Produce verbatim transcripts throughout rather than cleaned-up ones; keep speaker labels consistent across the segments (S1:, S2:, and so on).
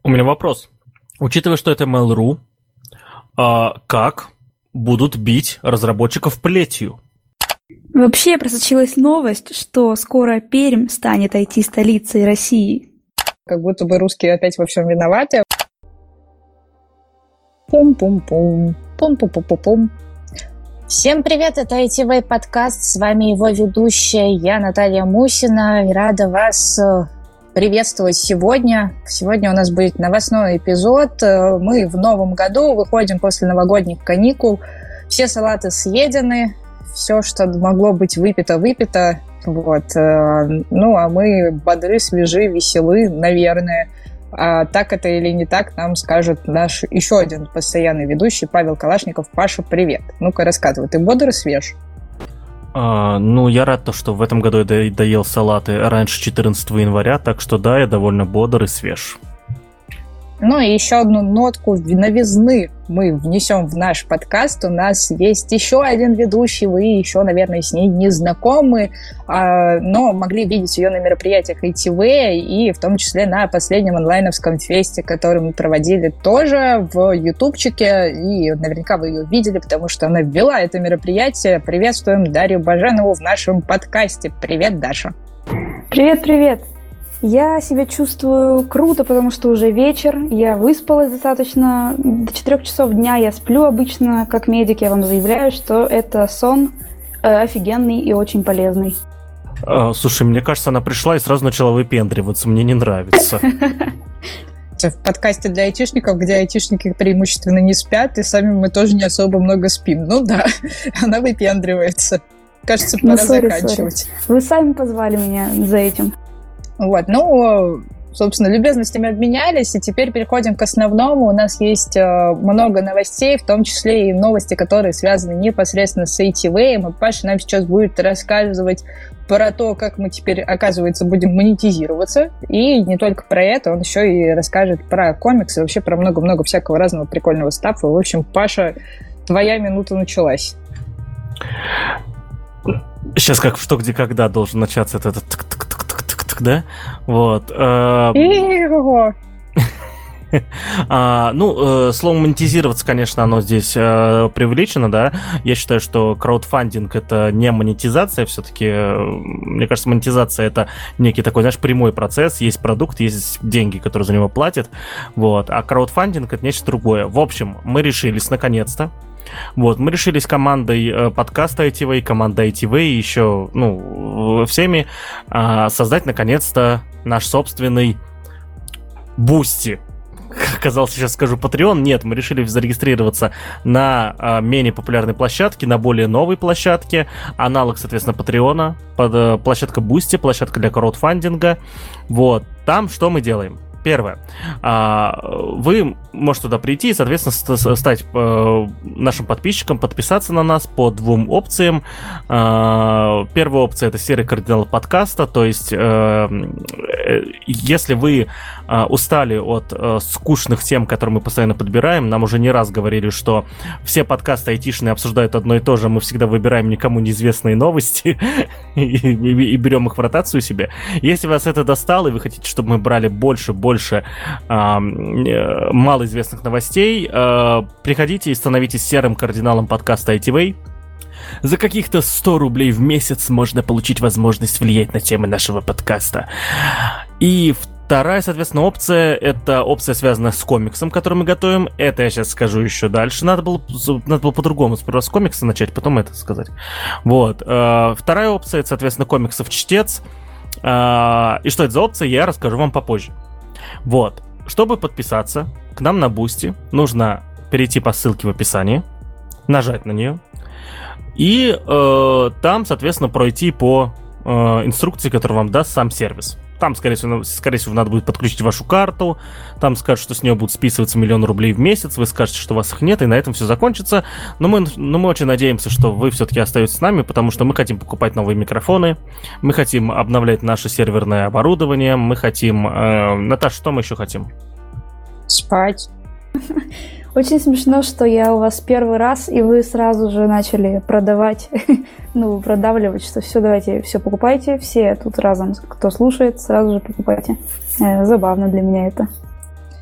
S1: У меня вопрос. Учитывая, что это Mail.ru, а как будут бить разработчиков плетью?
S2: Вообще просочилась новость, что скоро Пермь станет ай ти-столицей России.
S3: Как будто бы русские опять во всем виноваты. Пум-пум-пум, пум-пум-пум-пум. Всем привет, это ай ти вей подкаст, с вами его ведущая, я Наталья Мусина, и рада вас приветствовать сегодня. Сегодня у нас будет новостной эпизод, мы в новом году выходим после новогодних каникул, все салаты съедены, все, что могло быть выпито, выпито, вот. Ну, а мы бодры, свежи, веселы, наверное. А так это или не так, нам скажет наш еще один постоянный ведущий Павел Калашников. Паша, привет. Ну-ка, рассказывай, ты бодр и свеж?
S1: А, ну, я рад, что в этом году я до- доел салаты раньше четырнадцатого января, так что да, я довольно бодр и свеж.
S3: Ну и еще одну нотку новизны мы внесем в наш подкаст. У нас есть еще один ведущий, вы еще, наверное, с ней не знакомы, но могли видеть ее на мероприятиях ай ти вей и в том числе на последнем онлайновском фесте, который мы проводили тоже в ютубчике, и наверняка вы ее видели, потому что она вела это мероприятие. Приветствуем Дарью Баженову в нашем подкасте. Привет, Даша.
S2: Привет-привет! Я себя чувствую круто, потому что уже вечер, я выспалась достаточно, до четырех часов дня я сплю обычно, как медик, я вам заявляю, что это сон э, офигенный и очень полезный.
S1: А, слушай, мне кажется, она пришла и сразу начала выпендриваться, мне не нравится.
S3: В подкасте для айтишников, где айтишники преимущественно не спят, и сами мы тоже не особо много спим. Ну да, она выпендривается. Кажется, пора
S2: Ну, сори,
S3: заканчивать.
S2: сори. Вы сами позвали меня за этим.
S3: Вот, ну, собственно, любезностями обменялись, и теперь переходим к основному. У нас есть э, много новостей, в том числе и новости, которые связаны непосредственно с ай ти вей. И Паша нам сейчас будет рассказывать про то, как мы теперь, оказывается, будем монетизироваться. И не только про это, он еще и расскажет про комиксы, вообще про много-много всякого разного прикольного стаффа. В общем, Паша, твоя минута началась.
S1: Сейчас как в «Что, где, когда» должен начаться этот... да? Вот. А, ну, слово монетизироваться, конечно, оно здесь преувеличено, да. Я считаю, что краудфандинг — это не монетизация, все-таки, мне кажется, монетизация — это некий такой, знаешь, прямой процесс, есть продукт, есть деньги, которые за него платят, вот. А краудфандинг — это нечто другое. В общем, мы решились, наконец-то. Вот, мы решили с командой э, подкаста ай ти вей, командой ай ти вей и еще, ну, всеми э, создать, наконец-то, наш собственный Boosty. Казалось, сейчас скажу Patreon. Нет, мы решили зарегистрироваться на э, менее популярной площадке, на более новой площадке. Аналог, соответственно, Patreon, под, э, площадка Boosty, площадка для краудфандинга. Вот, там что мы делаем? Первое. Вы можете туда прийти и, соответственно, стать нашим подписчиком, подписаться на нас по двум опциям. Первая опция — это серый кардинал подкаста, то есть если вы устали от скучных тем, которые мы постоянно подбираем, нам уже не раз говорили, что все подкасты айтишные обсуждают одно и то же, мы всегда выбираем никому неизвестные новости и берем их в ротацию себе. Если вас это достало, и вы хотите, чтобы мы брали больше, больше больше э, малоизвестных новостей, э, приходите и становитесь серым кардиналом подкаста ай ти вей. За каких-то сто рублей в месяц можно получить возможность влиять на темы нашего подкаста. И вторая, соответственно, опция — это опция, связанная с комиксом, который мы готовим. Это я сейчас скажу еще дальше. Надо было, надо было по-другому сперва с комикса начать, потом это сказать. Вот. Э, вторая опция — это, соответственно, комиксов чтец. Э, и что это за опция, я расскажу вам попозже. Вот. Чтобы подписаться к нам на Boosty, нужно перейти по ссылке в описании, нажать на нее, и э, там, соответственно, пройти по э, инструкции, которую вам даст сам сервис. Там, скорее всего, скорее всего, надо будет подключить вашу карту, там скажут, что с нее будут списываться миллион рублей в месяц, вы скажете, что у вас их нет, и на этом все закончится. Но мы, но мы очень надеемся, что вы все-таки остаетесь с нами, потому что мы хотим покупать новые микрофоны, мы хотим обновлять наше серверное оборудование, мы хотим... Э, Наташа, что мы еще хотим?
S3: Спать.
S2: Очень смешно, что я у вас первый раз, и вы сразу же начали продавать, ну, продавливать, что все, давайте, все покупайте, все тут разом, кто слушает, сразу же покупайте. Забавно для меня это.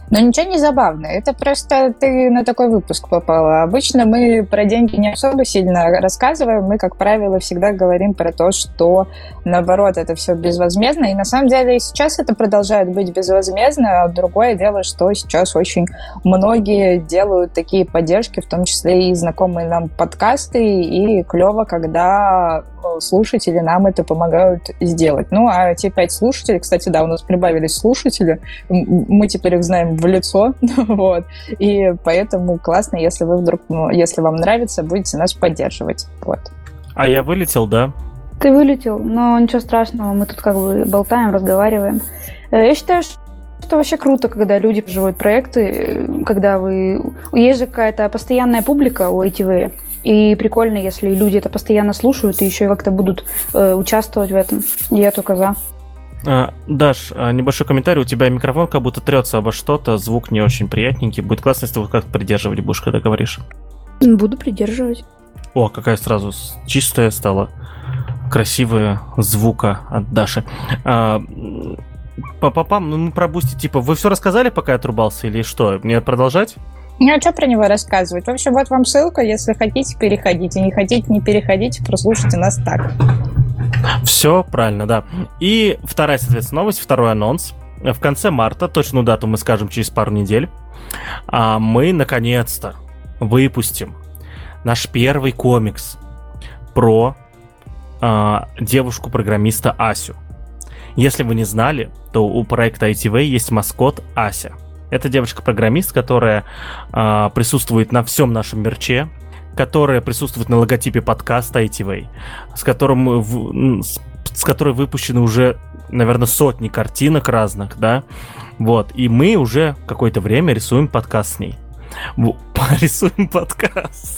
S3: Но ничего не забавно, это просто ты на такой выпуск попала. Обычно мы про деньги не особо сильно рассказываем, мы, как правило, всегда говорим про то, что, наоборот, это все безвозмездно, и на самом деле сейчас это продолжает быть безвозмездно, а другое дело, что сейчас очень многие делают такие поддержки, в том числе и знакомые нам подкасты, и клево, когда слушатели нам это помогают сделать. Ну, а те пять слушателей, кстати, да, у нас прибавились слушатели, мы теперь их знаем в лицо, вот, и поэтому классно, если вы вдруг, ну, если вам нравится, будете нас поддерживать, вот.
S1: А я вылетел, да?
S2: Ты вылетел, но ничего страшного, мы тут как бы болтаем, разговариваем. Я считаю, что вообще круто, когда люди проживают проекты, когда вы... Есть же какая-то постоянная публика у эй ти ви, и прикольно, если люди это постоянно слушают и еще и как-то будут э, участвовать в этом. Я только за.
S1: А, Даш, небольшой комментарий. У тебя микрофон как будто трется обо что-то, звук не очень приятненький. Будет классно, если ты как-то придерживать будешь, когда говоришь.
S2: Буду придерживать.
S1: О, какая сразу чистая стала, красивая звука от Даши. А, Папа-пам, ну мы про Бусти, типа, вы все рассказали, пока я отрубался, или что? Мне продолжать?
S3: Ну, а что про него рассказывать? В общем, вот вам ссылка, если хотите, переходите. Не хотите, не переходите, прослушайте нас так.
S1: Все правильно, да. И вторая, соответственно, новость, второй анонс. В конце марта, точную дату мы скажем через пару недель, мы, наконец-то, выпустим наш первый комикс про а, девушку-программиста Асю. Если вы не знали, то у проекта ай ти ви есть маскот Ася. Это девочка-программист, которая а, присутствует на всем нашем мерче, которая присутствует на логотипе подкаста ай ти ви, с, которым, в, с, с которой выпущены уже, наверное, сотни картинок разных, да, вот, и мы уже какое-то время рисуем подкаст с ней. Рисуем подкаст.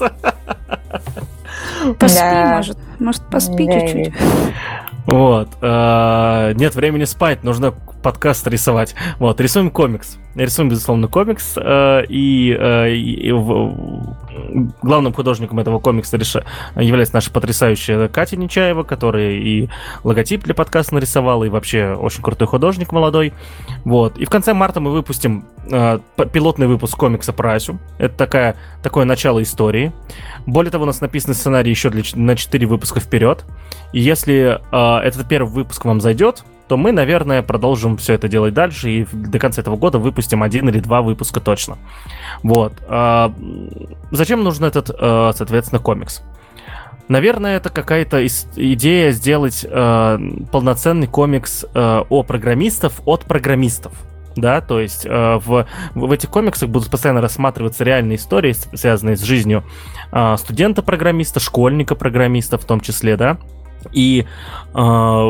S2: Поспи, да. может, может, поспи да, чуть-чуть.
S1: Вот. Э, нет времени спать, нужно подкаст рисовать. Вот, рисуем комикс. Рисуем, безусловно, комикс. Э, и э, и в, главным художником этого комикса реш... является наша потрясающая Катя Нечаева, которая и логотип для подкаста нарисовала, и вообще очень крутой художник молодой. Вот. И в конце марта мы выпустим э, пилотный выпуск комикса про Асю. Это такая, такое начало истории. Более того, у нас написан сценарий еще для, на четыре выпуска вперед. И если э, этот первый выпуск вам зайдет, то мы, наверное, продолжим все это делать дальше, и до конца этого года выпустим один или два выпуска точно. Вот. Э, зачем нужен этот, э, соответственно, комикс? Наверное, это какая-то идея сделать э, полноценный комикс э, о программистов от программистов. Да, то есть э, в, в этих комиксах будут постоянно рассматриваться реальные истории, связанные с жизнью э, студента-программиста, школьника-программиста в том числе, да, и э,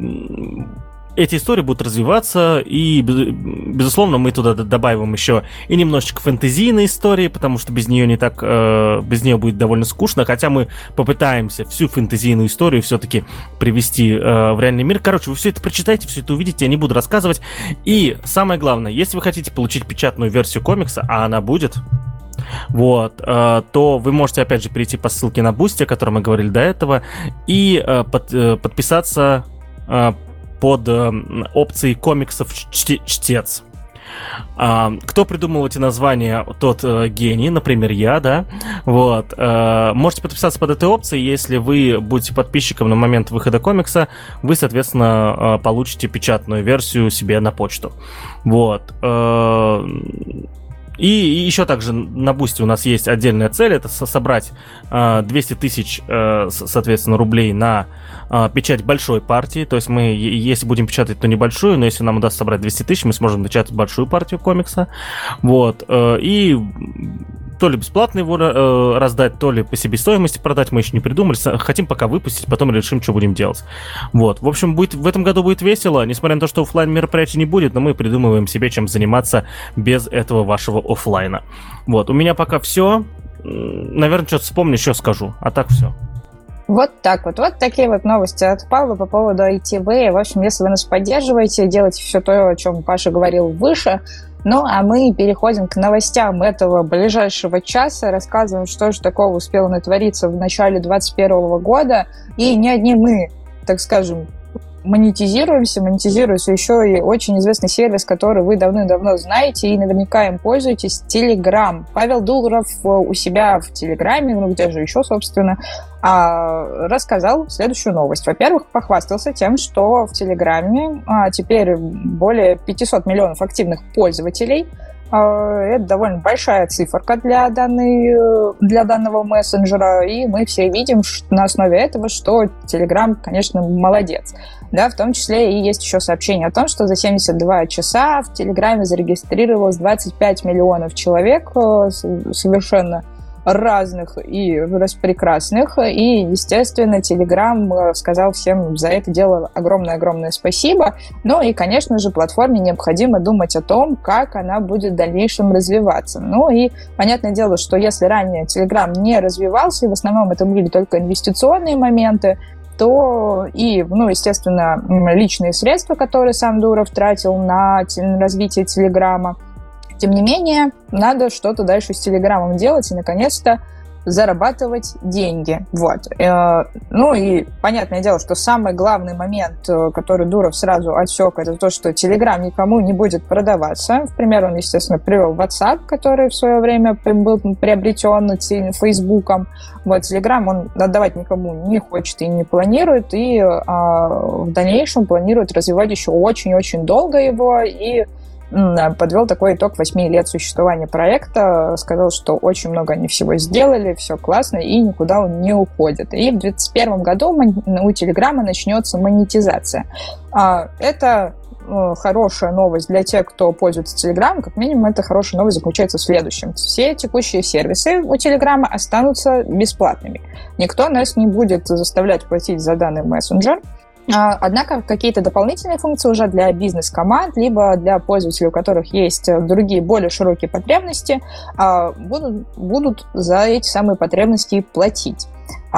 S1: эти истории будут развиваться, и, безусловно, мы туда добавим еще и немножечко фэнтезийной истории, потому что без нее не так, э, без нее будет довольно скучно, хотя мы попытаемся всю фэнтезийную историю все-таки привести э, в реальный мир. Короче, вы все это прочитаете, все это увидите, я не буду рассказывать. И самое главное, если вы хотите получить печатную версию комикса, а она будет, вот, э, то вы можете, опять же, перейти по ссылке на Boosty, о котором мы говорили до этого, и э, под, э, подписаться э, под э, опцией комиксов чте- чтец. А, кто придумал эти названия, тот э, гений, например, я, да, вот, э, можете подписаться под этой опцией, если вы будете подписчиком на момент выхода комикса, вы, соответственно, э, получите печатную версию себе на почту, вот. э, И еще также на Boosty у нас есть отдельная цель, это собрать э, двести тысяч, э, соответственно, рублей на э, печать большой партии. То есть мы, если будем печатать, то небольшую, но если нам удастся собрать двести тысяч, мы сможем печатать большую партию комикса. Вот. Э, и то ли бесплатно его э, раздать, то ли по себестоимости продать, мы еще не придумали. Хотим пока выпустить, потом решим, что будем делать. Вот. В общем, будет, в этом году будет весело, несмотря на то, что офлайн мероприятий не будет, но мы придумываем себе, чем заниматься без этого вашего офлайна. Вот. У меня пока все. Наверное, что-то вспомню, еще скажу. А так все.
S3: Вот так вот. Вот такие вот новости от Павла по поводу ай ти ви. В общем, если вы нас поддерживаете, делайте все то, о чем Паша говорил выше. Ну, а мы переходим к новостям этого ближайшего часа, рассказываем, что же такого успело натвориться в начале двадцать первого года. И не одни мы, так скажем, монетизируемся, монетизируется еще и очень известный сервис, который вы давно-давно знаете и наверняка им пользуетесь, Telegram. Павел Дуров у себя в Телеграме, ну где же еще, собственно, рассказал следующую новость. Во-первых, похвастался тем, что в Телеграме теперь более пятьсот миллионов активных пользователей. Это довольно большая циферка для, данной, для данного мессенджера, и мы все видим на основе этого, что Telegram, конечно, молодец. Да, в том числе и есть еще сообщение о том, что за семьдесят два часа в Телеграме зарегистрировалось двадцать пять миллионов человек, совершенно разных и распрекрасных, и, естественно, Telegram сказал всем за это дело огромное-огромное спасибо. Ну и, конечно же, платформе необходимо думать о том, как она будет в дальнейшем развиваться. Ну и понятное дело, что если ранее Telegram не развивался, и в основном это были только инвестиционные моменты, то и, ну, естественно, личные средства, которые сам Дуров тратил на развитие Телеграма. Тем не менее, надо что-то дальше с Телеграмом делать и, наконец-то, зарабатывать деньги. Вот. Ну и понятное дело, что самый главный момент, который Дуров сразу отсек, это то, что Telegram никому не будет продаваться. В пример, он, естественно, привел WhatsApp, который в свое время был приобретен Фейсбуком. Вот, Telegram он отдавать никому не хочет и не планирует, и а, в дальнейшем планирует развивать еще очень-очень долго его, и подвел такой итог восьми лет существования проекта, сказал, что очень много они всего сделали, все классно, и никуда он не уходит. И в две тысячи двадцать первом году у Телеграма начнется монетизация. Это хорошая новость для тех, кто пользуется Телеграмом. Как минимум, эта хорошая новость заключается в следующем. Все текущие сервисы у Телеграма останутся бесплатными. Никто нас не будет заставлять платить за данный мессенджер. Однако какие-то дополнительные функции уже для бизнес-команд, либо для пользователей, у которых есть другие более широкие потребности, будут, будут за эти самые потребности платить.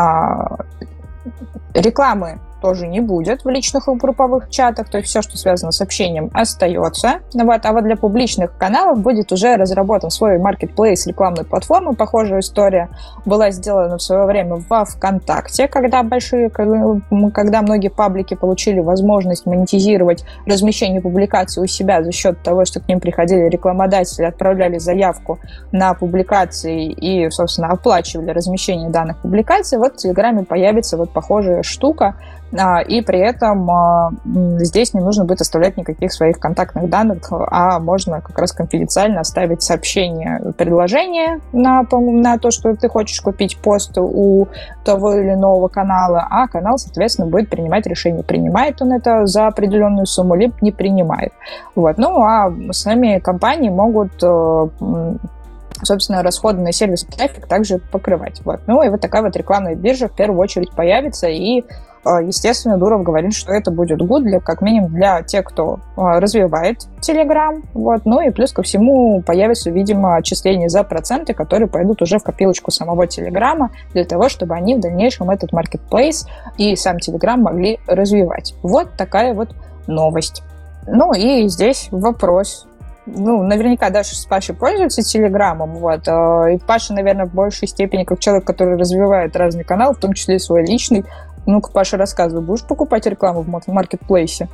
S3: Рекламы тоже не будет в личных и групповых чатах, то есть все, что связано с общением, остается. Вот. А вот для публичных каналов будет уже разработан свой маркетплейс рекламной платформы. Похожая история была сделана в свое время во ВКонтакте, когда большие, когда многие паблики получили возможность монетизировать размещение публикаций у себя за счет того, что к ним приходили рекламодатели, отправляли заявку на публикации и, собственно, оплачивали размещение данных публикаций. Вот в Телеграме появится вот похожая штука, и при этом здесь не нужно будет оставлять никаких своих контактных данных, а можно как раз конфиденциально оставить сообщение, предложение на, на то, что ты хочешь купить пост у того или иного канала, а канал, соответственно, будет принимать решение, принимает он это за определенную сумму, либо не принимает. Вот. Ну, а сами компании могут, собственно, расходы на сервис трафик также покрывать. Вот. Ну и вот такая вот рекламная биржа в первую очередь появится, и, естественно, Дуров говорит, что это будет good для, как минимум, для тех, кто развивает Telegram. Вот. Ну и плюс ко всему появится, видимо, отчисления за проценты, которые пойдут уже в копилочку самого Телеграма для того, чтобы они в дальнейшем этот маркетплейс и сам Telegram могли развивать. Вот такая вот новость. Ну и здесь вопрос. Ну, наверняка Даша с Пашей пользуются Телеграмом, вот, и Паша, наверное, в большей степени как человек, который развивает разные каналы, в том числе и свой личный. Ну-ка, Паша, рассказывай, будешь покупать рекламу в маркетплейсе?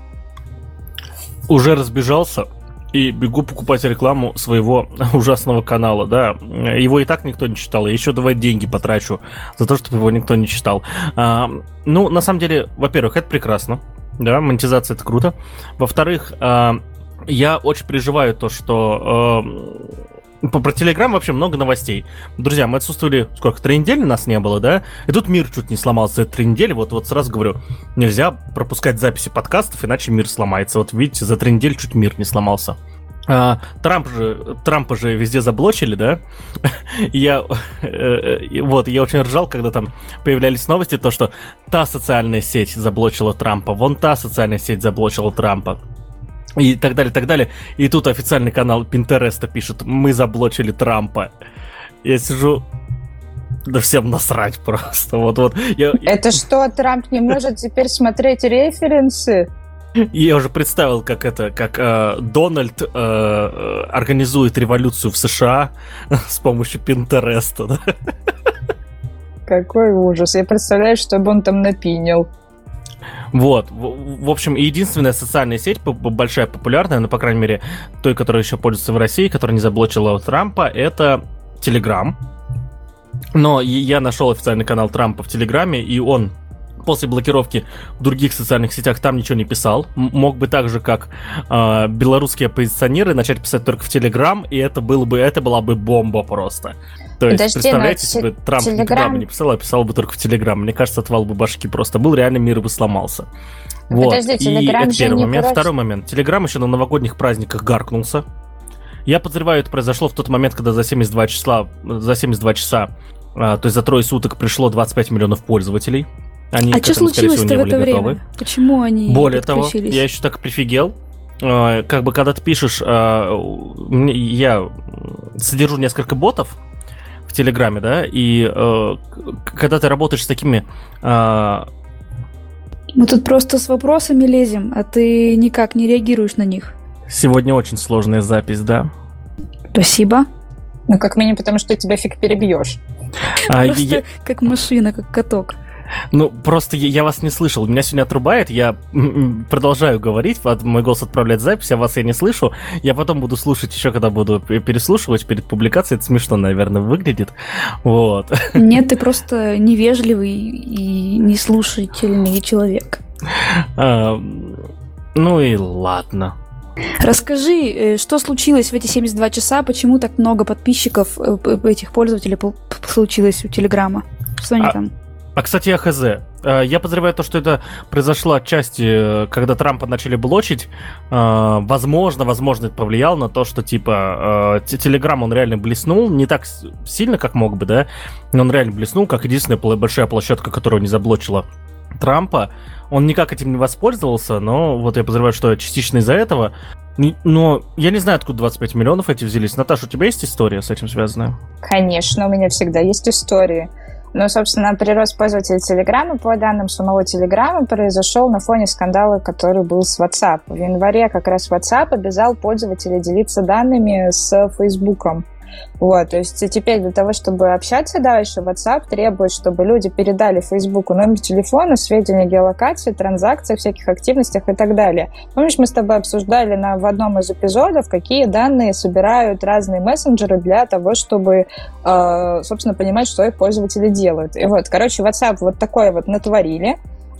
S1: Уже разбежался и бегу покупать рекламу своего ужасного канала, да. Его и так никто не читал, я еще давай деньги потрачу за то, чтобы его никто не читал. А, ну, на самом деле, во-первых, это прекрасно, да, монетизация — это круто. Во-вторых, а, я очень переживаю то, что э, про Телеграм вообще много новостей. Друзья, мы отсутствовали, сколько, три недели нас не было, да? И тут мир чуть не сломался за три недели. Вот, вот сразу говорю, нельзя пропускать записи подкастов, иначе мир сломается. Вот видите, за три недели чуть мир не сломался. А, Трамп же, Трампа же везде заблочили, да? Я, э, вот, я очень ржал, когда там появлялись новости, то, что та социальная сеть заблочила Трампа, вон та социальная сеть заблочила Трампа. И так далее, так далее. И тут официальный канал Пинтереста пишет: мы заблочили Трампа. Я сижу, да всем насрать просто. Вот, вот. Я,
S3: это что, Трамп не может теперь смотреть референсы?
S1: Я уже представил, как это, как э, Дональд э, организует революцию в США с помощью Пинтереста. Да?
S3: Какой ужас. Я представляю, что бы он там напинил.
S1: Вот, в, в общем, единственная социальная сеть, большая, популярная, ну, по крайней мере, той, которая еще пользуется в России, которая не заблочила Трампа, это Telegram. Но я нашел официальный канал Трампа в Телеграме, и он после блокировки в других социальных сетях там ничего не писал. М- мог бы так же, как э, белорусские оппозиционеры, начать писать только в Телеграм, и это, было бы, это была бы бомба просто. То есть,
S3: Подожди,
S1: представляете,
S3: те-
S1: если бы Трамп
S3: Telegram...
S1: никуда бы не писал, а писал бы только в Телеграм. Мне кажется, отвал бы башки просто был, реально мир бы сломался. Вот.
S3: Подожди,
S1: И
S3: Telegram
S1: это
S3: же
S1: первый
S3: не
S1: момент.
S3: просто-
S1: Второй момент. Телеграм еще на новогодних праздниках гаркнулся. Я подозреваю, это произошло в тот момент, когда за семьдесят два часа, за семьдесят два часа, а, то есть за трое суток пришло двадцать пять миллионов пользователей. Они
S2: А
S1: к
S2: что
S1: этому, скорее всего,
S2: случилось-то
S1: не
S2: в
S1: были
S2: это
S1: готовы.
S2: время? Почему они
S1: Более того,
S2: подключились?
S1: я еще так прифигел. Э, Как бы, когда ты пишешь, э, мне- я содержу несколько ботов в Телеграме, да, и э, к- когда ты работаешь с такими... э,
S2: Мы тут просто с вопросами лезем, а ты никак не реагируешь на них.
S1: Сегодня очень сложная запись, да.
S2: Спасибо.
S3: Ну, как минимум, потому что тебя фиг перебьешь.
S1: А,
S2: Просто
S1: я-
S2: как машина, как каток.
S1: Ну, просто я, я вас не слышал. Меня сегодня отрубает, я м, м, продолжаю говорить, под- мой голос отправляет запись, а вас я не слышу. Я потом буду слушать еще, когда буду п- переслушивать перед публикацией. Это смешно, наверное, выглядит. Вот.
S2: Нет, ты просто невежливый и неслушательный человек.
S1: А, Ну и ладно.
S2: Расскажи, э, что случилось в эти семьдесят два часа, почему так много подписчиков э, п- этих пользователей по- п- случилось у Телеграма? Что они
S1: А-
S2: там?
S1: А, кстати, я хз. Э, Я подозреваю то, что это произошло отчасти, э, когда Трампа начали блочить. Э, Возможно, возможно, это повлияло на то, что, типа, э, Те- Телеграм, он реально блеснул. Не так с- сильно, как мог бы, да? Но он реально блеснул, как единственная пла- большая площадка, которая не заблочила Трампа. Он никак этим не воспользовался, но вот я подозреваю, что частично из-за этого. Ни- Но я не знаю, откуда двадцать пять миллионов эти взялись. Наташа, у тебя есть история с этим связанная?
S3: Конечно, у меня всегда есть истории. Но, собственно, прирост пользователей Телеграма, по данным самого Телеграма, произошел на фоне скандала, который был с WhatsApp. В январе как раз WhatsApp обязал пользователей делиться данными с Фейсбуком. Вот, то есть теперь для того, чтобы общаться дальше, WhatsApp требует, чтобы люди передали Фейсбуку номер телефона, сведения о геолокации, транзакциях, всяких активностях и так далее. Помнишь, мы с тобой обсуждали на, в одном из эпизодов, какие данные собирают разные мессенджеры для того, чтобы, э, собственно, понимать, что их пользователи делают. И вот, короче, WhatsApp вот такое вот натворили.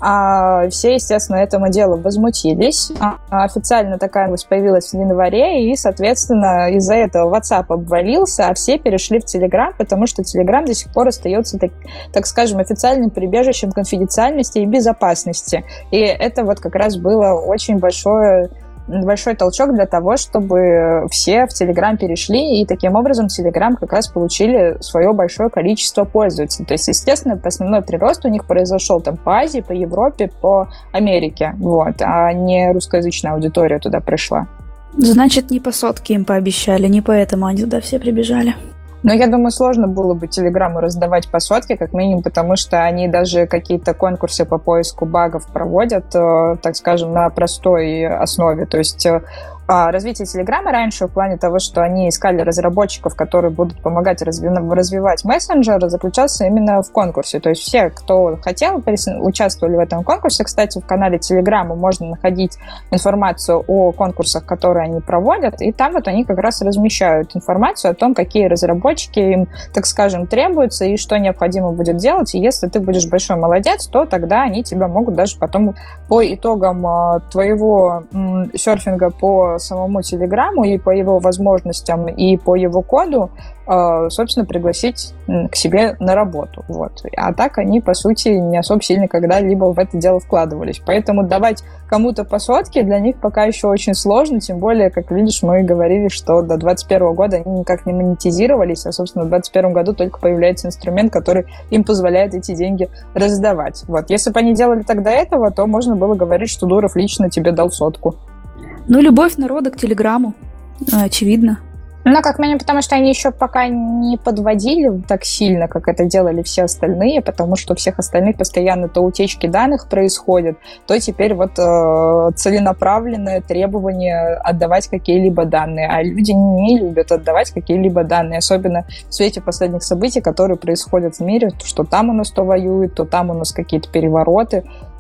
S3: А все, естественно, этому делу возмутились. А официально такая новость появилась в январе, и, соответственно, из-за этого WhatsApp обвалился, а все перешли в Telegram, потому что Telegram до сих пор остается, так, так скажем, официальным прибежищем конфиденциальности и безопасности. И это вот как раз было очень большое большой толчок для того, чтобы все в Telegram перешли, и таким образом Telegram как раз получили свое большое количество пользователей. То есть, естественно, основной прирост у них произошел там по Азии, по Европе, по Америке, вот, а не русскоязычная аудитория туда пришла.
S2: Значит, не по сотке им пообещали, не поэтому они туда все прибежали.
S3: Но я думаю, сложно было бы Телеграму раздавать по сотке, как минимум, потому что они даже какие-то конкурсы по поиску багов проводят, так скажем, на простой основе. То есть развитие Телеграма раньше в плане того, что они искали разработчиков, которые будут помогать разви- развивать мессенджер, заключался именно в конкурсе. То есть все, кто хотел, участвовали в этом конкурсе. Кстати, в канале Телеграма можно находить информацию о конкурсах, которые они проводят, и там вот они как раз размещают информацию о том, какие разработчики им, так скажем, требуются и что необходимо будет делать. И если ты будешь большой молодец, то тогда они тебя могут даже потом по итогам твоего м, серфинга по самому Телеграму и по его возможностям, и по его коду, собственно, пригласить к себе на работу. Вот. А так они, по сути, не особо сильно когда-либо в это дело вкладывались. Поэтому давать кому-то по сотке для них пока еще очень сложно, тем более, как видишь, мы говорили, что до двадцать первого года они никак не монетизировались, а, собственно, в двадцать первом году только появляется инструмент, который им позволяет эти деньги раздавать. Вот. Если бы они делали так до этого, то можно было говорить, что Дуров лично тебе дал сотку.
S2: Ну, любовь народа к Телеграму, очевидно.
S3: Ну, как минимум, потому что они еще пока не подводили так сильно, как это делали все остальные, потому что у всех остальных постоянно то утечки данных происходят, то теперь вот э, целенаправленное требование отдавать какие-либо данные. А люди не любят отдавать какие-либо данные, особенно в свете последних событий, которые происходят в мире, что там у нас то воюет, то там у нас какие-то перевороты.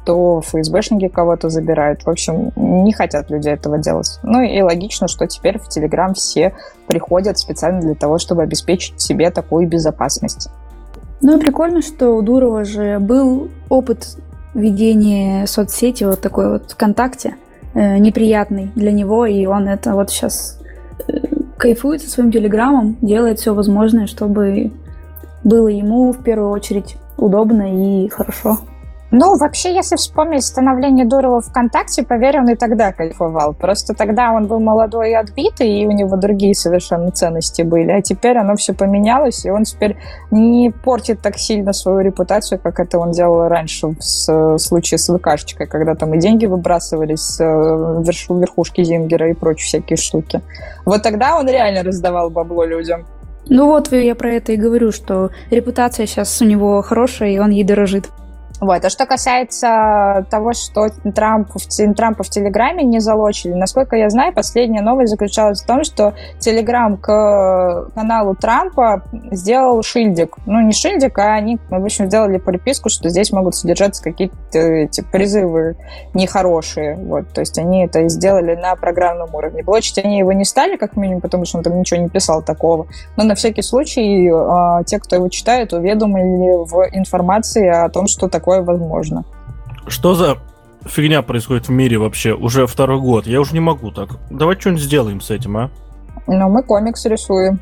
S3: то эф эс бэшники кого-то забирают. В общем, не хотят люди этого делать. Ну и логично, что теперь в Telegram все приходят специально для того, чтобы обеспечить себе такую безопасность.
S2: Ну и прикольно, что у Дурова же был опыт ведения соцсети, вот такой вот ВКонтакте, э, неприятный для него, и он это вот сейчас э, кайфует со своим Телеграмом, делает все возможное, чтобы было ему в первую очередь удобно и хорошо.
S3: Ну, вообще, если вспомнить становление Дурова ВКонтакте, поверь, он и тогда кайфовал. Просто тогда он был молодой и отбитый, и у него другие совершенно ценности были. А теперь оно все поменялось, и он теперь не портит так сильно свою репутацию, как это он делал раньше в случае с ВКшечкой, когда там и деньги выбрасывались с верху, верхушки Зингера и прочие всякие штуки. Вот тогда он реально раздавал бабло людям.
S2: Ну вот я про это и говорю, что репутация сейчас у него хорошая, и он ей дорожит.
S3: Вот. А что касается того, что Трамп, Трампа в Телеграме не залочили, насколько я знаю, последняя новость заключалась в том, что Телеграм к каналу Трампа сделал шильдик. Ну, не шильдик, а они, в общем, сделали приписку, что здесь могут содержаться какие-то эти призывы нехорошие. Вот. То есть они это сделали на программном уровне. Блочить они его не стали, как минимум, потому что он там ничего не писал такого. Но на всякий случай э, те, кто его читает, уведомили в информации о том, что такое возможно.
S1: Что за фигня происходит в мире вообще уже второй год? Я уже не могу так. Давай что-нибудь сделаем с этим, а?
S3: Ну, мы комикс рисуем.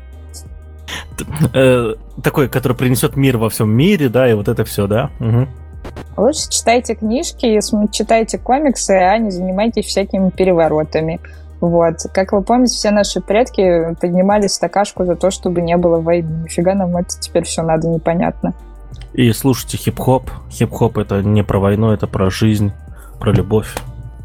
S1: Э, такой, который принесет мир во всем мире, да, и вот это все, да? Угу.
S3: Лучше читайте книжки, читайте комиксы, а не занимайтесь всякими переворотами. Вот. Как вы помните, все наши предки поднимали стакашку за то, чтобы не было войны. Нифига нам это теперь все надо, непонятно.
S1: И слушайте хип-хоп. Хип-хоп — это не про войну, это про жизнь, про любовь.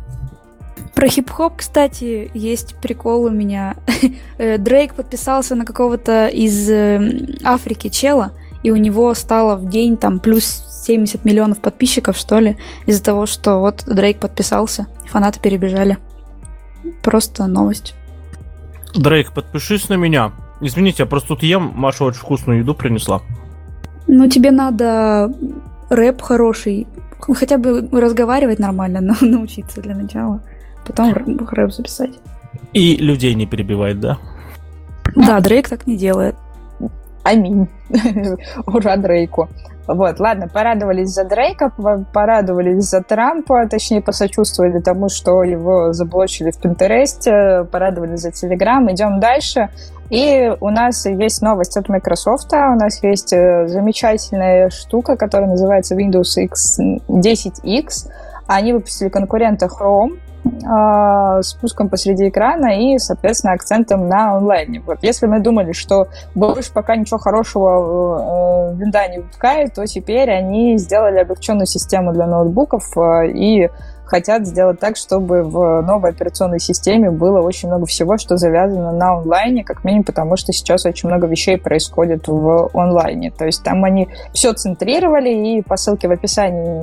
S2: Про хип-хоп, кстати, есть прикол у меня. Дрейк подписался на какого-то из Африки чела, и у него стало в день там плюс семьдесят миллионов подписчиков, что ли, из-за того, что вот Дрейк подписался, и фанаты перебежали. Просто новость.
S1: Дрейк, подпишись на меня. Извините, я просто тут ем, Маша очень вкусную еду принесла.
S2: Ну, тебе надо рэп хороший, хотя бы разговаривать нормально, но научиться для начала, потом рэп записать.
S1: И людей не перебивать, да?
S2: Да, Дрейк так не делает.
S3: Аминь. Ура Дрейку. Вот, ладно, порадовались за Дрейка, порадовались за Трампа, точнее, посочувствовали тому, что его заблочили в Пинтересте, порадовались за Телеграм. Идем дальше. И у нас есть новость от Microsoft. У нас есть замечательная штука, которая называется Windows икс десять икс. Они выпустили конкурента Chrome э, с пуском посреди экрана и, соответственно, акцентом на онлайне. Вот. Если мы думали, что больше пока ничего хорошего э, винда не выпускает, то теперь они сделали облегченную систему для ноутбуков э, и хотят сделать так, чтобы в новой операционной системе было очень много всего, что завязано на онлайне, как минимум, потому что сейчас очень много вещей происходит в онлайне. То есть там они все центрировали, и по ссылке в описании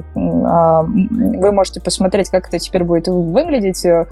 S3: вы можете посмотреть, как это теперь будет выглядеть. The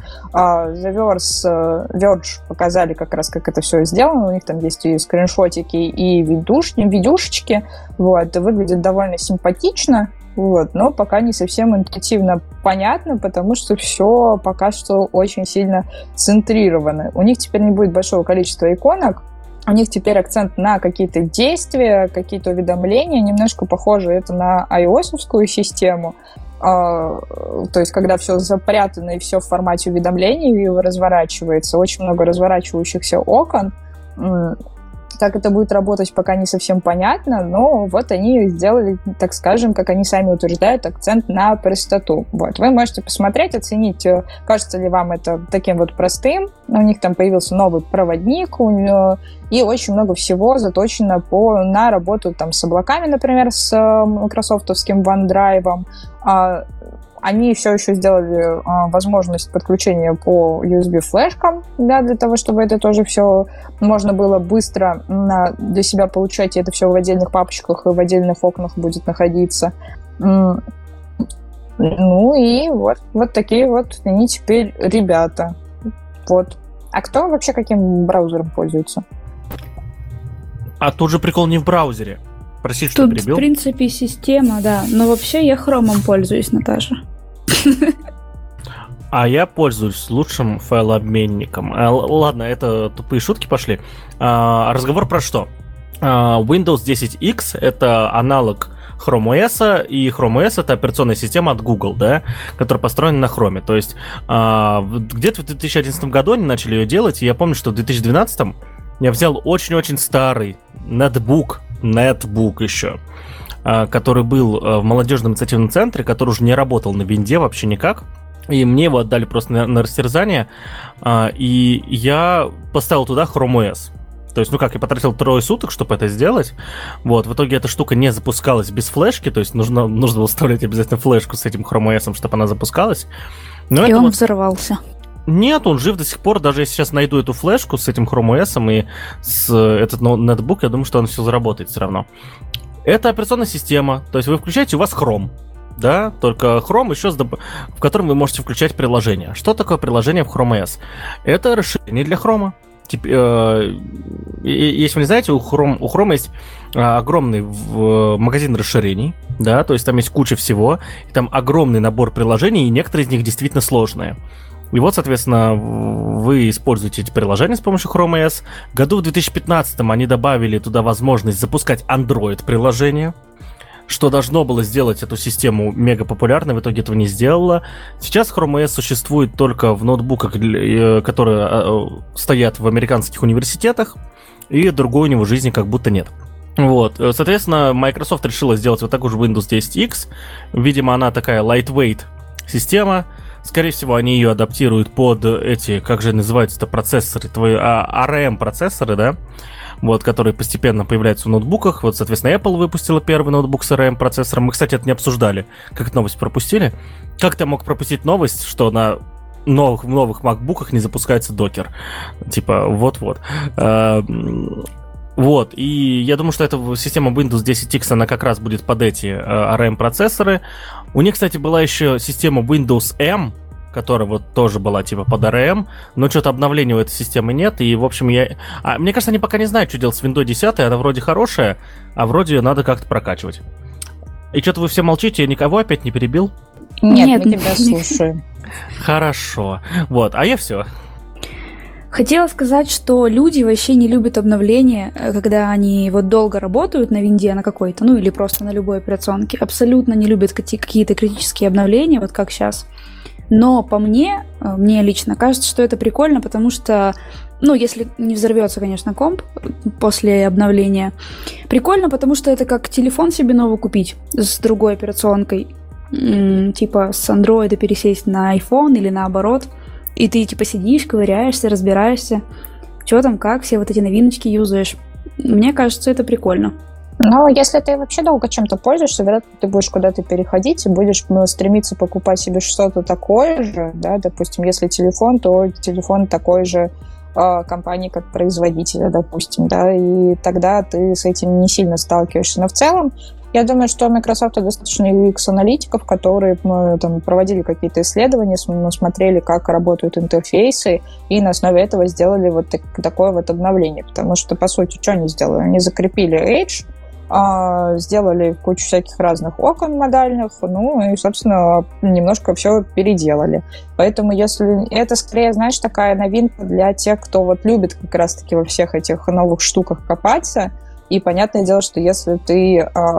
S3: Verge, Verge показали как раз, как это все сделано. У них там есть и скриншотики, и видюш, видюшечки. Вот. Выглядит довольно симпатично. Вот, но пока не совсем интуитивно понятно, потому что все пока что очень сильно центрировано. У них теперь не будет большого количества иконок, у них теперь акцент на какие-то действия, какие-то уведомления, немножко похоже это на iOS-овскую систему, то есть когда все запрятано и все в формате уведомлений разворачивается, очень много разворачивающихся окон. Как это будет работать, пока не совсем понятно, но вот они сделали, так скажем, как они сами утверждают, акцент на простоту. Вот. Вы можете посмотреть, оценить, кажется ли вам это таким вот простым. У них там появился новый проводник, у него, и очень много всего заточено по, на работу там, с облаками, например, с майкрософтовским OneDrive. Они все еще сделали а, возможность подключения по ю эс би-флешкам, да, для того, чтобы это тоже все можно было быстро на, для себя получать, и это все в отдельных папочках и в отдельных окнах будет находиться. Ну и вот, вот такие вот они теперь ребята. Вот. А кто вообще каким браузером пользуется?
S1: А тут же прикол не в браузере. Прости, что
S2: тут,
S1: перебил.
S2: в принципе, система, да. Но вообще я хромом пользуюсь, Наташа.
S1: А я пользуюсь лучшим файлообменником. А, ладно, это тупые шутки пошли. А, разговор про что? А, Windows десять икс — это аналог Chrome о эс, и Chrome о эс — это операционная система от Google, да, которая построена на Chrome. То есть а, где-то в две тысячи одиннадцатом году они начали ее делать, и я помню, что в две тысячи двенадцатом я взял очень-очень старый нетбук, нетбук еще, а, который был в молодежном инициативном центре, который уже не работал на винде вообще никак. И мне его отдали просто на, на растерзание, а, и я поставил туда Chrome о эс. То есть, ну как, я потратил трое суток, чтобы это сделать. Вот, в итоге эта штука не запускалась без флешки, то есть нужно, нужно было вставлять обязательно флешку с этим Chrome о эс, чтобы она запускалась. Но
S2: и он
S1: вот...
S2: взорвался.
S1: Нет, он жив до сих пор. Даже если сейчас найду эту флешку с этим Chrome о эс и с этот нетбук, я думаю, что он все заработает все равно. Это операционная система, то есть вы включаете, у вас Chrome. Да, только Chrome еще, в котором вы можете включать приложение. Что такое приложение в Chrome о эс? Это расширение для Chrome. Если вы не знаете, у Chrome, у Chrome есть огромный магазин расширений, да, то есть там есть куча всего, и там огромный набор приложений, и некоторые из них действительно сложные. И вот, соответственно, вы используете эти приложения с помощью Chrome о эс. В году в две тысячи пятнадцатом они добавили туда возможность запускать Android-приложение, что должно было сделать эту систему мега популярной, в итоге этого не сделало. Сейчас Chrome о эс существует только в ноутбуках, которые стоят в американских университетах, и другой у него жизни как будто нет. Вот, соответственно, Microsoft решила сделать вот такую же Windows десять икс. Видимо, она такая lightweight система. Скорее всего, они ее адаптируют под эти, как же называются-то, процессоры, твои а, ар эм-процессоры, да? Вот, которые постепенно появляются в ноутбуках. Вот, соответственно, Apple выпустила первый ноутбук с ар эм-процессором. Мы, кстати, это не обсуждали. Как эту новость пропустили? Как ты мог пропустить новость, что на новых, новых макбуках не запускается докер? Типа, вот-вот. Вот, и я думаю, что эта система Windows десять икс, она как раз будет под эти ар эм-процессоры. У них, кстати, была еще система Windows M, которая вот тоже была типа под ар эм, но что-то обновления у этой системы нет, и, в общем, я... А, мне кажется, они пока не знают, что делать с Windows десять, она вроде хорошая, а вроде надо как-то прокачивать. И что-то вы все молчите, я никого опять не перебил?
S3: Нет, Нет мы тебя слушаем.
S1: Хорошо, вот, а я все.
S2: Хотела сказать, что люди вообще не любят обновления, когда они вот долго работают на винде на какой-то, ну или просто на любой операционке. Абсолютно не любят какие-то критические обновления, вот как сейчас. Но по мне, мне лично кажется, что это прикольно, потому что, ну, если не взорвется, конечно, комп после обновления, прикольно, потому что это как телефон себе новый купить с другой операционкой, типа с Android пересесть на iPhone или наоборот. И ты типа сидишь, ковыряешься, разбираешься, что там, как, все вот эти новиночки юзаешь. Мне кажется, это прикольно.
S3: Но если ты вообще долго чем-то пользуешься, вряд ли ты будешь куда-то переходить и будешь стремиться покупать себе что-то такое же, да, допустим, если телефон, то телефон такой же э, компании, как производителя, допустим, да, и тогда ты с этим не сильно сталкиваешься. Но в целом, я думаю, что у Microsoft достаточно ю экс-аналитиков, которые ну, там, проводили какие-то исследования, смотрели, как работают интерфейсы, и на основе этого сделали вот так, такое вот обновление. Потому что, по сути, что они сделали? Они закрепили Edge, а, сделали кучу всяких разных окон модальных, ну и, собственно, немножко все переделали. Поэтому, если это, скорее, знаешь, такая новинка для тех, кто вот любит как раз-таки во всех этих новых штуках копаться. И понятное дело, что если ты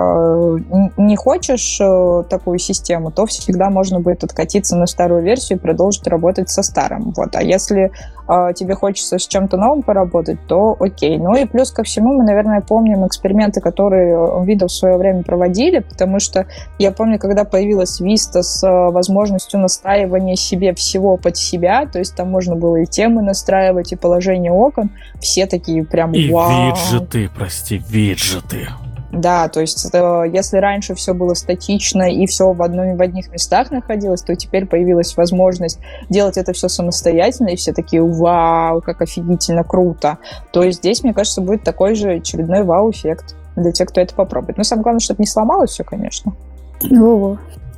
S3: э, не хочешь э, такую систему, то всегда можно будет откатиться на старую версию и продолжить работать со старым. Вот. А если э, тебе хочется с чем-то новым поработать, то окей. Ну и плюс ко всему мы, наверное, помним эксперименты, которые Windows в свое время проводили, потому что я помню, когда появилась Vista с э, возможностью настраивания себе всего под себя, то есть там можно было и темы настраивать, и положение окон, все такие прям
S1: и
S3: вау.
S1: И виджеты, прости, виджеты.
S3: Да, то есть э, если раньше все было статично и все в, одной, в одних местах находилось, то теперь появилась возможность делать это все самостоятельно, и все такие вау, как офигительно круто. То есть здесь, мне кажется, будет такой же очередной вау-эффект для тех, кто это попробует. Но самое главное, чтобы не сломалось все, конечно.
S2: О-о.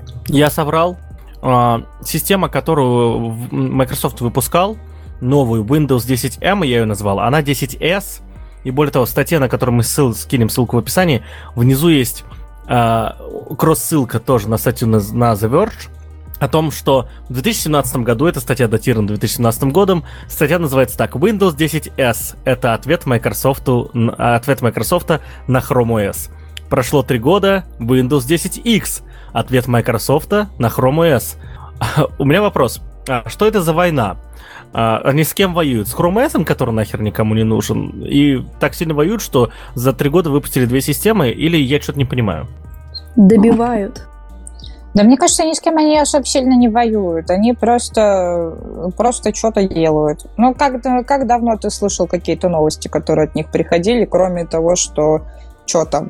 S1: Я соврал. А, система, которую Microsoft выпускал, новую Windows десять эм, я ее назвал, она десять эс. И более того, в статье, на которую мы ссыл, скинем ссылку в описании, внизу есть э, кросс-ссылка тоже на статью на, на The Verge, о том, что в две тысячи семнадцатом году, эта статья датирована две тысячи семнадцатым годом, статья называется так: Windows десять эс — это ответ Microsoft, ответ Microsoft на Chrome о эс. Прошло три года, Windows десять икс — ответ Microsoft на Chrome о эс. У меня вопрос, а что это за война? Они с кем воюют? С Chrome о эс, который нахер никому не нужен? И так сильно воюют, что за три года выпустили две системы, или я что-то не понимаю?
S2: Добивают.
S3: Да мне кажется, ни с кем они особо сильно не воюют. Они просто, просто что-то делают. Ну, как, как давно ты слышал какие-то новости, которые от них приходили, кроме того, что что там?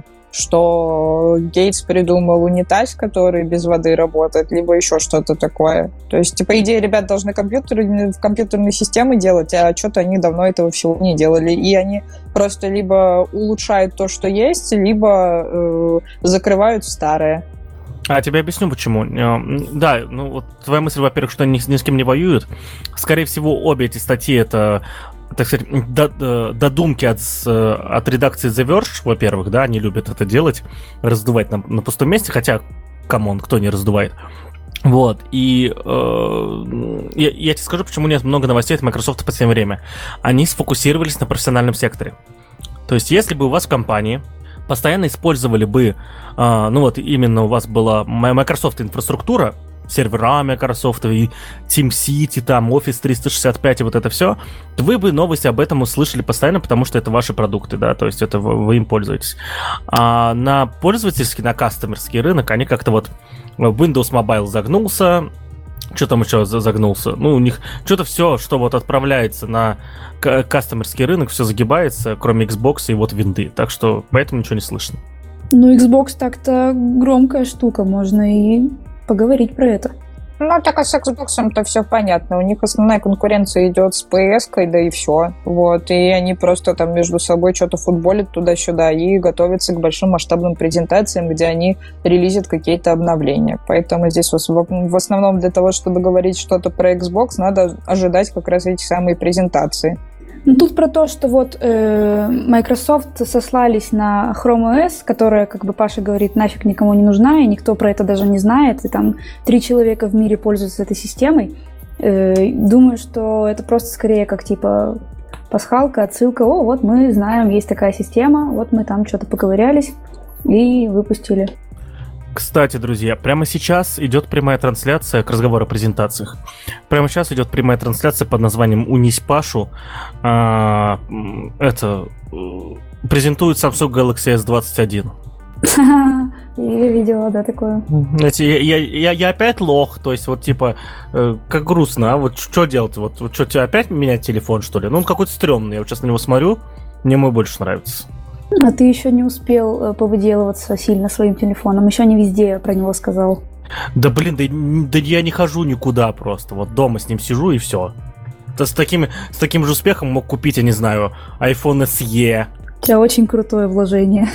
S3: Что Гейтс придумал унитаз, который без воды работает, либо еще что-то такое. То есть, по идее, ребята должны компьютеры, в компьютерные системы делать, а что-то они давно этого всего не делали. И они просто либо улучшают то, что есть, либо э, закрывают старое.
S1: А тебе объясню, почему. Да, ну вот твоя мысль, во-первых, что они ни с кем не воюют. Скорее всего, обе эти статьи — это, так сказать, додумки от, от редакции The Verge, во-первых, да, они любят это делать, раздувать на, на пустом месте, хотя, камон, кто не раздувает. Вот, и э, я, я тебе скажу, почему нет много новостей от Microsoft в последнее время. Они сфокусировались на профессиональном секторе. То есть, если бы у вас в компании постоянно использовали бы, э, ну вот именно у вас была Microsoft инфраструктура, сервера Microsoft, и TeamCity, там, Office триста шестьдесят пять и вот это все, то вы бы новости об этом услышали постоянно, потому что это ваши продукты, да, то есть это вы, вы им пользуетесь. А на пользовательский, на кастомерский рынок они как-то вот... Windows Mobile загнулся, что там еще загнулся? Ну, у них что-то все, что вот отправляется на кастомерский рынок, все загибается, кроме Xbox и вот винды. Так что поэтому ничего не слышно.
S2: Ну, Xbox так-то громкая штука, можно и поговорить про это.
S3: Ну, так а с Xbox-то все понятно. У них основная конкуренция идет с пи эс-кой, да и все. Вот. И они просто там между собой что-то футболят туда-сюда и готовятся к большим масштабным презентациям, где они релизят какие-то обновления. Поэтому здесь в основном для того, чтобы говорить что-то про Xbox, надо ожидать как раз эти самые презентации.
S2: Ну, тут про то, что вот э, Microsoft сослались на Chrome о эс, которая, как бы Паша говорит, нафиг никому не нужна, и никто про это даже не знает, и там три человека в мире пользуются этой системой. Э, думаю, что это просто скорее как типа пасхалка, отсылка. О, вот мы знаем, есть такая система, вот мы там что-то поковырялись и выпустили.
S1: Кстати, друзья, прямо сейчас идет прямая трансляция к разговору о презентациях. Прямо сейчас идет прямая трансляция под названием «Унись Пашу». А, это презентует Samsung Galaxy эс двадцать один.
S2: Я видела, да, такое.
S1: Знаете, я, я, я опять лох, то есть вот типа, э, как грустно, а вот что делать? Вот, вот что, тебе опять менять телефон, что ли? Ну, он какой-то стрёмный, я вот сейчас на него смотрю, мне мой больше нравится.
S2: А ты еще не успел повыделываться сильно своим телефоном, еще не везде про него сказал.
S1: Да блин, да, да я не хожу никуда просто, вот дома с ним сижу и все. Да с, такими, с таким же успехом мог купить, я не знаю, iPhone эс и.
S2: У тебя очень крутое вложение.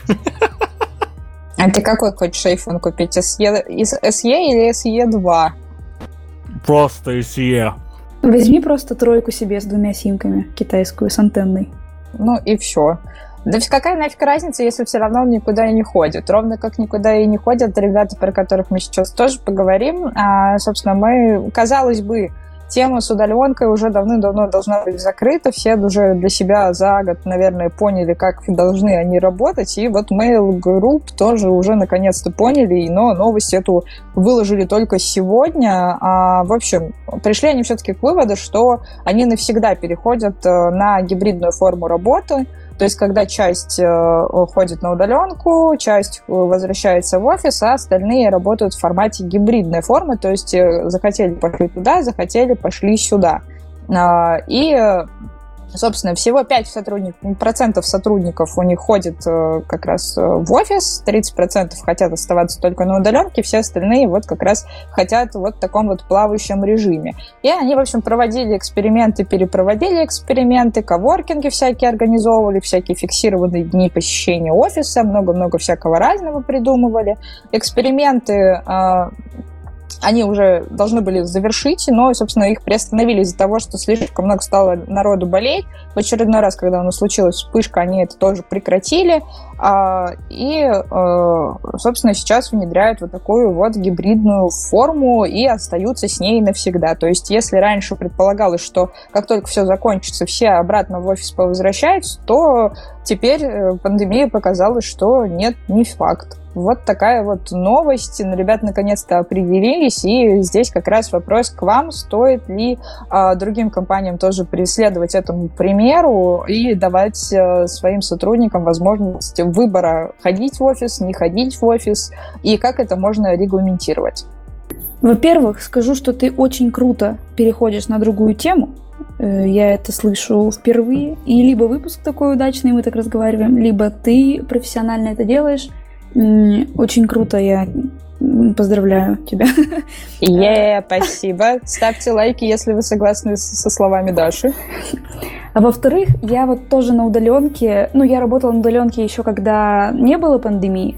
S3: А ты какой хочешь iPhone купить? эс и, эс и или эс и два?
S1: Просто эс и.
S2: Возьми просто тройку себе с двумя симками, китайскую, с антенной.
S3: Ну и все. Да какая нафиг разница, если все равно он никуда и не ходит. Ровно как никуда и не ходят ребята, про которых мы сейчас тоже поговорим. А, собственно, мы, казалось бы, тема с удаленкой уже давным-давно должна быть закрыта. Все уже для себя за год, наверное, поняли, как должны они работать. И вот Mail Group тоже уже наконец-то поняли, но новость эту выложили только сегодня. А, в общем, пришли они все-таки к выводу, что они навсегда переходят на гибридную форму работы. То есть, когда часть э, ходит на удаленку, часть возвращается в офис, а остальные работают в формате гибридной формы, то есть э, захотели пошли туда, захотели пошли сюда. Э, и, собственно, всего пять процентов сотрудников у них ходит э, как раз в офис, тридцать процентов хотят оставаться только на удаленке, все остальные вот как раз хотят вот в таком вот плавающем режиме. И они, в общем, проводили эксперименты, перепроводили эксперименты, коворкинги всякие организовывали, всякие фиксированные дни посещения офиса, много-много всякого разного придумывали. Эксперименты э, они уже должны были завершить, но, собственно, их приостановили из-за того, что слишком много стало народу болеть. В очередной раз, когда у нас случилась вспышка, они это тоже прекратили. И, собственно, сейчас внедряют вот такую вот гибридную форму и остаются с ней навсегда. То есть, если раньше предполагалось, что как только все закончится, все обратно в офис повозвращаются, то теперь пандемия показала, что нет, не факт. Вот такая вот новость. Ребята наконец-то определились, и здесь как раз вопрос к вам, стоит ли а, другим компаниям тоже преследовать этому примеру и давать а, своим сотрудникам возможность выбора ходить в офис, не ходить в офис, и как это можно регламентировать.
S2: Во-первых, скажу, что ты очень круто переходишь на другую тему. Я это слышу впервые. И либо выпуск такой удачный, мы так разговариваем, либо ты профессионально это делаешь. Очень круто, я поздравляю тебя.
S3: Е, спасибо. Ставьте лайки, если вы согласны со словами Даши.
S2: А во-вторых, я вот тоже на удаленке, ну, я работала на удаленке еще когда не было пандемии,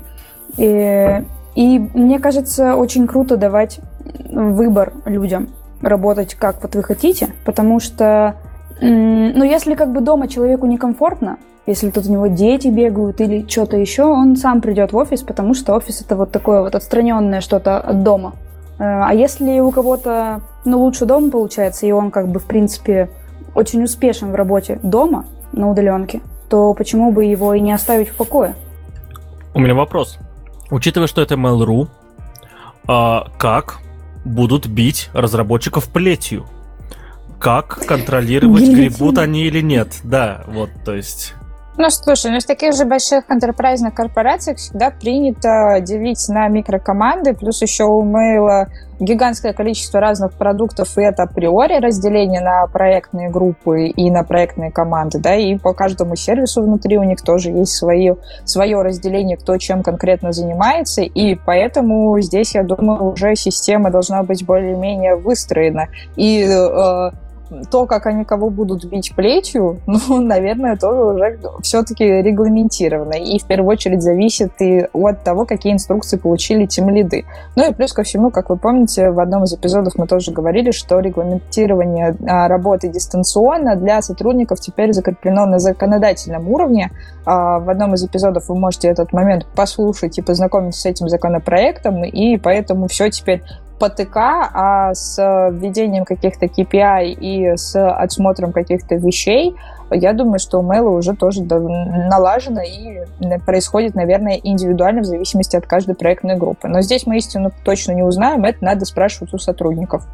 S2: и, и мне кажется, очень круто давать выбор людям работать, как вот вы хотите, потому что, ну, если как бы дома человеку некомфортно, если тут у него дети бегают или что-то еще, он сам придет в офис, потому что офис — это вот такое вот отстраненное что-то от дома. А если у кого-то, ну, лучше дома получается, и он как бы, в принципе, очень успешен в работе дома, на удаленке, то почему бы его и не оставить в покое?
S1: У меня вопрос. Учитывая, что это Mail.ru, а как будут бить разработчиков плетью? Как контролировать, гребут они или нет? Да, вот, то есть...
S3: Ну, слушай, ну, в таких же больших энтерпрайзных корпорациях всегда принято делить на микрокоманды, плюс еще у Mail гигантское количество разных продуктов, и это априори разделение на проектные группы и на проектные команды, да, и по каждому сервису внутри у них тоже есть свое, свое разделение, кто чем конкретно занимается, и поэтому здесь, я думаю, уже система должна быть более-менее выстроена. И э, то, как они кого будут бить плетью, ну, наверное, тоже уже все-таки регламентировано. И в первую очередь зависит и от того, какие инструкции получили тимлиды. Ну и плюс ко всему, как вы помните, в одном из эпизодов мы тоже говорили, что регламентирование работы дистанционно для сотрудников теперь закреплено на законодательном уровне. В одном из эпизодов вы можете этот момент послушать и познакомиться с этим законопроектом, и поэтому все теперь по ТК, а с введением каких-то кей пи ай и с отсмотром каких-то вещей, я думаю, что у Mail уже тоже налажено и происходит, наверное, индивидуально в зависимости от каждой проектной группы. Но здесь мы истину точно не узнаем, это надо спрашивать у сотрудников.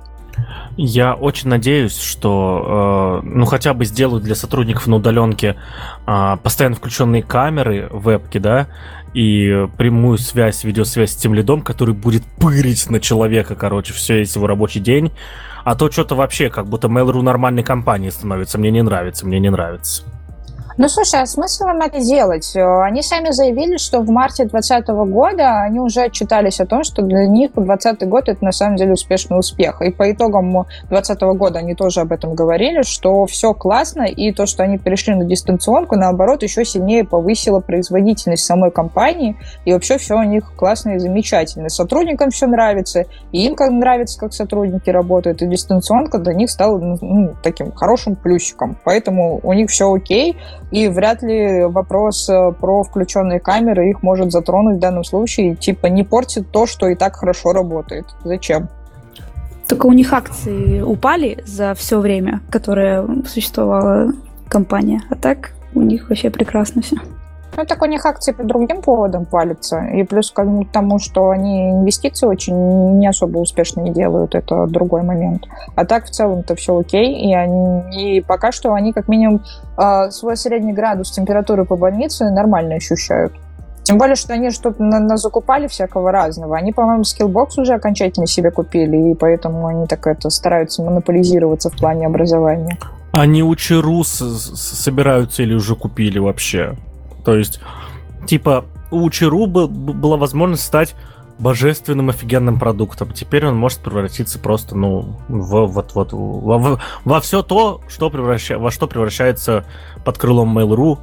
S1: Я очень надеюсь, что э, ну хотя бы сделают для сотрудников на удаленке э, постоянно включенные камеры, вебки, да, и прямую связь, видеосвязь с тем лидом, который будет пырить на человека, короче, все весь его рабочий день. А то что-то вообще, как будто Mail.ru нормальной компанией становится. Мне не нравится, мне не нравится.
S3: Ну, слушай, а смысл им это делать? Они сами заявили, что в марте двадцатого года они уже отчитались о том, что для них двадцатый год — это на самом деле успешный успех. И по итогам двадцатого года они тоже об этом говорили, что все классно, и то, что они перешли на дистанционку, наоборот, еще сильнее повысило производительность самой компании, и вообще все у них классно и замечательно. Сотрудникам все нравится, и им как нравится, как сотрудники работают, и дистанционка для них стала, ну, таким хорошим плюсиком. Поэтому у них все окей. И вряд ли вопрос про включенные камеры их может затронуть в данном случае. Типа не портит то, что и так хорошо работает. Зачем?
S2: Только у них акции упали за все время, которое существовала компания. А так у них вообще прекрасно все.
S3: Ну, так у них акции по другим поводам валятся. И плюс к тому, что они инвестиции очень не особо успешно не делают, это другой момент. А так в целом-то все окей. И, они, и пока что они как минимум э, свой средний градус температуры по больнице нормально ощущают. Тем более, что они что-то на- на закупали всякого разного. Они, по-моему, Skillbox уже окончательно себе купили, и поэтому они так это стараются монополизироваться в плане образования.
S1: Они у ЧРУ с- с- собираются или уже купили вообще? То есть, типа, у ЧРУ был, была возможность стать божественным офигенным продуктом. Теперь он может превратиться просто, ну, в, вот, вот, во, во, во все то, что превраща, во что превращается под крылом Mail.ru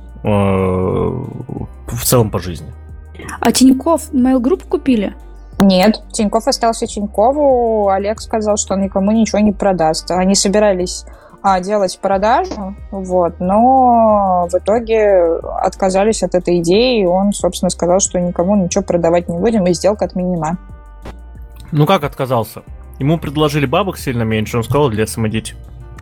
S1: э, в целом по жизни.
S2: А Тинькофф Mail Group купили?
S3: Нет, Тинькофф остался Тинькову. Олег сказал, что он никому ничего не продаст. Они собирались а, делать продажу, вот, но в итоге отказались от этой идеи, и он, собственно, сказал, что никому ничего продавать не будем, и сделка отменена.
S1: Ну как отказался? Ему предложили бабок сильно меньше, он сказал, лесом идите.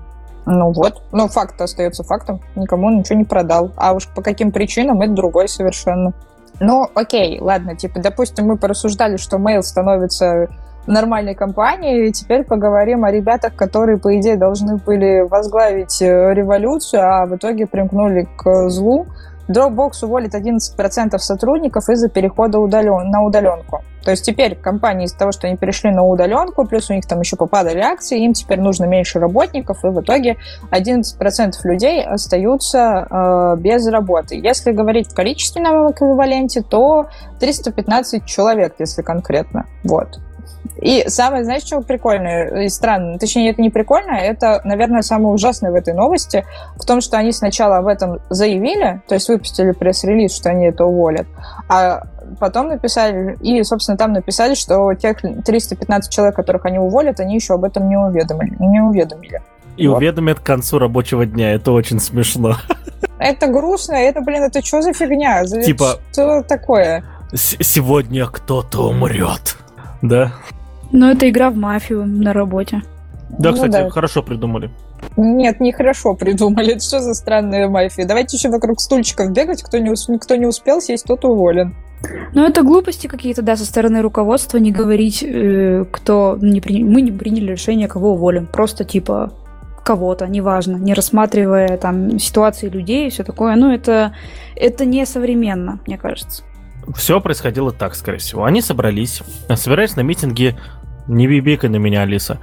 S3: Ну вот, но факт остается фактом, никому он ничего не продал, а уж по каким причинам, это другой совершенно. Ну, окей, ладно, типа, допустим, мы порассуждали, что Mail становится нормальной компанией, и теперь поговорим о ребятах, которые, по идее, должны были возглавить революцию, а в итоге примкнули к злу. Dropbox уволит одиннадцать процентов сотрудников из-за перехода удален... на удаленку. То есть теперь компании из-за того, что они перешли на удаленку, плюс у них там еще попадали акции, им теперь нужно меньше работников, и в итоге одиннадцать процентов людей остаются э, без работы. Если говорить в количественном эквиваленте, то триста пятнадцать человек, если конкретно. Вот. И самое, знаешь, что прикольное и странное? Точнее, это не прикольно, это, наверное, самое ужасное в этой новости, в том, что они сначала об этом заявили, то есть выпустили пресс-релиз, что они это уволят, а потом написали, и, собственно, там написали, что тех триста пятнадцать человек, которых они уволят, они еще об этом не уведомили. Не уведомили.
S1: И
S3: вот.
S1: Уведомят к концу рабочего дня, это очень смешно.
S3: Это грустно, это, блин, это что за фигня?
S1: Типа...
S3: Что такое?
S1: Сегодня кто-то умрет. Да?
S2: Ну, это игра в мафию на работе.
S1: Да,
S3: ну,
S1: кстати,
S3: да.
S1: Хорошо придумали.
S3: Нет, не хорошо придумали. Это что за странная мафия? Давайте еще вокруг стульчиков бегать. Кто не, ус... кто не успел сесть, тот уволен.
S2: Ну, это глупости какие-то, да, со стороны руководства, не говорить, э, кто не при... мы не приняли решение, кого уволим. Просто, типа, кого-то, неважно, не рассматривая там ситуации людей и все такое. Ну, это, это не современно, мне кажется.
S1: Все происходило так, скорее всего. Они собрались, собирались на митинге. Не бибикай на меня, Алиса.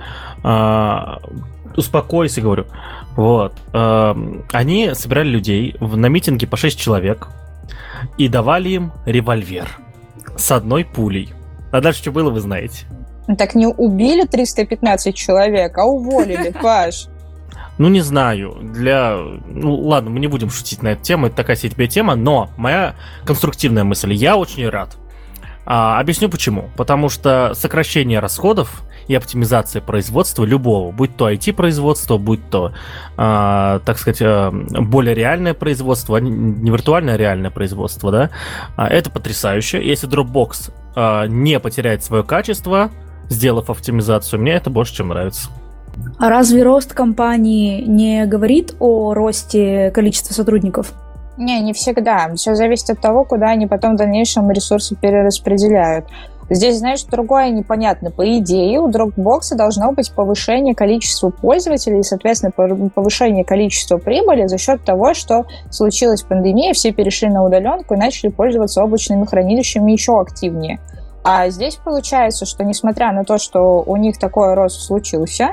S1: А, успокойся, говорю. Вот. А, они собирали людей на митинге по шесть человек и давали им револьвер с одной пулей. А дальше что было, вы знаете.
S3: Так не убили триста пятнадцать человек, а уволили, Паш.
S1: Ну, не знаю, для... Ну, ладно, мы не будем шутить на эту тему, это такая себе тема, но моя конструктивная мысль, я очень рад. А, объясню почему. Потому что сокращение расходов и оптимизация производства любого, будь то ай ти-производство, будь то, а, так сказать, а, более реальное производство, не виртуальное, а реальное производство, да, а, это потрясающе. Если Dropbox а, не потеряет свое качество, сделав оптимизацию, мне это больше, чем нравится.
S2: А разве рост компании не говорит о росте количества сотрудников?
S3: Не, не всегда. Все зависит от того, куда они потом в дальнейшем ресурсы перераспределяют. Здесь, знаешь, другое непонятно. По идее, у Dropbox должно быть повышение количества пользователей и, соответственно, повышение количества прибыли за счет того, что случилась пандемия, все перешли на удаленку и начали пользоваться облачными хранилищами еще активнее. А здесь получается, что несмотря на то, что у них такой рост случился,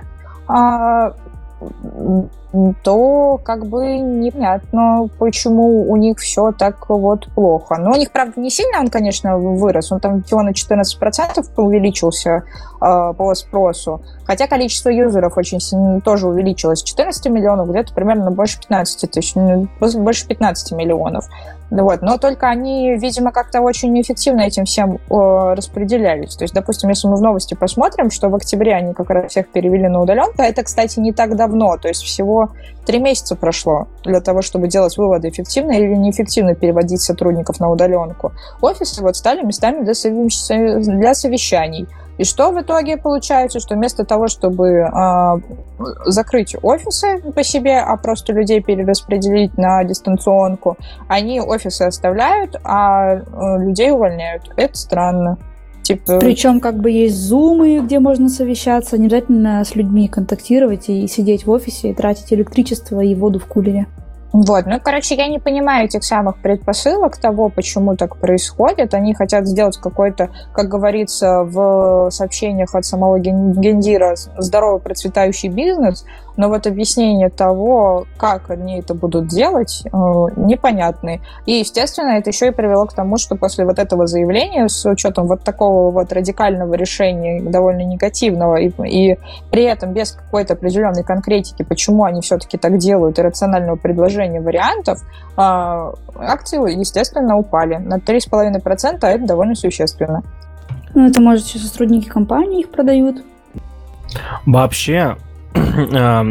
S3: то как бы непонятно, почему у них все так вот плохо. Но у них, правда, не сильно он, конечно, вырос, он там всего на четырнадцать процентов увеличился э, по спросу, хотя количество юзеров очень сильно тоже увеличилось с четырнадцати миллионов где-то примерно больше пятнадцати тысяч, больше пятнадцати миллионов. Вот. Но только они, видимо, как-то очень неэффективно этим всем э, распределялись. То есть, допустим, если мы в новости посмотрим, что в октябре они как раз всех перевели на удаленку, а это, кстати, не так давно, то есть всего три месяца прошло для того, чтобы делать выводы, эффективно или неэффективно переводить сотрудников на удаленку. Офисы вот стали местами для, совещ... для совещаний. И что в итоге получается? Что вместо того, чтобы э, закрыть офисы по себе, а просто людей перераспределить на дистанционку, они офисы оставляют, а э, людей увольняют. Это странно. Типа...
S2: Причем как бы есть зумы, где можно совещаться, не обязательно с людьми контактировать и сидеть в офисе и тратить электричество и воду в кулере.
S3: Вот, ну, короче, я не понимаю этих самых предпосылок того, почему так происходит. Они хотят сделать какой-то, как говорится в сообщениях от самого Гендира, здоровый процветающий бизнес, но вот объяснение того, как они это будут делать, непонятные. И, естественно, это еще и привело к тому, что после вот этого заявления, с учетом вот такого вот радикального решения, довольно негативного, и, и при этом без какой-то определенной конкретики, почему они все-таки так делают, и рационального предложения вариантов, акции, естественно, упали на три с половиной процента, а это довольно существенно.
S2: Ну, это, может, все сотрудники компании их продают?
S1: Вообще,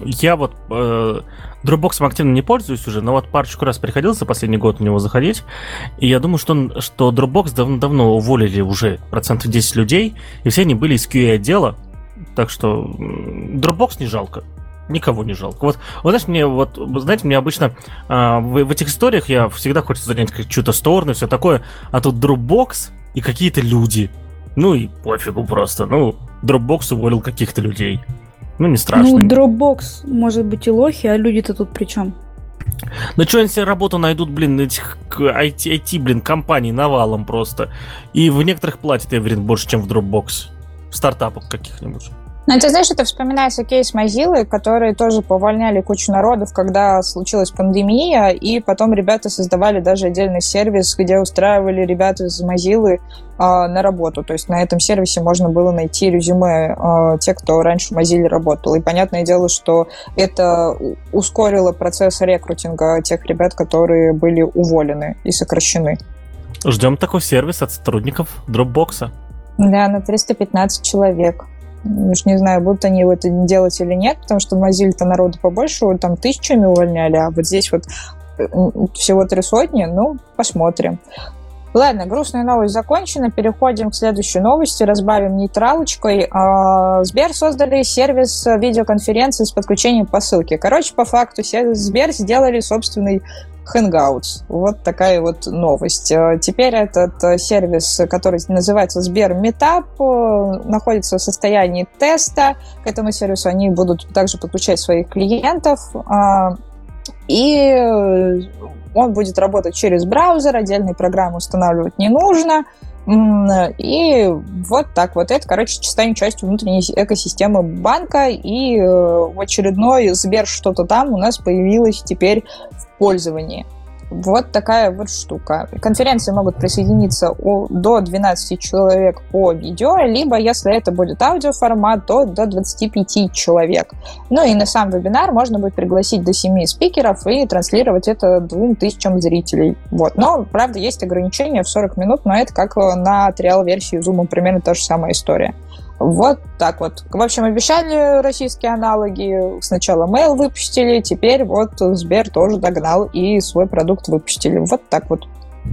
S1: Я вот э, Dropbox активно не пользуюсь уже, но вот парочку раз приходилось за последний год в него заходить, и я думаю, что, что Dropbox давно уволили уже процентов десять людей, и все они были из кью эй-отдела, так что Dropbox не жалко. Никого не жалко. Вот, вот знаешь, мне вот, знаете, мне обычно э, в, в этих историях я всегда хочется занять чью-то сторону и все такое, а тут Dropbox и какие-то люди. Ну и пофигу просто. Ну, Dropbox уволил каких-то людей. Ну, не страшно.
S2: Ну, Dropbox, может быть, и лохи, а люди-то тут при чем?
S1: Ну, что они себе работу найдут, блин, этих ай ти, ай ти, блин, компаний навалом просто. И в некоторых платят, я уверен, больше, чем в Dropbox. В стартапах каких-нибудь.
S3: Ну, ты знаешь, это вспоминается кейс Mozilla, которые тоже повольняли кучу народов, когда случилась пандемия, и потом ребята создавали даже отдельный сервис, где устраивали ребят из Mozilla э, на работу. То есть на этом сервисе можно было найти резюме э, тех, кто раньше в Mozilla работал. И понятное дело, что это ускорило процесс рекрутинга тех ребят, которые были уволены и сокращены.
S1: Ждем такой сервис от сотрудников Dropbox.
S3: Да, на триста пятнадцать человек. Уж не знаю, будут они это делать или нет, потому что в Mozilla-то народу побольше, там тысячами увольняли, а вот здесь вот всего три сотни, ну, посмотрим. Ладно, грустная новость закончена, переходим к следующей новости, разбавим нейтралочкой. Сбер создали сервис видеоконференции с подключением по ссылке. Короче, по факту Сбер сделали собственный Hangouts. Вот такая вот новость. Теперь этот сервис, который называется Сбер Meetup, находится в состоянии теста. К этому сервису они будут также подключать своих клиентов. И он будет работать через браузер, отдельные программы устанавливать не нужно. И вот так вот. Это, короче, станет частью внутренней экосистемы банка. И в очередной Сбер что-то там у нас появилось теперь в пользовании. Вот такая вот штука. Конференции могут присоединиться до двенадцати человек по видео, либо, если это будет аудиоформат, то до двадцати пяти человек. Ну и на сам вебинар можно будет пригласить до семи спикеров и транслировать это двум тысячам зрителей. Вот. Но, правда, есть ограничения в сорок минут, но это как на триал-версии Zoom примерно та же самая история. Вот так вот. В общем, обещали российские аналоги. Сначала Mail выпустили, теперь вот Сбер тоже догнал и свой продукт выпустили. Вот так вот.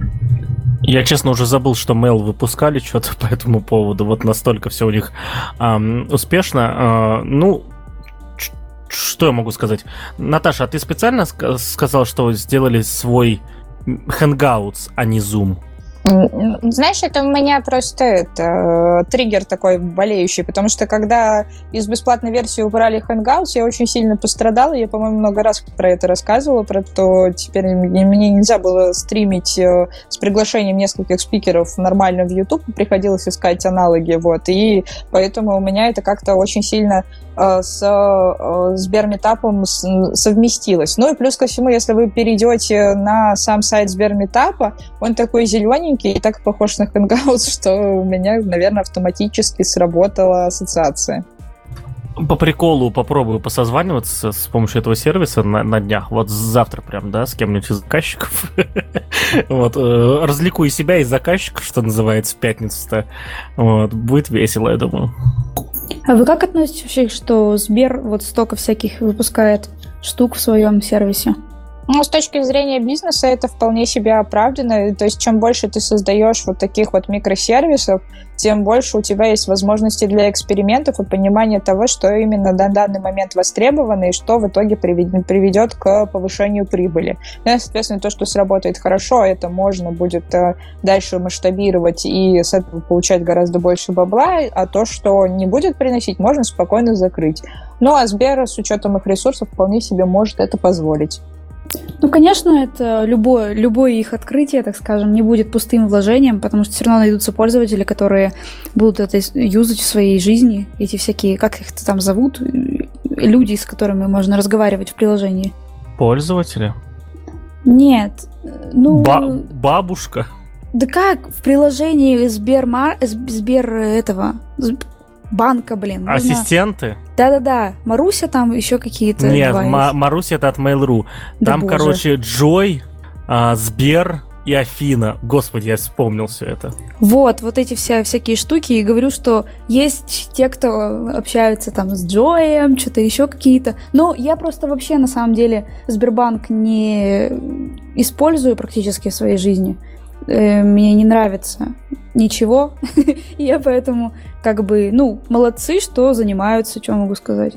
S1: Я, честно, уже забыл, что Mail выпускали что-то по этому поводу. Вот настолько все у них эм, успешно. Э, ну, ч- что я могу сказать? Наташа, а ты специально ск- сказал, что сделали свой Hangouts, а не Zoom?
S3: Знаешь, это у меня просто это, триггер такой болеющий, потому что когда из бесплатной версии убрали Hangouts, я очень сильно пострадала, я, по-моему, много раз про это рассказывала, про то, теперь мне нельзя было стримить с приглашением нескольких спикеров нормально в YouTube, приходилось искать аналоги, вот, и поэтому у меня это как-то очень сильно с Сбер Meetup совместилось. Ну и плюс ко всему, если вы перейдете на сам сайт Сбер Meetup, он такой зелененький и так похож на Hangouts, что у меня, наверное, автоматически сработала ассоциация.
S1: По приколу попробую посозваниваться с помощью этого сервиса на, на днях. Вот завтра прям, да, с кем-нибудь из заказчиков. Вот, развлеку и себя, и заказчиков, что называется, в пятницу-то. Вот, будет весело, я думаю.
S2: А вы как относитесь вообще, что Сбер вот столько всяких выпускает штук в своем сервисе?
S3: Ну, с точки зрения бизнеса это вполне себе оправдано. То есть, чем больше ты создаешь вот таких вот микросервисов, тем больше у тебя есть возможности для экспериментов и понимания того, что именно на данный момент востребовано и что в итоге приведет к повышению прибыли. Ну, и, соответственно, то, что сработает хорошо, это можно будет дальше масштабировать и с этого получать гораздо больше бабла, а то, что не будет приносить, можно спокойно закрыть. Ну, а Сбер с учетом их ресурсов вполне себе может это позволить.
S2: Ну, конечно, это любое, любое их открытие, так скажем, не будет пустым вложением, потому что все равно найдутся пользователи, которые будут это юзать в своей жизни, эти всякие, как их там зовут, люди, с которыми можно разговаривать в приложении.
S1: Пользователи?
S2: Нет, ну...
S1: Ба- бабушка?
S2: Да как в приложении Сбермар... Сбер этого... банка, блин.
S1: Ассистенты?
S2: Да-да-да. Маруся там еще какие-то.
S1: Нет, Ма- Маруся это от Mail.ru. Там,
S2: да
S1: короче, Джой, а, Сбер, и Афина. Господи, я вспомнил все это.
S2: Вот, вот эти вся, всякие штуки. И говорю, что есть те, кто общаются там с Джоем, что-то еще какие-то. Но я просто вообще, на самом деле, Сбербанк не использую практически в своей жизни. Мне не нравится ничего. И я поэтому, как бы, ну, молодцы, что занимаются, что могу сказать.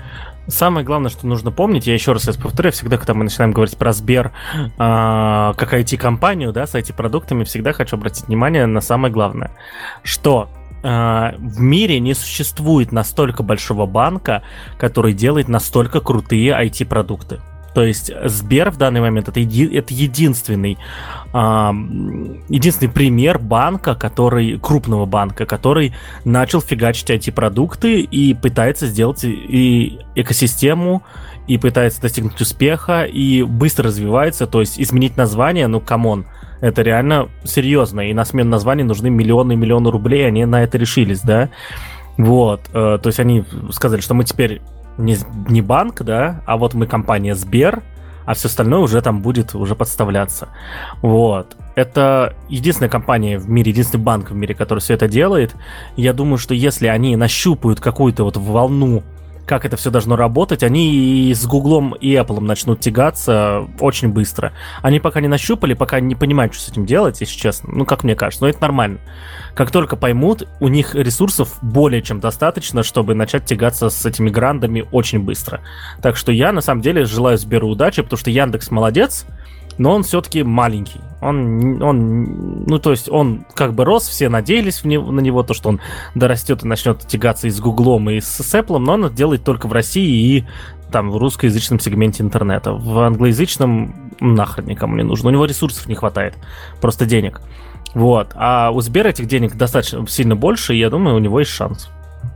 S1: Самое главное, что нужно помнить, я еще раз это повторю, всегда, когда мы начинаем говорить про Сбер, э, как ай ти-компанию, да, с ай ти-продуктами, всегда хочу обратить внимание на самое главное, что э, в мире не существует настолько большого банка, который делает настолько крутые ай ти-продукты. То есть Сбер в данный момент это, еди, это единственный, э, единственный пример банка, который, крупного банка, который начал фигачить ай ти-продукты и пытается сделать и экосистему, и пытается достигнуть успеха, и быстро развивается. То есть изменить название, ну камон, это реально серьезно. И на смену названия нужны миллионы и миллионы рублей, они на это решились, да. Вот, э, то есть они сказали, что мы теперь Не, не банк, да, а вот мы компания Сбер, а все остальное уже там будет уже подставляться. Вот. Это единственная компания в мире, единственный банк в мире, который все это делает. Я думаю, что если они нащупают какую-то вот волну, как это все должно работать, они и с Гуглом и Apple начнут тягаться очень быстро. Они пока не нащупали, пока не понимают, что с этим делать, если честно. Ну, как мне кажется, но это нормально. Как только поймут, у них ресурсов более чем достаточно, чтобы начать тягаться с этими грандами очень быстро. Так что я, на самом деле, желаю Сберу удачи, потому что Яндекс молодец, но он все-таки маленький. Он, он, ну, то есть он как бы рос, все надеялись в него, на него, то, что он дорастет и начнет тягаться и с Гуглом, и с, с Apple, но он это делает только в России и там в русскоязычном сегменте интернета. В англоязычном нахрен никому не нужно. У него ресурсов не хватает, просто денег. Вот. А у Сбера этих денег достаточно сильно больше, и я думаю, у него есть шанс.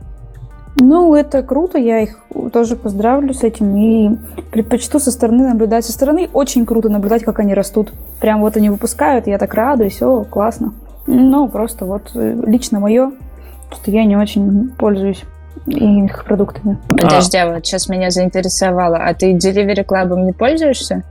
S2: Ну, это круто, я их тоже поздравлю с этим и предпочту со стороны наблюдать. Со стороны очень круто наблюдать, как они растут. Прям вот они выпускают, я так радуюсь, все классно. Но просто вот лично мое, что я не очень пользуюсь их продуктами.
S3: Подожди, а вот сейчас меня заинтересовало. А ты Delivery Club не пользуешься?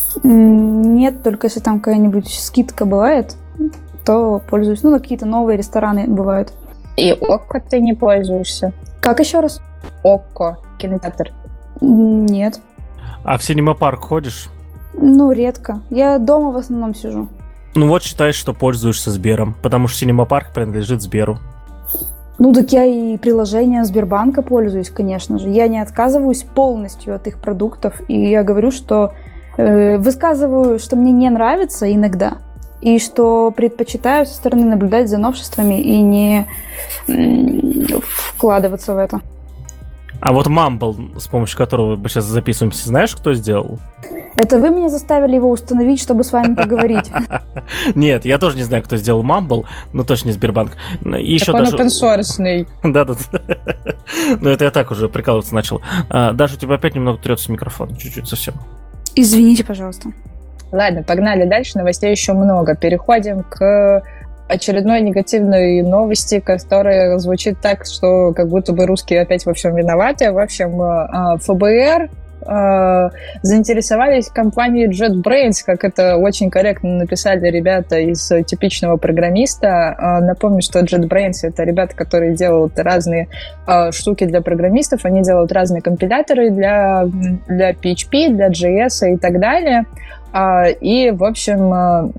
S2: Нет, только если там какая-нибудь скидка бывает, то пользуюсь. Ну, какие-то новые рестораны бывают.
S3: И Окко ты не пользуешься?
S2: Как еще раз?
S3: Окко, кинотеатр.
S2: Нет.
S1: А в синема-парк ходишь?
S2: Ну, редко. Я дома в основном сижу.
S1: Ну вот считаешь, что пользуешься Сбером, потому что синема-парк принадлежит Сберу.
S2: Ну, так я и приложение Сбербанка пользуюсь, конечно же. Я не отказываюсь полностью от их продуктов. И я говорю, что э, высказываю, что мне не нравится иногда. И что предпочитаю со стороны наблюдать за новшествами и не м- вкладываться в это.
S1: А вот Mumble, с помощью которого мы сейчас записываемся, знаешь, кто сделал?
S2: Это вы меня заставили его установить, чтобы с вами поговорить?
S1: Нет, я тоже не знаю, кто сделал Mumble, но точно не Сбербанк.
S3: Так он open-source.
S1: Да-да-да. Ну это я так уже прикалываться начал. Даша, у тебя опять немного трется микрофон, чуть-чуть совсем.
S2: Извините, пожалуйста.
S3: Ладно, погнали дальше, новостей еще много. Переходим к очередной негативной новости, которая звучит так, что как будто бы русские опять во всем виноваты. В общем, эф бэ эр заинтересовались компанией JetBrains, как это очень корректно написали ребята из типичного программиста. Напомню, что JetBrains — это ребята, которые делают разные штуки для программистов, они делают разные компиляторы для, для пи эйч пи, для джей эс и так далее. И, в общем,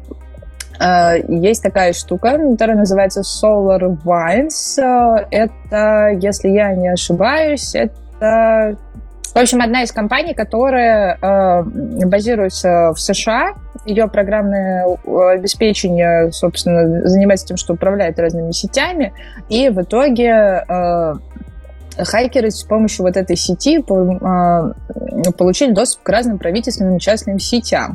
S3: есть такая штука, которая называется SolarWinds. Это, если я не ошибаюсь, это... В общем, одна из компаний, которая э, базируется в США. Ее программное обеспечение, собственно, занимается тем, что управляет разными сетями. И в итоге э, хакеры с помощью вот этой сети э, получили доступ к разным правительственным и частным сетям.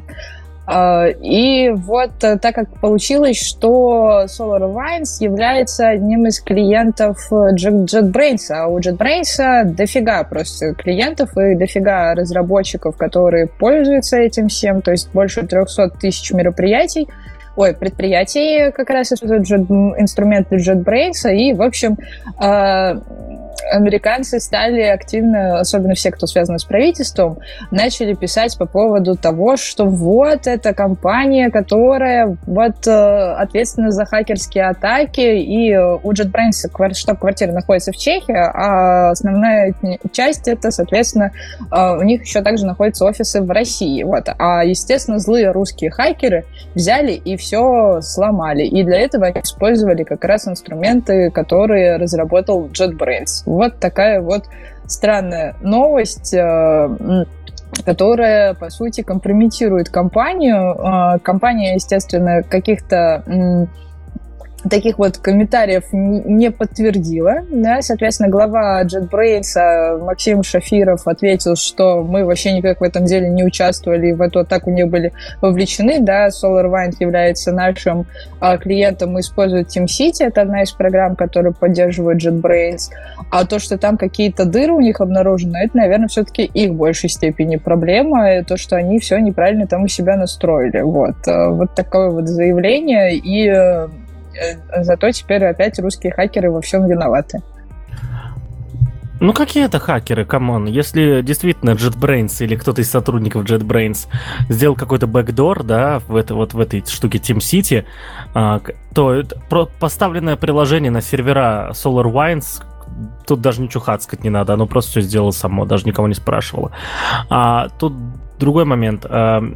S3: И вот так как получилось, что SolarWinds является одним из клиентов JetBrains, а у JetBrains дофига просто клиентов и дофига разработчиков, которые пользуются этим всем, то есть больше триста тысяч мероприятий, ой, предприятий как раз используют инструмент для JetBrains, и, в общем, американцы стали активно, особенно все, кто связан с правительством, начали писать по поводу того, что вот эта компания, которая вот ответственна за хакерские атаки, и у JetBrains штаб-квартира находится в Чехии, а основная часть это, соответственно, у них еще также находятся офисы в России. Вот. А, естественно, злые русские хакеры взяли и все сломали. И для этого они использовали как раз инструменты, которые разработал JetBrains. Вот такая вот странная новость, которая, по сути, компрометирует компанию. Компания, естественно, каких-то таких вот комментариев не подтвердила. Да? Соответственно, глава JetBrains Максим Шафиров ответил, что мы вообще никак в этом деле не участвовали, в эту атаку не были вовлечены. Да? SolarWinds является нашим а, клиентом и использует TeamCity. Это одна из программ, которые поддерживают JetBrains. А то, что там какие-то дыры у них обнаружены, это, наверное, все-таки их в большей степени проблема. И то, что они все неправильно там у себя настроили. Вот, вот такое вот заявление. И зато теперь опять русские хакеры во всем виноваты.
S1: Ну, какие это хакеры, камон? Если действительно JetBrains или кто-то из сотрудников JetBrains сделал какой-то бэкдор, да, в, это, вот в этой штуке TeamCity, то это поставленное приложение на сервера SolarWinds, тут даже ничего хацкать не надо, оно просто все сделало само, даже никого не спрашивало. А тут другой момент.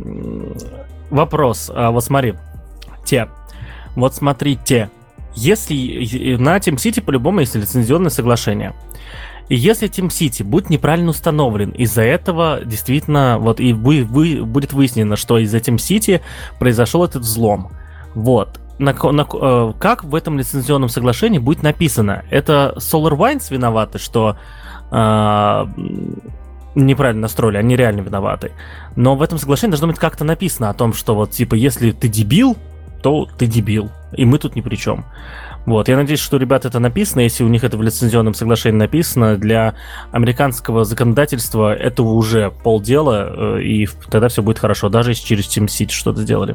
S1: Вопрос. Вот смотри, те... Вот смотрите, если на TeamCity по-любому есть лицензионное соглашение, и если TeamCity будет неправильно установлен, из-за этого действительно вот и вы, вы, будет выяснено, что из-за TeamCity произошел этот взлом. Вот. На, на, э, как в этом лицензионном соглашении будет написано? Это SolarWinds виноваты, что э, неправильно настроили, они реально виноваты. Но в этом соглашении должно быть как-то написано о том, что вот типа если ты дебил, то ты дебил, и мы тут ни при чем. Вот, я надеюсь, что у ребят это написано, если у них это в лицензионном соглашении написано, для американского законодательства это уже полдела, и тогда все будет хорошо, даже если через TeamCity что-то сделали.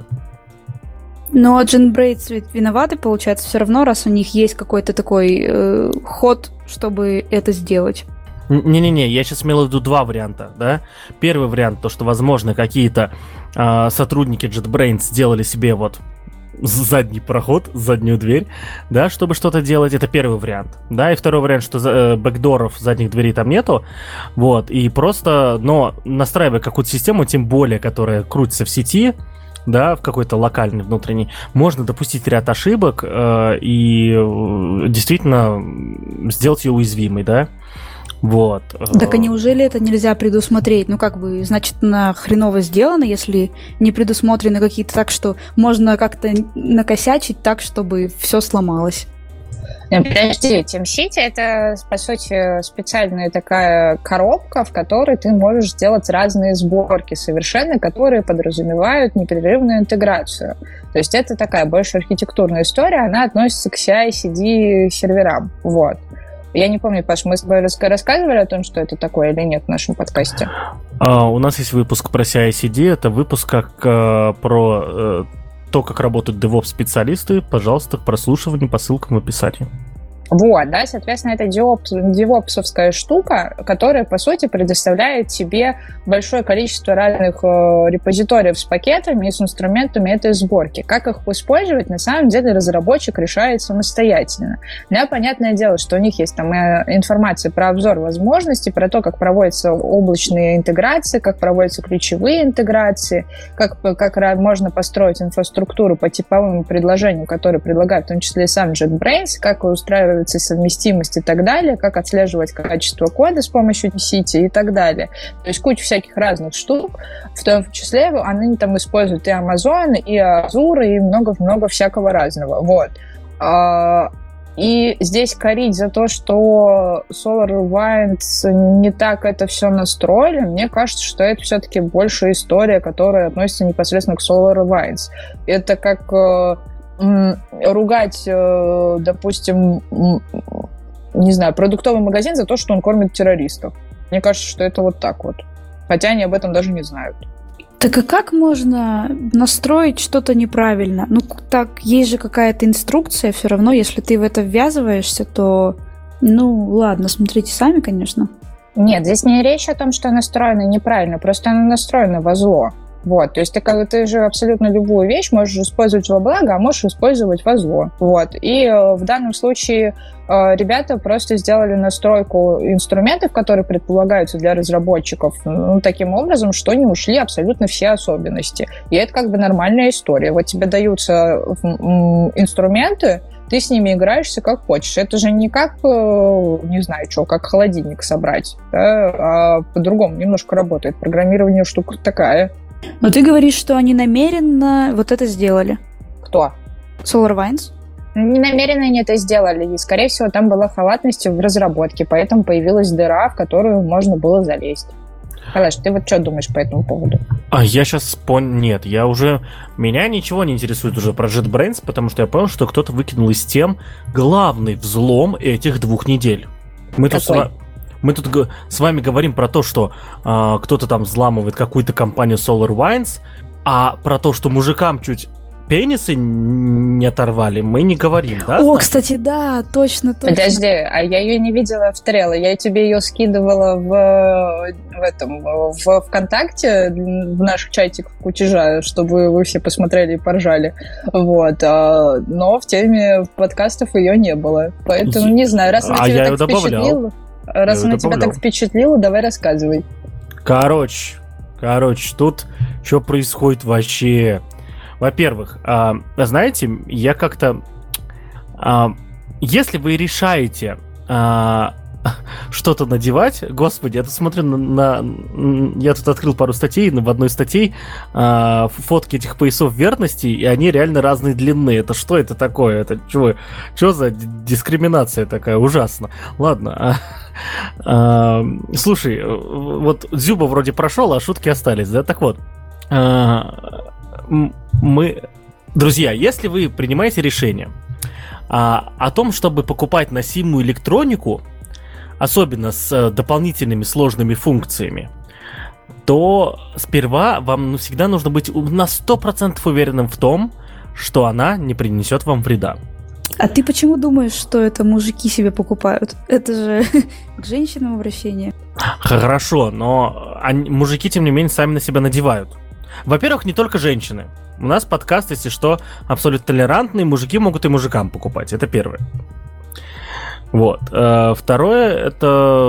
S2: Но JetBrains ведь виноваты, получается, все равно, раз у них есть какой-то такой э, ход, чтобы это сделать.
S1: Не-не-не, я сейчас имел в виду два варианта, да. Первый вариант, то, что, возможно, какие-то э, сотрудники JetBrains сделали себе вот задний проход, заднюю дверь, да, чтобы что-то делать. Это первый вариант, да. И второй вариант, что э, бэкдоров, задних дверей там нету, вот, и просто, но настраивая какую-то систему, тем более, которая крутится в сети, да, в какой-то локальный внутренний, можно допустить ряд ошибок э, и э, действительно сделать ее уязвимой, да. Вот.
S2: Так а неужели это нельзя предусмотреть? Ну, как бы, значит, на хреново сделано, если не предусмотрены какие-то так, что можно как-то накосячить так, чтобы все сломалось.
S3: Подожди, TeamCity — это, по сути, специальная такая коробка, в которой ты можешь сделать разные сборки совершенно, которые подразумевают непрерывную интеграцию. То есть это такая больше архитектурная история, она относится к си ай си ди серверам. Вот. Я не помню, Паш, мы с тобой рассказывали о том, что это такое или нет в нашем подкасте?
S1: А, у нас есть выпуск про си ай си ди, это выпуск как а, про а, то, как работают DevOps-специалисты. Пожалуйста, к прослушиванию по ссылкам в описании.
S3: Вот, да, соответственно, это девопсовская штука, которая, по сути, предоставляет тебе большое количество разных э, репозиториев с пакетами и с инструментами этой сборки. Как их использовать, на самом деле, разработчик решает самостоятельно. Да, понятное дело, что у них есть там информация про обзор возможностей, про то, как проводятся облачные интеграции, как проводятся ключевые интеграции, как, как можно построить инфраструктуру по типовым предложениям, которые предлагают в том числе и сам JetBrains, как устраивать совместимость и так далее, как отслеживать качество кода с помощью TeamCity и так далее. То есть куча всяких разных штук, в том числе они там используют и Amazon, и Azure, и много-много всякого разного. Вот. И здесь корить за то, что SolarWinds не так это все настроили, мне кажется, что это все-таки больше история, которая относится непосредственно к SolarWinds. Это как ругать, допустим, не знаю, продуктовый магазин за то, что он кормит террористов. Мне кажется, что это вот так вот. Хотя они об этом даже не знают.
S2: Так а как можно настроить что-то неправильно? Ну, так, есть же какая-то инструкция все равно, если ты в это ввязываешься, то Ну, ладно, смотрите сами, конечно.
S3: Нет, здесь не речь о том, что она настроена неправильно, просто она настроена во зло. Вот, то есть ты, как, ты же абсолютно любую вещь можешь использовать во благо, а можешь использовать во зло. Вот, и э, в данном случае э, ребята просто сделали настройку инструментов, которые предполагаются для разработчиков, ну, таким образом, что не ушли абсолютно все особенности. И это как бы нормальная история. Вот тебе даются м, инструменты, ты с ними играешься как хочешь. Это же не как, не знаю, что, как холодильник собрать, да? А по-другому немножко работает. Программирование штука такая.
S2: Но ты говоришь, что они намеренно вот это сделали.
S3: Кто?
S2: SolarWinds?
S3: Не намеренно они это сделали. И, скорее всего, там была халатность в разработке, поэтому появилась дыра, в которую можно было залезть. Калаш, ты вот что думаешь по этому поводу?
S1: А я сейчас понял... Нет, я уже... Меня ничего не интересует уже про JetBrains, потому что я понял, что кто-то выкинул из тем главный взлом этих двух недель. Мы тут, с... Мы тут г... с вами говорим про то, что э, кто-то там взламывает какую-то компанию SolarWinds, а про то, что мужикам чуть пенисы не оторвали, мы не говорим, да?
S2: О, кстати, да, точно, точно.
S3: Подожди, а я ее не видела в Трелло, я тебе ее скидывала в, в этом, в ВКонтакте, в наш чатик кутежа, чтобы вы все посмотрели и поржали, вот, а, но в теме подкастов ее не было, поэтому не знаю, раз она
S1: а
S3: тебя
S1: я
S3: так впечатлила, раз
S1: я
S3: она тебя так впечатлила, давай рассказывай.
S1: Короче, короче, тут что происходит вообще... Во-первых, а, знаете, я как-то... А, если вы решаете а, что-то надевать... Господи, я тут смотрю на, на... Я тут открыл пару статей, но в одной статье а, фотки этих поясов верности, и они реально разной длины. Это что это такое? Это чего? Что за дискриминация такая? Ужасно. Ладно. А, слушай, вот Дзюба вроде прошел, а шутки остались, да? Так вот... А, мы, друзья, если вы принимаете решение а, о том, чтобы покупать носимую электронику, особенно с дополнительными сложными функциями, то сперва вам ну, всегда нужно быть на сто процентов уверенным в том, что она не принесет вам вреда.
S2: А ты почему думаешь, что это мужики себе покупают? Это же к женщинам обращение.
S1: Хорошо, но они, мужики, тем не менее, сами на себя надевают. Во-первых, не только женщины. У нас подкаст, если что, абсолютно толерантный. Мужики могут и мужикам покупать. Это первое. Вот. Второе, это...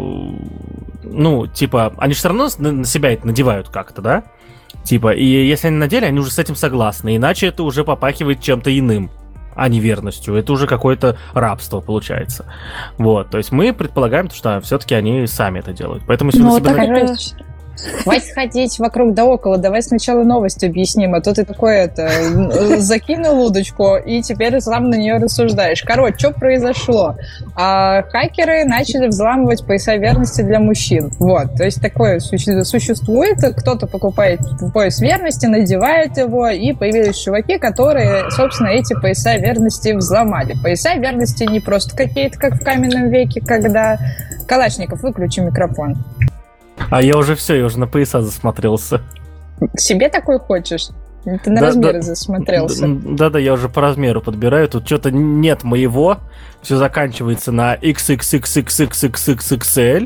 S1: Ну, типа, они же все равно на себя это надевают как-то, да? Типа, и если они надели, они уже с этим согласны. Иначе это уже попахивает чем-то иным, а не верностью. Это уже какое-то рабство получается. Вот. То есть мы предполагаем, что все-таки они сами это делают. Поэтому если
S2: ну,
S1: на себя...
S2: это...
S3: Хватит ходить вокруг да около, давай сначала новость объясним, а то ты такой это закинул удочку и теперь сам на нее рассуждаешь. Короче, что произошло? А, хакеры начали взламывать пояса верности для мужчин. Вот, то есть такое существует, кто-то покупает пояс верности, надевает его, и появились чуваки, которые, собственно, эти пояса верности взломали. Пояса верности не просто какие-то, как в каменном веке, когда... Калашников, выключи микрофон.
S1: А я уже все, я уже на пояса засмотрелся.
S3: Себе такой хочешь? Ты на да, размеры да, засмотрелся.
S1: Да-да, я уже по размеру подбираю. Тут что-то нет моего. Все заканчивается на икс икс икс икс икс икс икс икс эль.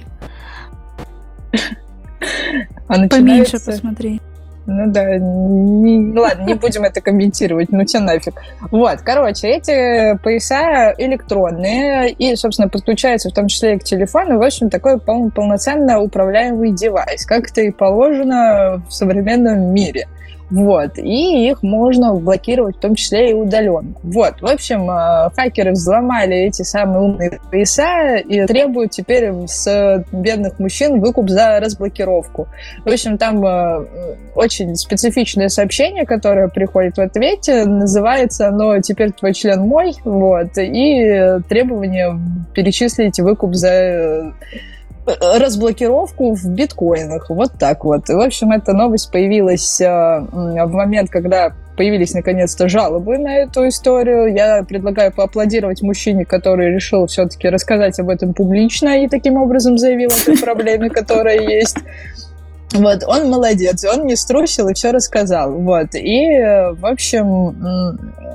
S2: А поменьше посмотри.
S3: Ну да, не, ладно, не будем это комментировать, ну тебе нафиг. Вот, короче, эти пояса электронные и, собственно, подключаются в том числе и к телефону. В общем, такой пол- полноценно управляемый девайс, как это и положено в современном мире. Вот, и их можно блокировать в том числе и удаленно. Вот, в общем, хакеры взломали эти самые умные пояса и требуют теперь с бедных мужчин выкуп за разблокировку. В общем, там очень специфичное сообщение, которое приходит в ответе, называется оно «Теперь твой член мой», вот, и требование перечислить выкуп за... разблокировку в биткоинах. Вот так вот. И, в общем, эта новость появилась э, в момент, когда появились наконец-то жалобы на эту историю. Я предлагаю поаплодировать мужчине, который решил все-таки рассказать об этом публично и таким образом заявил о той проблеме, которая есть. Вот, он молодец, он не струсил и все рассказал. Вот, и, в общем,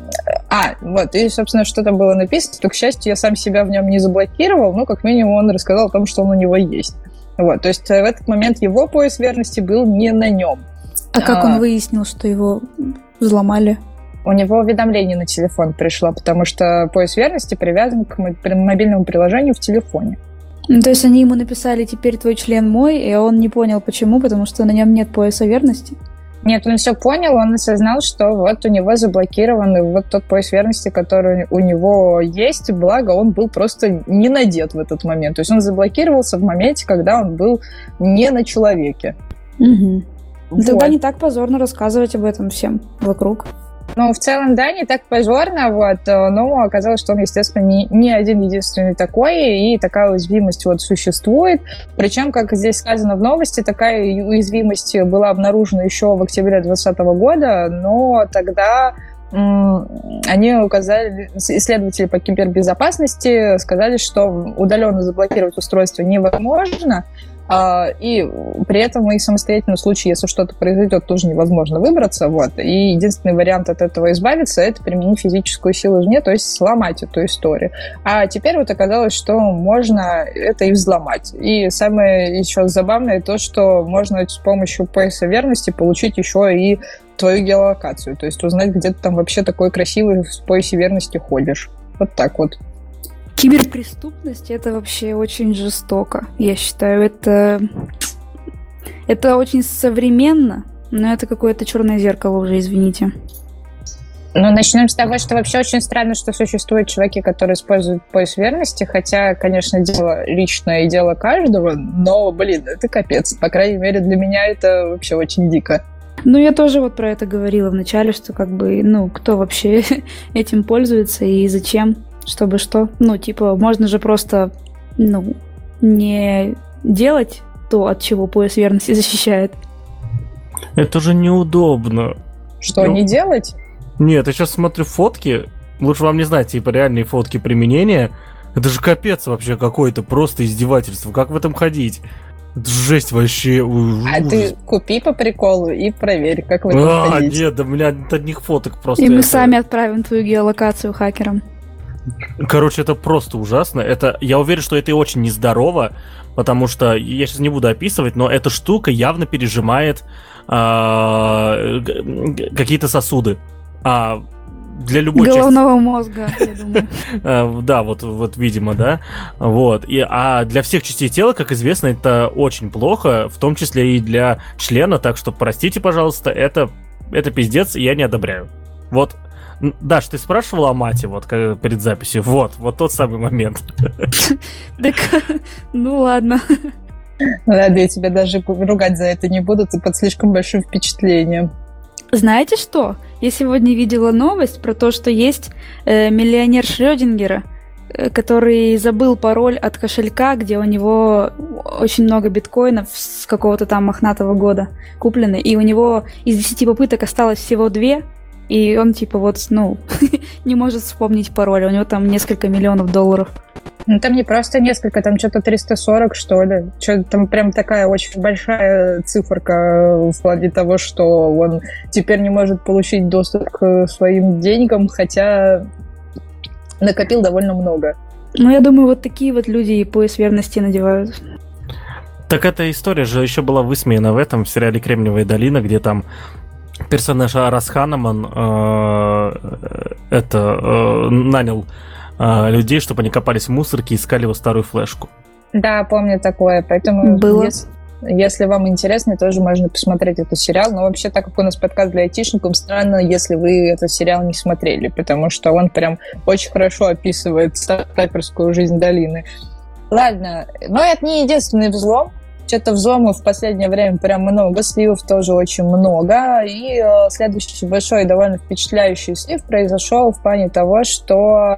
S3: А, вот, и, собственно, что там было написано, то, к счастью, я сам себя в нем не заблокировал, но, как минимум, он рассказал о том, что он у него есть. Вот, то есть в этот момент его пояс верности был не на нем.
S2: А как а, он выяснил, что его взломали?
S3: У него уведомление на телефон пришло, потому что пояс верности привязан к мобильному приложению в телефоне.
S2: Ну, то есть они ему написали «теперь твой член мой», и он не понял, почему, потому что на нем нет пояса верности?
S3: Нет, он все понял, он осознал, что вот у него заблокирован вот тот пояс верности, который у него есть, благо он был просто не надет в этот момент. То есть он заблокировался в моменте, когда он был не на человеке.
S2: Угу. Вот. Тогда не так позорно рассказывать об этом всем вокруг.
S3: Ну, в целом, да, не так позорно, вот, но оказалось, что он, естественно, не, не один единственный такой, и такая уязвимость вот существует. Причем, как здесь сказано в новости, такая уязвимость была обнаружена еще в октябре двадцатого года, но тогда м- они указали, исследователи по кибербезопасности сказали, что удаленно заблокировать устройство невозможно, и при этом и самостоятельно в случае, если что-то произойдет, тоже невозможно выбраться. Вот. И единственный вариант от этого избавиться — это применить физическую силу извне, то есть сломать эту историю. А теперь вот оказалось, что можно это и взломать. И самое еще забавное то, что можно с помощью пояса верности получить еще и твою геолокацию. То есть узнать, где ты там вообще такой красивый в поясе верности ходишь. Вот так вот.
S2: Киберпреступность — это вообще очень жестоко, я считаю. Это, это очень современно, но это какое-то черное зеркало уже, извините.
S3: Ну, начнем с того, что вообще очень странно, что существуют чуваки, которые используют пояс верности, хотя, конечно, дело личное и дело каждого, но, блин, это капец. По крайней мере, для меня это вообще очень дико.
S2: Ну, я тоже вот про это говорила в начале, что как бы, ну, кто вообще этим пользуется и зачем? Чтобы что? Ну, типа, можно же просто, ну, не делать то, от чего пояс верности защищает.
S1: Это же неудобно.
S3: Что, ну, не делать?
S1: Нет, я сейчас смотрю фотки. Лучше вам не знать, типа, реальные фотки применения. Это же капец вообще какой-то, просто издевательство. Как в этом ходить? Это жесть вообще. Ужас.
S3: А ты купи по приколу и проверь, как в этом
S1: а,
S3: ходить.
S1: Нет, да у меня от одних фоток просто...
S2: И мы
S1: это...
S2: сами отправим твою геолокацию хакерам.
S1: Короче, это просто ужасно. Это, я уверен, что это и очень нездорово, потому что, я сейчас не буду описывать, но эта штука явно пережимает а, какие-то сосуды. А для любой
S2: головного
S1: части...
S2: мозга, я думаю.
S1: Да, вот, вот, видимо, да. Вот. И, а для всех частей тела, как известно, это очень плохо, в том числе и для члена, так что, простите, пожалуйста, это, это пиздец, и я не одобряю. Вот. Даш, ты спрашивала о мате вот перед записью? Вот, вот тот самый момент.
S2: Так, ну ладно.
S3: Ладно, я тебя даже ругать за это не буду, ты под слишком большим впечатлением.
S2: Знаете что? Я сегодня видела новость про то, что есть э, миллионер Шрёдингера, э, который забыл пароль от кошелька, где у него очень много биткоинов с какого-то там мохнатого года куплены, и у него из десяти попыток осталось всего две, и он типа вот, ну, не может вспомнить пароль, у него там несколько миллионов долларов.
S3: Ну, там не просто несколько, там что-то триста сорок, что ли. Что-то там прям такая очень большая циферка в плане того, что он теперь не может получить доступ к своим деньгам, хотя накопил довольно много.
S2: Ну, я думаю, вот такие вот люди и пояс верности надевают.
S1: Так эта история же еще была высмеяна в этом, в сериале «Кремниевая долина», где там персонаж Арас Ханеман э, это э, нанял людей, чтобы они копались в мусорке и искали его старую флешку.
S3: Да, помню такое, поэтому
S2: было.
S3: Если, если вам интересно, тоже можно посмотреть этот сериал, но вообще, так как у нас подкаст для айтишников, странно, если вы этот сериал не смотрели, потому что он прям очень хорошо описывает стартаперскую жизнь долины. Ладно, но это не единственный взлом. Что-то взломов в последнее время прям много, сливов тоже очень много. И э, следующий большой и довольно впечатляющий слив произошел в плане того, что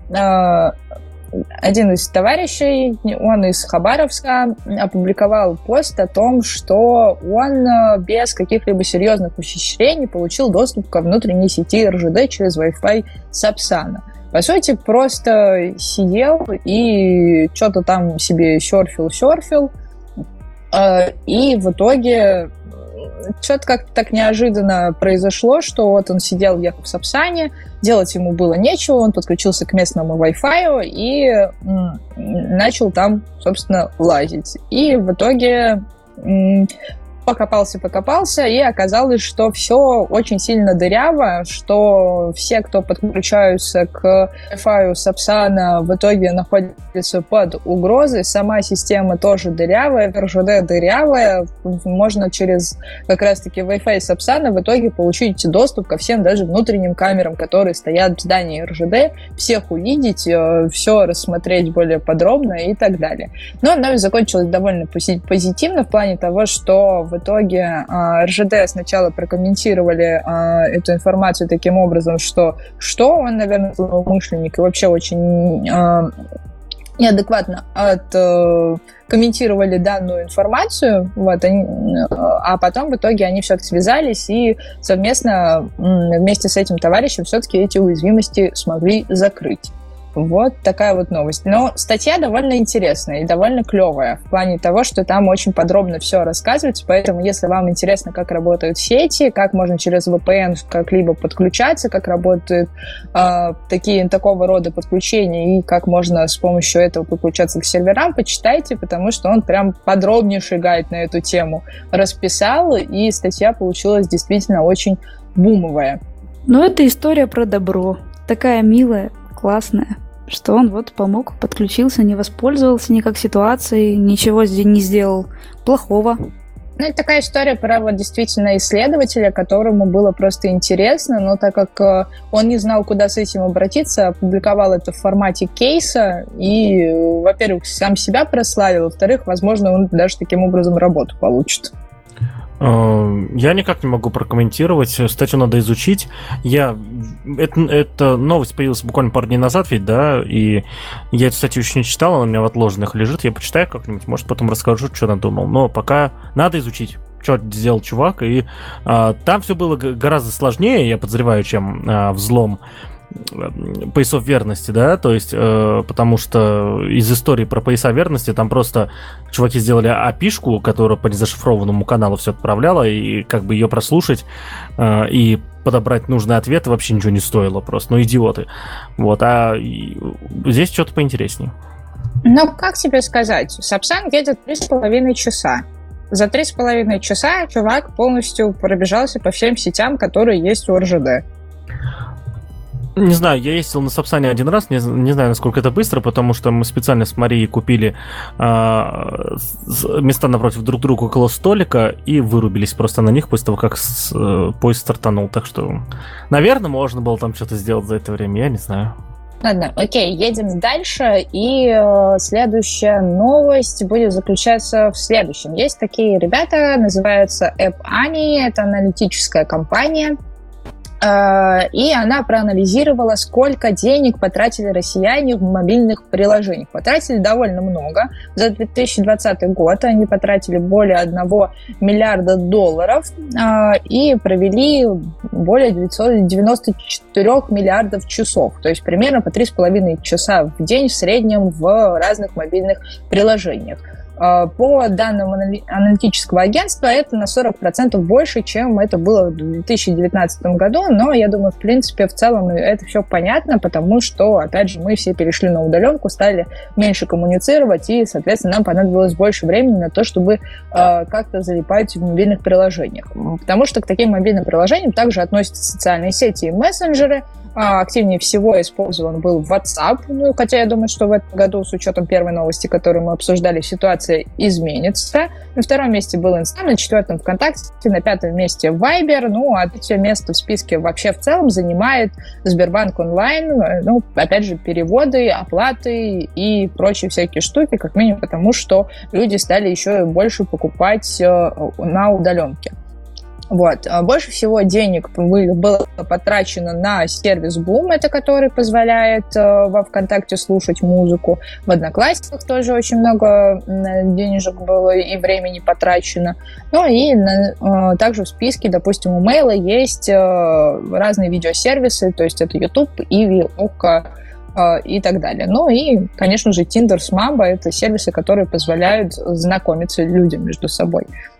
S3: один из товарищей, он из Хабаровска, опубликовал пост о том, что он без каких-либо серьезных ухищрений получил доступ ко внутренней сети эр жэ дэ через Wi-Fi Сапсана. По сути, просто сидел и что-то там себе серфил-серфил, и в итоге что-то как-то так неожиданно произошло, что вот он сидел, ехал в Сапсане, делать ему было нечего, он подключился к местному Wi-Fi и м, начал там, собственно, лазить. И в итоге м, покопался-покопался, и оказалось, что все очень сильно дыряво, что все, кто подключаются к Wi-Fi Сапсана, в итоге находятся под угрозой. Сама система тоже дырявая, эр жэ дэ дырявая. Можно через как раз-таки Wi-Fi Сапсана в итоге получить доступ ко всем даже внутренним камерам, которые стоят в здании эр жэ дэ, всех увидеть, все рассмотреть более подробно и так далее. Но новость закончилась довольно позитивно в плане того, что в итоге эр жэ дэ сначала прокомментировали а, эту информацию таким образом, что, что он, наверное, злоумышленник, и вообще очень а, неадекватно откомментировали данную информацию, вот, они, а потом в итоге они все-таки связались и совместно вместе с этим товарищем все-таки эти уязвимости смогли закрыть. Вот такая вот новость. Но статья довольно интересная и довольно клевая в плане того, что там очень подробно все рассказывается, поэтому если вам интересно, как работают сети, как можно через ви пи эн как-либо подключаться, как работают э, такие, такого рода подключения и как можно с помощью этого подключаться к серверам, почитайте, потому что он прям подробнейший гайд на эту тему расписал, и статья получилась действительно очень бумовая.
S2: Но это история про добро. Такая милая, классная, что он вот помог, подключился, не воспользовался никак ситуацией, ничего здесь не сделал плохого.
S3: Ну, это такая история про вот действительно исследователя, которому было просто интересно, но так как он не знал, куда с этим обратиться, опубликовал это в формате кейса и, во-первых, сам себя прославил, во-вторых, возможно, он даже таким образом работу получит.
S1: Я никак не могу прокомментировать. Статью надо изучить. Я... Это, это новость появилась буквально пару дней назад, ведь, да, и я эту статью еще не читал, она у меня в отложенных лежит. Я почитаю как-нибудь, может, потом расскажу, что надумал. Но пока надо изучить, что сделал чувак. И а, там все было гораздо сложнее, я подозреваю, чем а, взлом поясов верности, да, то есть, э, потому что из истории про пояса верности там просто чуваки сделали эй пи ай-шку, которая по незашифрованному каналу все отправляла, и как бы ее прослушать э, и подобрать нужный ответ вообще ничего не стоило просто, ну идиоты. Вот, а и, здесь что-то поинтереснее.
S3: Ну, как тебе сказать, Сапсан едет три с половиной часа. За три с половиной часа чувак полностью пробежался по всем сетям, которые есть у эр жэ дэ.
S1: Не знаю, я ездил на Сапсане один раз, не, не знаю, насколько это быстро, потому что мы специально с Марией купили э, места напротив друг друга около столика и вырубились просто на них после того, как с, э, поезд стартанул. Так что, наверное, можно было там что-то сделать за это время, я не знаю.
S3: Ладно, окей, едем дальше, и э, следующая новость будет заключаться в следующем. Есть такие ребята, называются App Annie, это аналитическая компания, и она проанализировала, сколько денег потратили россияне в мобильных приложениях. Потратили довольно много. За две тысячи двадцатый год они потратили более одного миллиарда долларов и провели более девятьсот девяносто четыре миллиардов часов. То есть примерно по три с половиной часа в день в среднем в разных мобильных приложениях. По данным аналитического агентства, это на сорок процентов больше, чем это было в две тысячи девятнадцатом году, но я думаю, в принципе, в целом это все понятно, потому что, опять же, мы все перешли на удаленку, стали меньше коммуницировать, и, соответственно, нам понадобилось больше времени на то, чтобы э, как-то залипать в мобильных приложениях. Потому что к таким мобильным приложениям также относятся социальные сети и мессенджеры. Активнее всего использован был WhatsApp, ну, хотя я думаю, что в этом году, с учетом первой новости, которую мы обсуждали, ситуация изменится. На втором месте был Инстаграм, на четвертом ВКонтакте, на пятом месте Viber, ну, а третье место в списке вообще в целом занимает Сбербанк онлайн, ну, опять же, переводы, оплаты и прочие всякие штуки, как минимум потому, что люди стали еще больше покупать на удаленке. Вот. Больше всего денег было потрачено на сервис Boom, это который позволяет во ВКонтакте слушать музыку. В Одноклассниках тоже очень много денежек было и времени потрачено. Ну и на, также в списке, допустим, у Mail есть разные видеосервисы, то есть это YouTube, Иви, Ока и так далее. Ну и, конечно же, Tinder с Mamba — это сервисы, которые позволяют знакомиться людям между собой.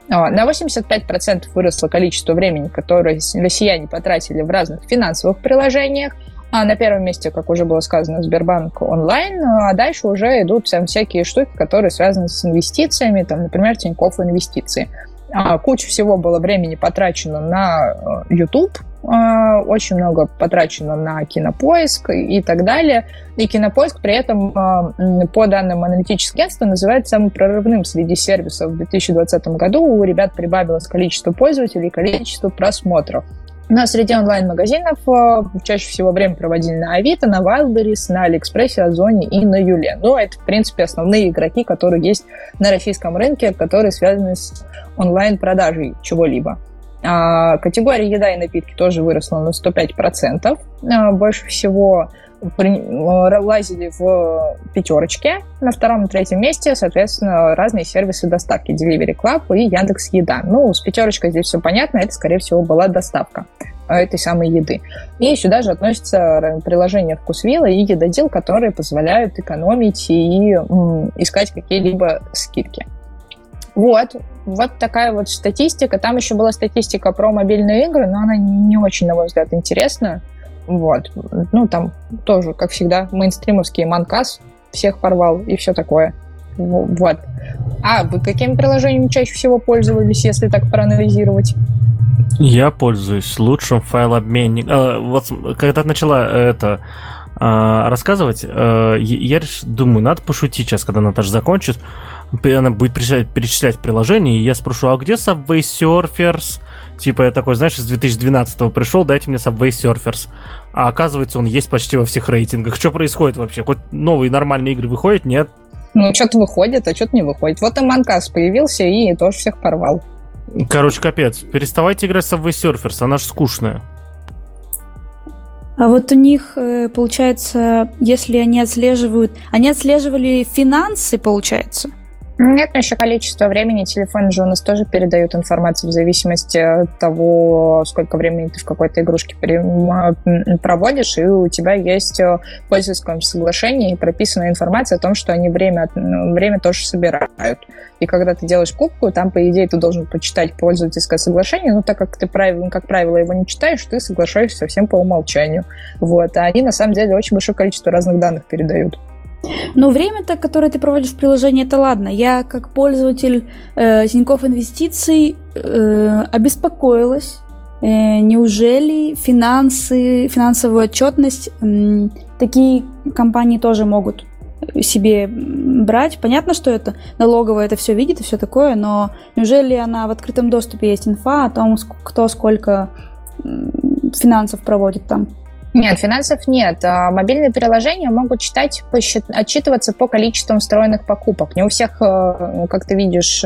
S3: На восемьдесят пять процентов выросло количество времени, которое россияне потратили в разных финансовых приложениях. А на первом месте, как уже было сказано, Сбербанк онлайн, а дальше уже идут там всякие штуки, которые связаны с инвестициями, там, например, Тинькофф инвестиции. А, куча всего было времени потрачено на YouTube, а, очень много потрачено на Кинопоиск и так далее. И Кинопоиск при этом, а, по данным аналитического агентства, называется самым прорывным среди сервисов в две тысячи двадцатом году. У ребят прибавилось количество пользователей и количество просмотров. Но среди онлайн-магазинов чаще всего время проводили на Авито, на Wildberries, на Алиэкспрессе, Озоне и на Юле. Ну, это, в принципе, основные игроки, которые есть на российском рынке, которые связаны с онлайн-продажей чего-либо. А, категория еда и напитки тоже выросла на сто пять процентов. А, больше всего при, лазили в пятерочке. На втором и третьем месте, соответственно, разные сервисы доставки. Delivery Club и Яндекс.Еда. Ну, с пятерочкой здесь все понятно. Это, скорее всего, была доставка этой самой еды. И сюда же относятся приложения Вкусвилла и Едодил, которые позволяют экономить и м, искать какие-либо скидки. Вот. Вот такая вот статистика. Там еще была статистика про мобильные игры, но она не очень, на мой взгляд, интересна. Вот. Ну, там тоже, как всегда, мейнстримовский манкас всех порвал и все такое. Вот. А вы какими приложениями чаще всего пользовались, если так проанализировать?
S1: Я пользуюсь лучшим файлообменником. А, вот когда начала это а, рассказывать, а, я реш... думаю, надо пошутить сейчас, когда Наташа закончит. Она будет перечислять, перечислять приложения, и я спрошу, а где Subway Surfers? Типа я такой, знаешь, из две тысячи двенадцатого пришел, дайте мне Subway Surfers. А оказывается, он есть почти во всех рейтингах. Что происходит вообще? Хоть новые нормальные игры выходят? Нет?
S3: Ну, что-то выходит, а что-то не выходит. Вот и Манкас появился и тоже всех порвал.
S1: Короче, капец. Переставайте играть в Subway Surfers, она же скучная.
S2: А вот у них, получается, если они отслеживают... Они отслеживали финансы, получается?
S3: Нет, но еще количество времени. Телефоны же у нас тоже передают информацию в зависимости от того, сколько времени ты в какой-то игрушке проводишь, и у тебя есть в пользовательском соглашении прописанная информация о том, что они время, время тоже собирают. И когда ты делаешь покупку, там, по идее, ты должен почитать пользовательское соглашение, но так как ты, как правило, его не читаешь, ты соглашаешься совсем по умолчанию. Вот. А они, на самом деле, очень большое количество разных данных передают.
S2: Но время-то, которое ты проводишь в приложении, это ладно. Я, как пользователь э, Тинькофф Инвестиций, э, обеспокоилась. Э, неужели финансы, финансовую отчетность э, такие компании тоже могут себе брать? Понятно, что это налоговая это все видит и все такое, но неужели она в открытом доступе есть инфа о том, кто сколько э, финансов проводит там?
S3: Нет, финансов нет. Мобильные приложения могут читать, посчит... отчитываться по количеству встроенных покупок. Не у всех, как ты видишь,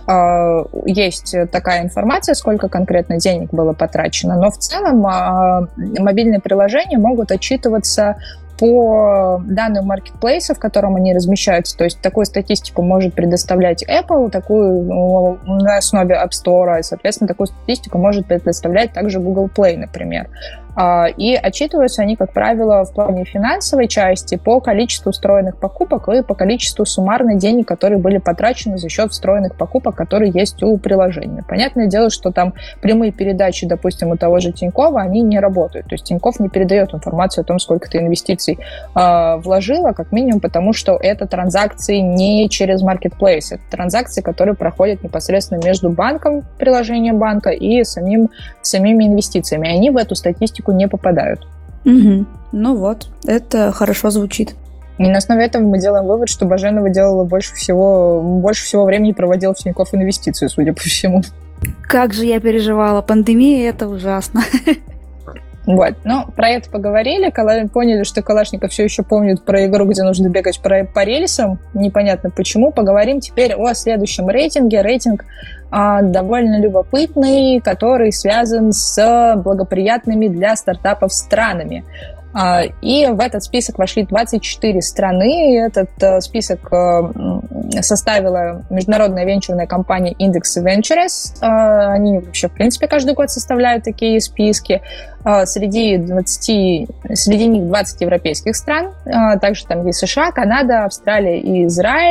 S3: есть такая информация, сколько конкретно денег было потрачено, но в целом мобильные приложения могут отчитываться по данным маркетплейса, в котором они размещаются. То есть такую статистику может предоставлять Apple, такую на основе App Store, и, соответственно, такую статистику может предоставлять также Google Play, например. И отчитываются они, как правило, в плане финансовой части по количеству встроенных покупок и по количеству суммарных денег, которые были потрачены за счет встроенных покупок, которые есть у приложения. Понятное дело, что там прямые передачи, допустим, у того же Тинькова, они не работают. То есть Тинькофф не передает информацию о том, сколько ты инвестиций э, вложила, как минимум потому, что это транзакции не через маркетплейс. Это транзакции, которые проходят непосредственно между банком, приложением банка и самим, самими инвестициями. Они в эту статистику не попадают.
S2: Угу. Ну вот, это хорошо звучит.
S3: И на основе этого мы делаем вывод, что Баженова делала больше всего, больше всего времени проводила в Тинькофф инвестиции, судя по всему.
S2: Как же я переживала. Пандемия — это ужасно.
S3: Вот, ну, про это поговорили, поняли, что Калашников все еще помнит про игру, где нужно бегать по, по рельсам, непонятно почему. Поговорим теперь о следующем рейтинге. Рейтинг а, довольно любопытный, который связан с благоприятными для стартапов странами. А, и в этот список вошли двадцать четыре страны, и этот а, список а, составила международная венчурная компания Index Ventures. А, они вообще, в принципе, каждый год составляют такие списки. Среди, двадцати, среди них двадцать европейских стран, также там есть США, Канада, Австралия и Израиль.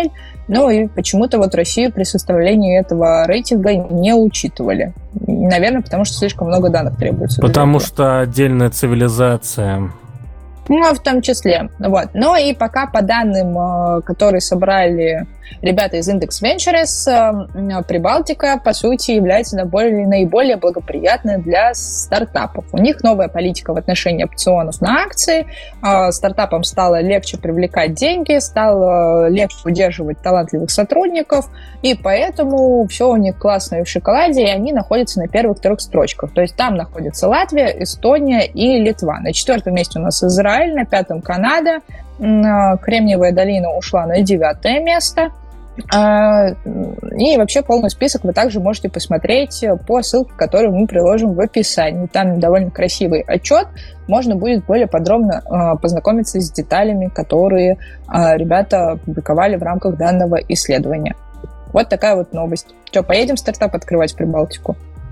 S3: Ну и почему-то вот Россию при составлении этого рейтинга не учитывали. Наверное, потому что слишком много данных требуется.
S1: Потому что отдельная цивилизация.
S3: Ну, в том числе. Вот. Ну и пока по данным, которые собрали ребята из Index Ventures, Прибалтика, по сути, является наиболее, наиболее благоприятной для стартапов. У них новая политика в отношении опционов на акции. Стартапам стало легче привлекать деньги, стало легче удерживать талантливых сотрудников, и поэтому все у них классно и в шоколаде, и они находятся на первых трех строчках. То есть там находится Латвия, Эстония и Литва. На четвертом месте у нас Израиль, на пятом Канада. Кремниевая долина ушла на девятое место. И вообще полный список вы также можете посмотреть по ссылке, которую мы приложим в описании. Там довольно красивый отчет. Можно будет более подробно познакомиться с деталями, которые ребята опубликовали в рамках данного исследования. Вот такая вот новость. Что, поедем стартап открывать в Прибалтику?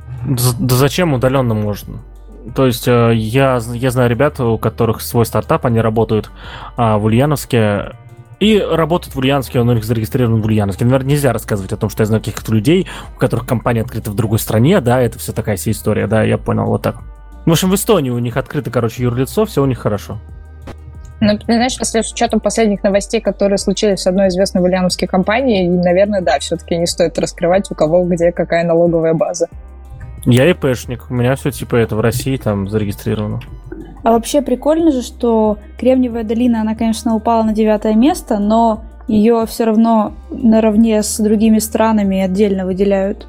S1: Да зачем, удаленно можно. То есть я, я знаю ребят, у которых свой стартап, они работают а, в Ульяновске, и работают в Ульяновске, он у них зарегистрирован в Ульяновске. Наверное, нельзя рассказывать о том, что я знаю каких-то людей, у которых компания открыта в другой стране, да, это все такая вся история, да, я понял, вот так. В общем, в Эстонии у них открыто, короче, юрлицо, все у них хорошо.
S3: Ну, знаешь, если с учетом последних новостей, которые случились с одной известной в Ульяновске компанией, наверное, да, все-таки не стоит раскрывать, у кого где какая налоговая база.
S1: Я ИПшник, у меня все типа это в России там зарегистрировано.
S2: А вообще прикольно же, что Кремниевая долина, она, конечно, упала на девятое место, но ее все равно наравне с другими странами отдельно выделяют.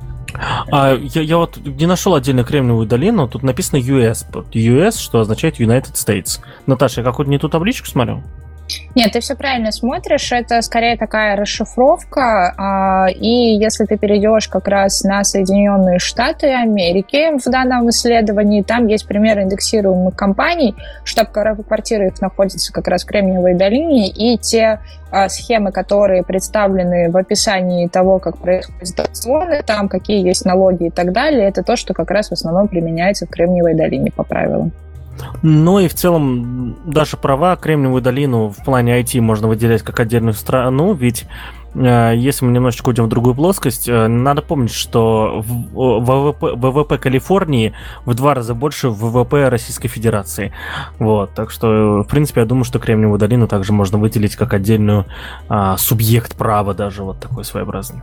S1: А я, я вот не нашел отдельно Кремниевую долину, тут написано ю эс. ю эс, что означает United States. Наташа, я какую-то не ту табличку смотрел?
S3: Нет, ты все правильно смотришь, это скорее такая расшифровка, и если ты перейдешь как раз на Соединенные Штаты Америки в данном исследовании, там есть примеры индексируемых компаний, штаб-квартира их находится как раз в Кремниевой долине, и те схемы, которые представлены в описании того, как происходят опционы, там какие есть налоги и так далее, это то, что как раз в основном применяется в Кремниевой долине по правилам.
S1: Ну и в целом даже права Кремниевую долину в плане ай ти можно выделять как отдельную страну, ведь э, если мы немножечко уйдем в другую плоскость, э, надо помнить, что в, ВВП, ВВП Калифорнии в два раза больше ВВП Российской Федерации. Вот, так что, в принципе, я думаю, что Кремниевую долину также можно выделить как отдельную э, субъект права, даже вот такой своеобразный.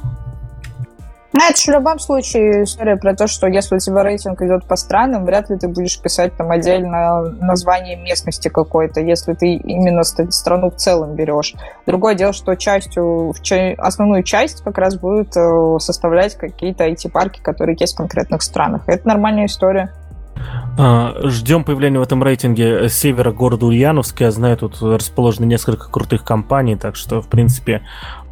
S3: Ну, это же в любом случае история про то, что если у тебя рейтинг идет по странам, вряд ли ты будешь писать там отдельно название местности какой-то, если ты именно страну в целом берешь. Другое дело, что частью, основную часть как раз будет составлять какие-то ай ти-парки, которые есть в конкретных странах. Это нормальная история.
S1: Ждем появления в этом рейтинге с севера города Ульяновска. Я знаю, тут расположены несколько крутых компаний, так что, в принципе,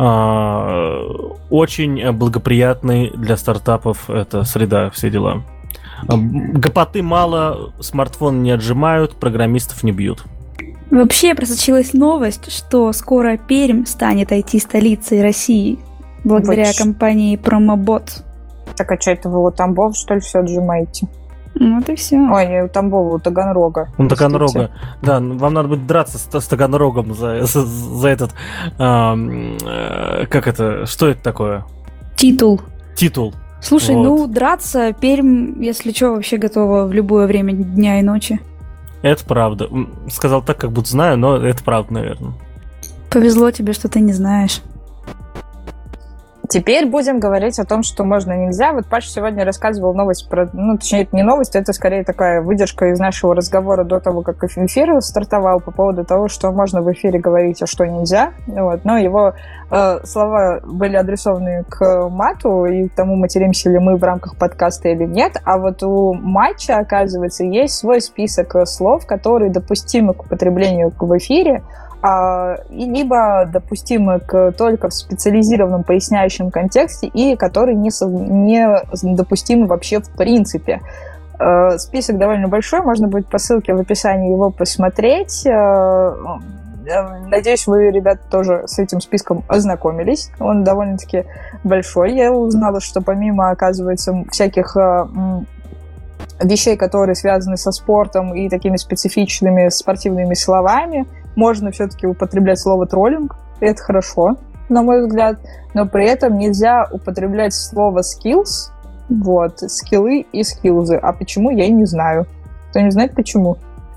S1: очень благоприятный для стартапов эта среда, все дела. Гопоты мало, смартфон не отжимают, программистов не бьют.
S2: Вообще просочилась новость, что скоро Пермь станет ай ти-столицей России благодаря вот компании Промобот.
S3: Так, а что это вы у Тамбова, что ли, все отжимаете?
S2: Вот и все.
S3: Ой, не у Тамбова, у Таганрога.
S1: У Таганрога. Да, вам надо будет драться с, с Таганрогом за, за, за этот... Э, как это? Что это такое?
S2: Титул.
S1: Титул.
S2: Слушай,
S1: вот.
S2: ну, драться Пермь, если что, вообще готова в любое время дня и ночи.
S1: Это правда. Сказал так, как будто знаю, но это правда, наверное.
S2: Повезло тебе, что ты не знаешь.
S3: Теперь будем говорить о том, что можно и нельзя. Вот Паша сегодня рассказывал новость про... Ну, точнее, это не новость, это скорее такая выдержка из нашего разговора до того, как эфир стартовал по поводу того, что можно в эфире говорить, а что нельзя. Вот. Но его э, слова были адресованы к мату и к тому, материмся ли мы в рамках подкаста или нет. А вот у матча, оказывается, есть свой список слов, которые допустимы к употреблению в эфире, и либо допустимы к, только в специализированном поясняющем контексте, и которые не, не допустимы вообще в принципе. Список довольно большой, можно будет по ссылке в описании его посмотреть. Надеюсь, вы, ребята, тоже с этим списком ознакомились. Он довольно-таки большой. Я узнала, что помимо, оказывается, всяких вещей, которые связаны со спортом и такими специфичными спортивными словами, можно все-таки употреблять слово троллинг, и это хорошо. на мой взгляд, но при этом нельзя употреблять слово skills, вот, скиллы и скиллзы. А почему, я не знаю. Кто не знает, почему?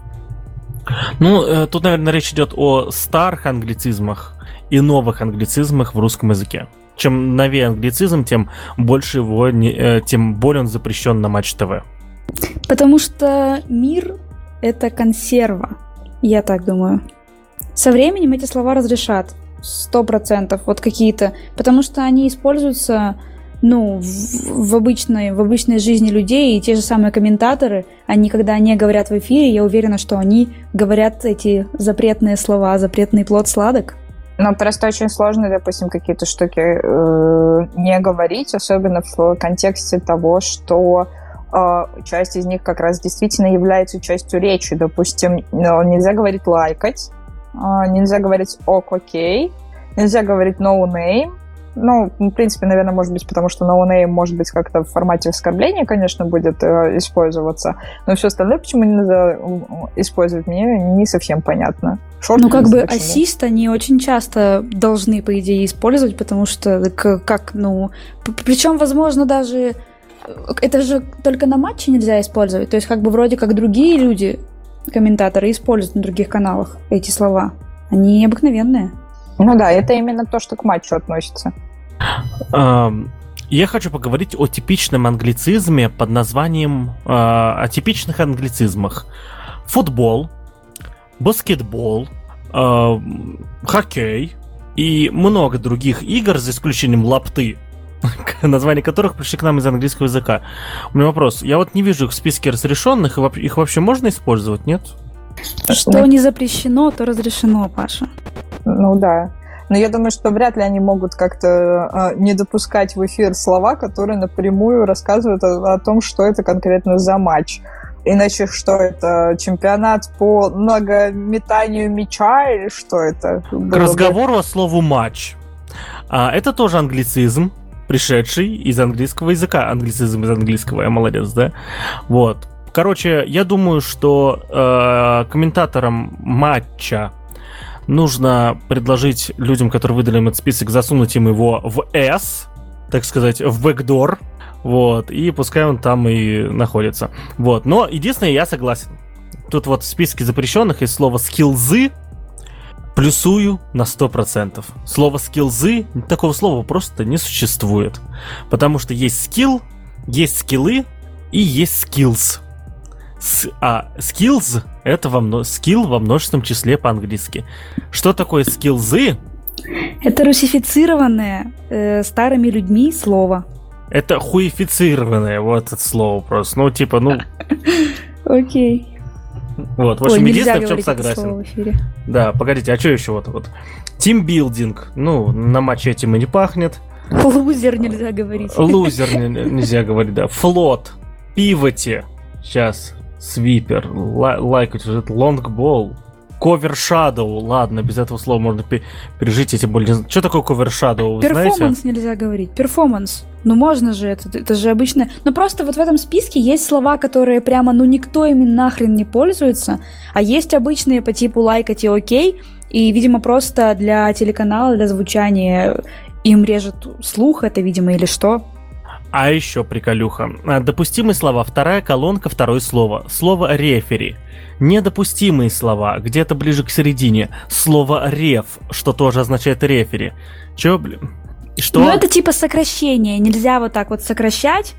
S1: Ну, тут, наверное, речь идет о старых англицизмах и новых англицизмах в русском языке. Чем новее англицизм, тем больше его, тем более он запрещен на Матч ТВ.
S2: Потому что мир — это консерва, я так думаю. Со временем эти слова разрешат, сто процентов, вот какие-то, потому что они используются, ну, в, в, обычной, в обычной жизни людей, и те же самые комментаторы, они, когда они говорят в эфире, я уверена, что они говорят эти запретные слова, запретный плод сладок.
S3: Но просто очень сложно, допустим, какие-то штуки э, не говорить, особенно в контексте того, что э, часть из них как раз действительно является частью речи. Допустим, нельзя говорить «лайкать», э, нельзя говорить «ок, окей», нельзя говорить «no name». Ну, в принципе, наверное, может быть, потому что no name может быть как-то в формате оскорбления, конечно, будет э, использоваться, но все остальное, почему нельзя использовать, мне не совсем понятно.
S2: Шорт ну, как бы ассист они очень часто должны, по идее, использовать, потому что как, ну... Причем, возможно, даже... Это же только на матче нельзя использовать, то есть как бы вроде как другие люди, комментаторы, используют на других каналах эти слова. Они необыкновенные.
S3: Ну да, это именно то, что к матчу относится.
S1: Я хочу поговорить о типичном англицизме под названием... О типичных англицизмах. Футбол, баскетбол, хоккей и много других игр, за исключением лапты, названия которых пришли к нам из английского языка. У меня вопрос. Я вот не вижу их в списке разрешенных, их вообще можно использовать, нет?
S2: Что не запрещено, то разрешено, Паша.
S3: Ну да. Но я думаю, что вряд ли они могут как-то э, не допускать в эфир слова, которые напрямую рассказывают о, о том, что это конкретно за матч. Иначе что это? Чемпионат по многометанию мяча или что это?
S1: К разговору о слову «матч». А, это тоже англицизм, пришедший из английского языка. Англицизм из английского, я молодец, да? Вот. Короче, я думаю, что э, комментаторам матча нужно предложить людям, которые выдали им этот список, засунуть им его в S, так сказать, в бэкдор, вот, и пускай он там и находится. Вот, но единственное, я согласен. Тут вот в списке запрещенных есть слово «скиллзы», плюсую на сто процентов. Слово «скиллзы», такого слова просто не существует, потому что есть скилл, есть скиллы и есть skills. С, а skills — это во мно, skill во множественном числе по-английски. Что такое skillsы?
S2: Это русифицированное э, старыми людьми слово.
S1: Это хуифицированное, вот это слово просто. Ну, типа, ну...
S2: Окей.
S1: Вот, в общем, единственное, в чем согласен. Да, погодите, а что еще вот? вот? Тимбилдинг. Ну, на матче этим и не пахнет.
S2: Лузер нельзя говорить.
S1: Лузер нельзя говорить, да. Флот. Пивоти. Сейчас. Свипер, лайк, лонгбол, ковершадоу. Ладно, без этого слова можно пережить эти боли. Что такое ковершадоу, вы знаете?
S2: Перформанс нельзя говорить. Перформанс. Ну можно же, это, это же обычно... Но просто вот в этом списке есть слова, которые прямо, ну никто ими нахрен не пользуется, а есть обычные по типу лайкать и окей, и, видимо, просто для телеканала, для звучания им режет слух это, видимо, или что.
S1: А еще приколюха. Допустимые слова. Вторая колонка, второе слово. Слово «рефери». Недопустимые слова. Где-то ближе к середине. Слово «реф», что тоже означает «рефери». Че, блин? Что?
S2: Ну, это типа сокращение. Нельзя вот так вот сокращать.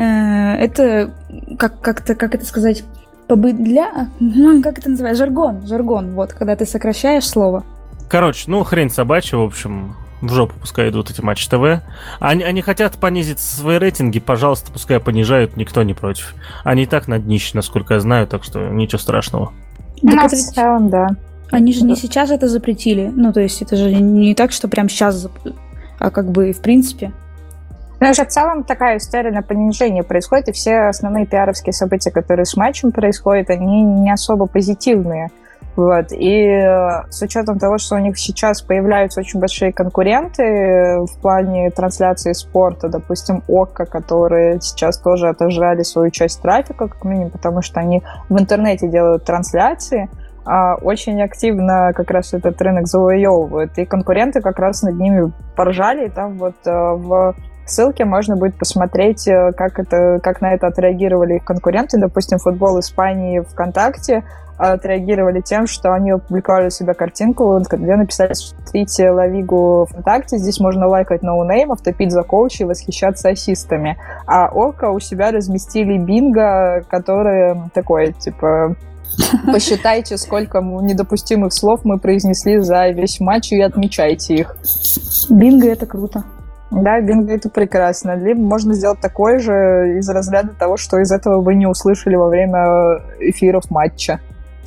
S2: Это как, как-то, как это сказать? Побыть для... Как это называется? Жаргон. Жаргон. Вот, когда ты сокращаешь слово.
S1: Короче, ну, хрень собачья, в общем... В жопу пускай идут эти Матч ТВ. Они, они хотят понизить свои рейтинги, пожалуйста, пускай понижают, никто не против. Они и так на днище, насколько я знаю, так что ничего страшного.
S2: Так это ведь... целом, да. Они же не сейчас это запретили. Ну, то есть это же не так, что прям сейчас, а как бы в принципе.
S3: Ну, уже в целом такая история на понижение происходит, и все основные пиаровские события, которые с матчем происходят, они не особо позитивные. Вот. И с учетом того, что у них сейчас появляются очень большие конкуренты в плане трансляции спорта, допустим, ОККО, которые сейчас тоже отожрали свою часть трафика, как минимум, потому что они в интернете делают трансляции, очень активно как раз этот рынок завоевывают, и конкуренты как раз над ними поржали, и там вот в ссылке можно будет посмотреть, как, это, как на это отреагировали их конкуренты. Допустим, футбол Испании ВКонтакте отреагировали тем, что они опубликовали у себя картинку, где написали: смотрите Ла Лигу ВКонтакте, здесь можно лайкать ноунеймов, топить за коучей, восхищаться ассистами. А Око у себя разместили бинго, которое такое, типа... Посчитайте, сколько недопустимых слов мы произнесли за весь матч, и отмечайте их.
S2: Бинго — это круто.
S3: Да, бинго — это прекрасно. Либо можно сделать такое же из разряда того, что из этого вы не услышали во время эфиров матча.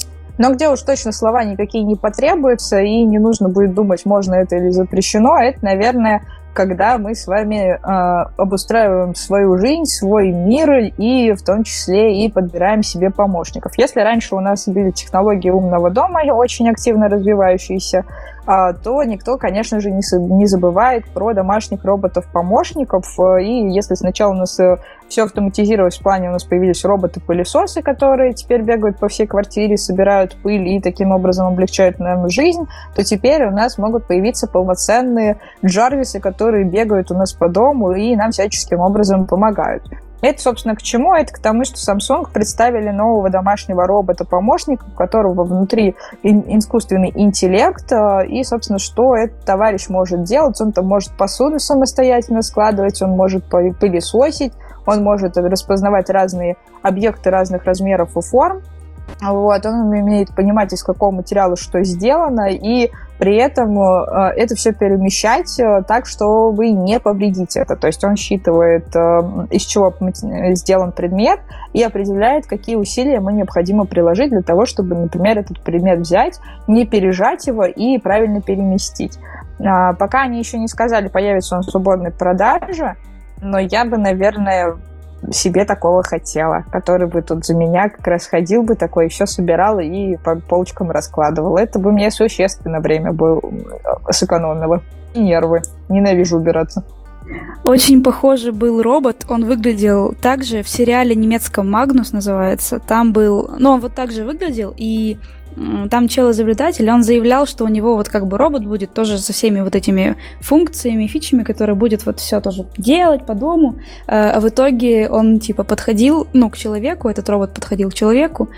S3: Но где уж точно слова никакие не потребуются, и не нужно будет думать, можно это или запрещено, это, наверное, когда мы с вами э, обустраиваем свою жизнь, свой мир, и в том числе и подбираем себе помощников. Если раньше у нас были технологии умного дома, очень активно развивающиеся, э, то никто, конечно же, не, не забывает про домашних роботов-помощников. И если сначала у нас э, все автоматизировалось в плане, у нас появились роботы-пылесосы, которые теперь бегают по всей квартире, собирают пыль и таким образом облегчают нам жизнь, то теперь у нас могут появиться полноценные Джарвисы, которые бегают у нас по дому и нам всяческим образом помогают. Это, собственно, к чему? Это к тому, что Samsung представили нового домашнего робота-помощника, у которого внутри искусственный интеллект, и, собственно, что этот товарищ может делать? Он там может посуду самостоятельно складывать, он может пылесосить, он может распознавать разные объекты разных размеров и форм. Вот, он умеет понимать, из какого материала что сделано, и при этом э, это все перемещать э, так, что вы не повредите это. То есть он считывает, э, из чего сделан предмет, и определяет, какие усилия ему необходимо приложить для того, чтобы, например, этот предмет взять, не пережать его и правильно переместить. Э, пока они еще не сказали, появится он в свободной продаже, но я бы, наверное, себе такого хотела, который бы тут за меня как раз ходил бы такой, все собирал и по полочкам раскладывал. Это бы мне существенно время бы сэкономило. И нервы. Ненавижу убираться.
S2: Очень похожий был робот. Он выглядел так же в сериале немецком «Магнус» называется. Там был... Ну, он вот так же выглядел, и там чел-изобретатель, он заявлял, что у него вот как бы робот будет тоже со всеми вот этими функциями, фичами, которые будет вот все тоже делать по дому. А в итоге он типа подходил, ну, к человеку, этот робот подходил к человеку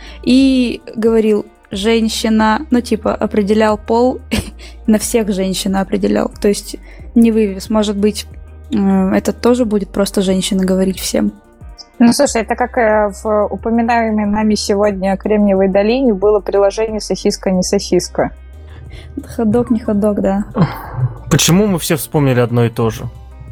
S2: и говорил: женщина, ну, типа, определял пол, на всех женщина определял. То есть не вывез, может быть, этот тоже будет просто женщина говорить всем.
S3: Ну, слушай, это как в упоминаемой нами сегодня Кремниевой долине было приложение «Сосиска, не сосиска».
S2: Хот-дог, не хот-дог, да.
S1: Почему мы все вспомнили одно и то же?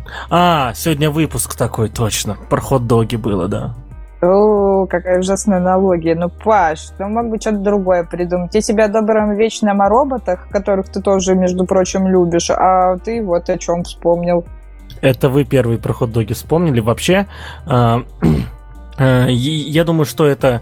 S1: А, сегодня выпуск такой, точно. Про хот-доги было, да.
S3: О, какая ужасная аналогия. Ну, Паш, ну мог бы что-то другое придумать. Я тебя о добром вечном о роботах, которых ты тоже, между прочим, любишь, а ты вот о чем вспомнил.
S1: Это вы первые про хот-доги вспомнили. Вообще, э, э, я думаю, что это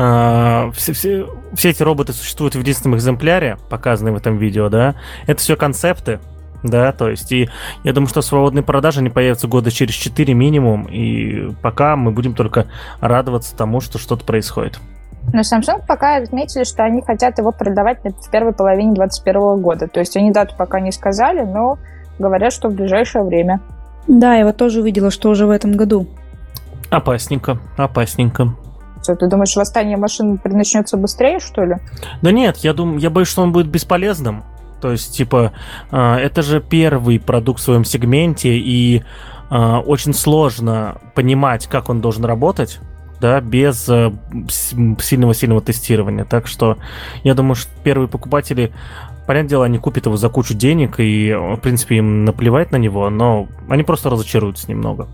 S1: э, все, все, все эти роботы существуют в единственном экземпляре, показанные в этом видео, да. Это все концепты, да, то есть, и я думаю, что в свободной продаже они появятся года через четыре минимум, и пока мы будем только радоваться тому, что что-то происходит.
S3: Но Samsung пока отметили, что они хотят его продавать в первой половине двадцать первого года. То есть они дату пока не сказали, но говорят, что в ближайшее время.
S2: Да, я вот тоже увидела, что уже в этом году.
S1: Опасненько, опасненько.
S3: Что, ты думаешь, восстание машин начнется быстрее, что ли?
S1: Да нет, я думаю, я боюсь, что он будет бесполезным. То есть, типа, э, это же первый продукт в своем сегменте, и э, очень сложно понимать, как он должен работать, да, без э, сильного-сильного тестирования. Так что я думаю, что первые покупатели, понятное дело, они купят его за кучу денег, и, в принципе, им наплевать на него, но они просто разочаруются немного.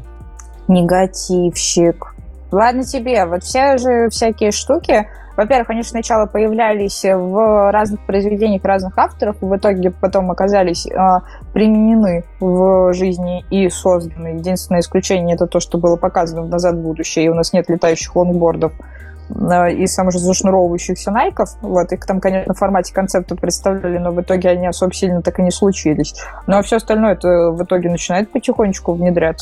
S3: Негативщик. Ладно тебе, вот все же всякие штуки, во-первых, они же сначала появлялись в разных произведениях разных авторов, и в итоге потом оказались э, применены в жизни и созданы. Единственное исключение — это то, что было показано в «Назад в будущее», и у нас нет летающих лонгбордов э, и самозашнуровывающихся найков. Вот, их там, конечно, в формате концепта представляли, но в итоге они особо сильно так и не случились. Ну а все остальное это в итоге начинает потихонечку внедряться.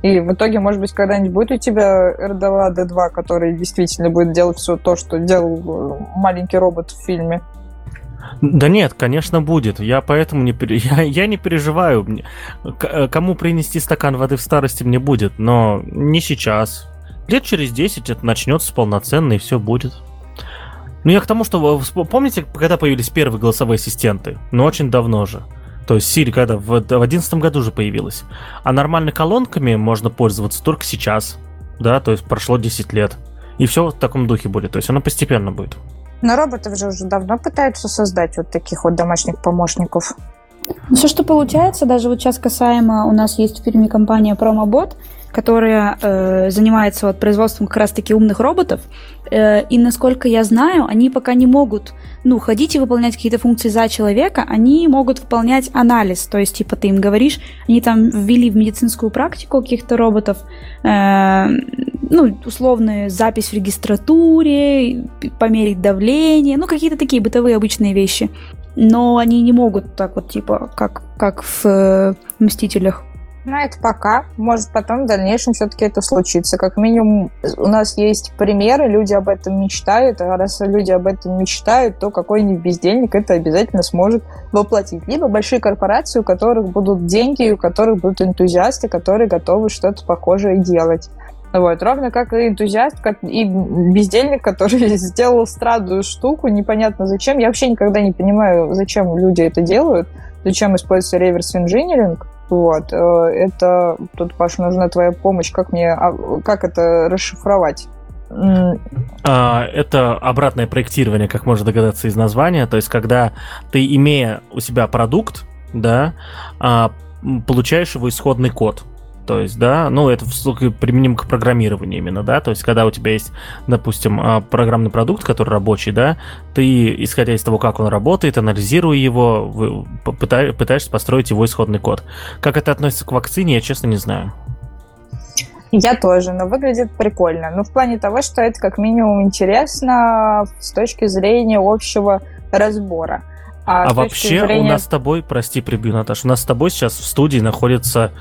S4: И в итоге, может быть, когда-нибудь будет у тебя эр два дэ два, который действительно будет делать все то, что делал маленький робот в фильме.
S1: Да нет, конечно, будет. Я поэтому не, я, я не переживаю. К- кому принести стакан воды в старости мне будет, но не сейчас. Лет через десять это начнется полноценно, и все будет. Ну, я к тому, что... Помните, когда появились первые голосовые ассистенты? Ну, очень давно же. То есть Siri когда? В одиннадцатом году же появилась. А нормальными колонками можно пользоваться только сейчас. Да, то есть прошло десять лет. И все в таком духе будет. То есть оно постепенно будет.
S3: Но роботов же уже давно пытаются создать вот таких вот домашних помощников.
S2: Все, что получается, даже вот сейчас касаемо, у нас есть в фирме компания Promobot, которая э, занимается вот производством как раз-таки умных роботов, э, и насколько я знаю, они пока не могут, ну, ходить и выполнять какие-то функции за человека, они могут выполнять анализ, то есть, типа, ты им говоришь, они там ввели в медицинскую практику каких-то роботов, э, ну, условную запись в регистратуре, померить давление, ну, какие-то такие бытовые обычные вещи. Но они не могут так вот, типа, как, как в э, «Мстителях».
S4: Ну, это пока. Может, потом в дальнейшем все-таки это случится. Как минимум, у нас есть примеры, люди об этом мечтают, а раз люди об этом мечтают, то какой-нибудь бездельник это обязательно сможет воплотить. Либо большие корпорации, у которых будут деньги, у которых будут энтузиасты, которые готовы что-то похожее делать. Вот. Ровно как и энтузиаст, как и бездельник, который сделал странную штуку, непонятно зачем. Я вообще никогда не понимаю, зачем люди это делают, зачем используется реверс-инжиниринг. Вот. Это тут, Паша, нужна твоя помощь. Как мне, как это расшифровать?
S1: А, это обратное проектирование, как можно догадаться из названия. То есть, когда ты, имея у себя продукт, да, получаешь его исходный код. То есть, да, ну, это применимо к программированию именно, да, то есть, когда у тебя есть, допустим, программный продукт, который рабочий, да, ты, исходя из того, как он работает, анализируя его, пытаешься построить его исходный код. Как это относится к вакцине, я, честно, не знаю.
S4: Я тоже, но выглядит прикольно. Ну, в плане того, что это как минимум интересно с точки зрения общего разбора.
S1: А, а вообще зрения... у нас с тобой, прости, прибью, Наташа, у нас с тобой сейчас в студии находится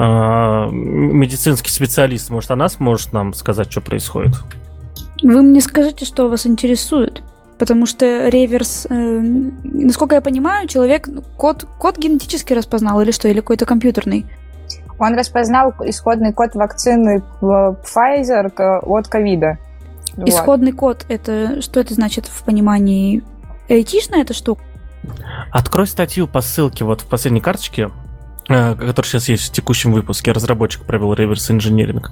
S1: медицинский специалист. Может, она сможет нам сказать, что происходит?
S2: Вы мне скажите, что вас интересует. Потому что реверс, э, насколько я понимаю, человек код, код генетически распознал или что, или какой-то компьютерный?
S4: Он распознал исходный код вакцины Pfizer от ковида.
S2: Исходный вот. Код, это что это значит в понимании? Айтишная эта штука?
S1: Открой статью по ссылке вот в последней карточке, который сейчас есть в текущем выпуске. Разработчик провел реверс-инжиниринг.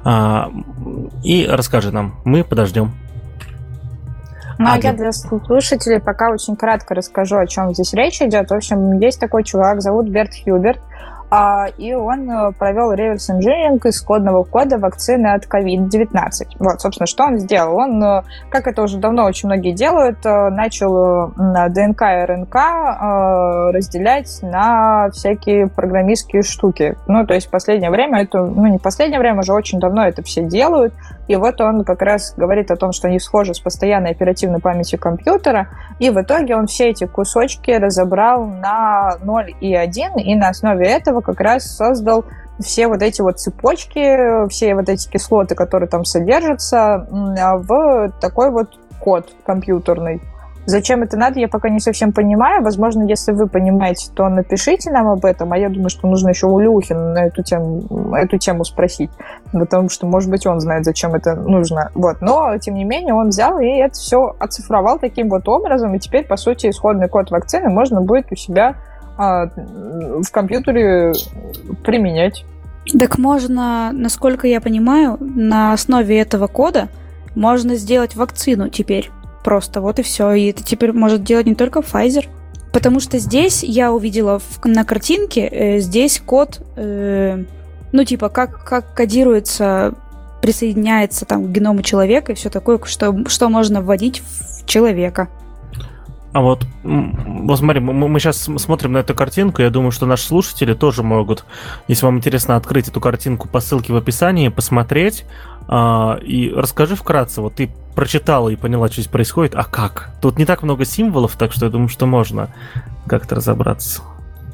S1: И расскажи нам. Мы подождем.
S4: Ну, а я для слушателей пока очень кратко расскажу, о чем здесь речь идет. В общем, есть такой чувак, зовут Берт Хьюберт, и он провел реверс-инжиниринг исходного кода вакцины от ковид девятнадцать. Вот, собственно, что он сделал? Он, как это уже давно очень многие делают, начал ДНК и РНК разделять на всякие программистские штуки. Ну, то есть в последнее время, это, ну, не в последнее время, уже очень давно это все делают. И вот он как раз говорит о том, что они схожи с постоянной оперативной памятью компьютера, и в итоге он все эти кусочки разобрал на ноль и один, и на основе этого как раз создал все вот эти вот цепочки, все вот эти кислоты, которые там содержатся, в такой вот код компьютерный. Зачем это надо, я пока не совсем понимаю. Возможно, если вы понимаете, то напишите нам об этом. А я думаю, что нужно еще у Люхина на эту тему, эту тему спросить. Потому что, может быть, он знает, зачем это нужно. Вот. Но, тем не менее, он взял и это все оцифровал таким вот образом. И теперь, по сути, исходный код вакцины можно будет у себя а, в компьютере применять.
S2: Так можно, насколько я понимаю, на основе этого кода можно сделать вакцину теперь. Просто вот и все. И это теперь может делать не только Pfizer. Потому что здесь я увидела в, на картинке, э, здесь код, э, ну типа как, как кодируется, присоединяется там к геному человека и все такое, что, что можно вводить в человека.
S1: А вот, вот смотри, мы, мы сейчас смотрим на эту картинку, я думаю, что наши слушатели тоже могут, если вам интересно, открыть эту картинку по ссылке в описании, посмотреть, а, и расскажи вкратце, вот ты прочитала и поняла, что здесь происходит, а как? Тут не так много символов, так что я думаю, что можно как-то разобраться.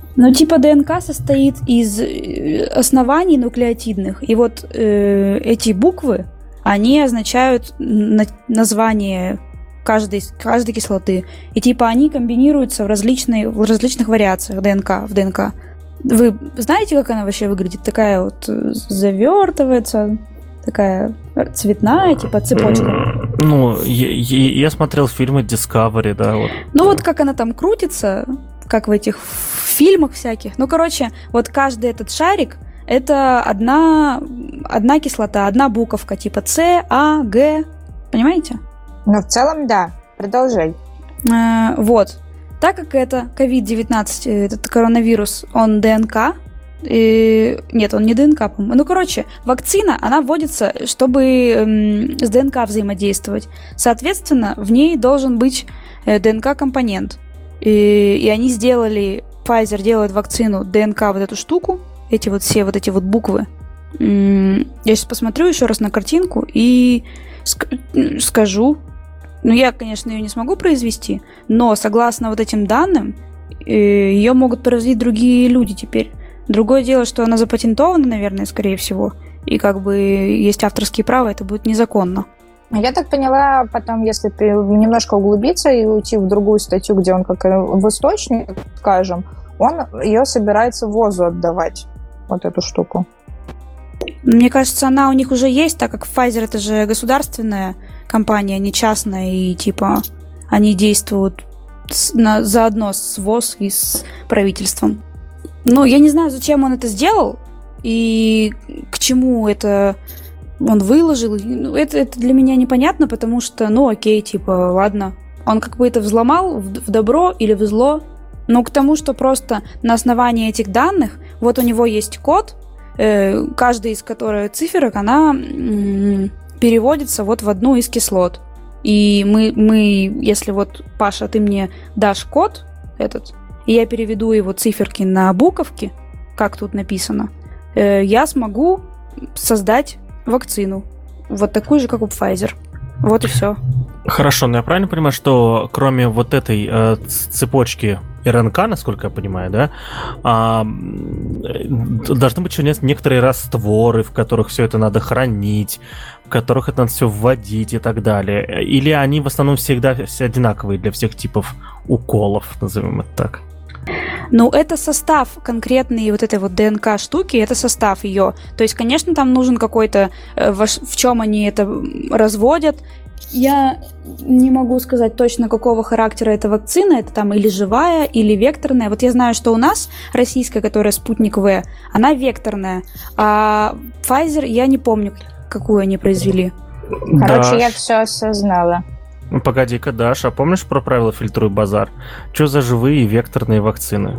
S2: Ну, типа ДНК состоит из оснований нуклеотидных, и вот э, эти буквы, они означают на- название каждой, каждой кислоты. И типа они комбинируются в, различные, в различных вариациях ДНК, в ДНК. Вы знаете, как она вообще выглядит? Такая вот завертывается, такая цветная, типа цепочка.
S1: Ну, я, я, я смотрел фильмы Discovery, да. Вот.
S2: Ну вот как она там крутится, как в этих фильмах всяких. Ну, короче, вот каждый этот шарик — это одна, одна кислота, одна буковка, типа С, А, Г. Понимаете?
S4: Ну, в целом, да. Продолжай.
S2: Э, вот. Так как это ковид девятнадцать, этот коронавирус, он ДНК, и... нет, он не ДНК, по-моему. Ну, короче, вакцина, она вводится, чтобы эм, с ДНК взаимодействовать. Соответственно, в ней должен быть э, ДНК-компонент. И, и они сделали, Pfizer делает вакцину ДНК, вот эту штуку, эти вот все вот эти вот буквы. Я сейчас посмотрю еще раз на картинку и ск- скажу. Ну, я, конечно, ее не смогу произвести, но согласно вот этим данным, ее могут произвести другие люди теперь. Другое дело, что она запатентована, наверное, скорее всего, и как бы есть авторские права, это будет незаконно.
S4: Я так поняла, потом, если немножко углубиться и уйти в другую статью, где он как в источник, скажем, он ее собирается ВОЗу отдавать, вот эту штуку.
S2: Мне кажется, она у них уже есть, так как Pfizer — это же государственная компания, не частная, и типа они действуют с, на, заодно с ВОЗ и с правительством. Ну, я не знаю, зачем он это сделал и к чему это он выложил. Это, это для меня непонятно, потому что, ну, окей, типа, ладно. Он как бы это взломал в, в добро или в зло. Но к тому, что просто на основании этих данных, вот у него есть код, э, каждая из которых циферок, она м- переводится вот в одну из кислот. И мы, мы, если вот, Паша, ты мне дашь код этот, и я переведу его циферки на буковки, как тут написано, э, я смогу создать вакцину. Вот такую же, как у Pfizer. Вот и все.
S1: Хорошо, но я правильно понимаю, что кроме вот этой э, цепочки РНК, насколько я понимаю, да, э, должны быть еще некоторые растворы, в которых все это надо хранить, в которых это надо все вводить и так далее. Или они в основном всегда все одинаковые для всех типов уколов, назовем это так?
S2: Ну, это состав конкретной вот этой вот ДНК-штуки, это состав ее. То есть, конечно, там нужен какой-то, в, в чем они это разводят. Я не могу сказать точно, какого характера эта вакцина. Это там или живая, или векторная. Вот я знаю, что у нас российская, которая Спутник В, она векторная. А Pfizer, я не помню, какую они произвели.
S4: Короче,
S1: да.
S4: я все осознала.
S1: Ну, погоди-ка, Даша, а помнишь про правило «фильтруй базар»? Что за живые векторные вакцины?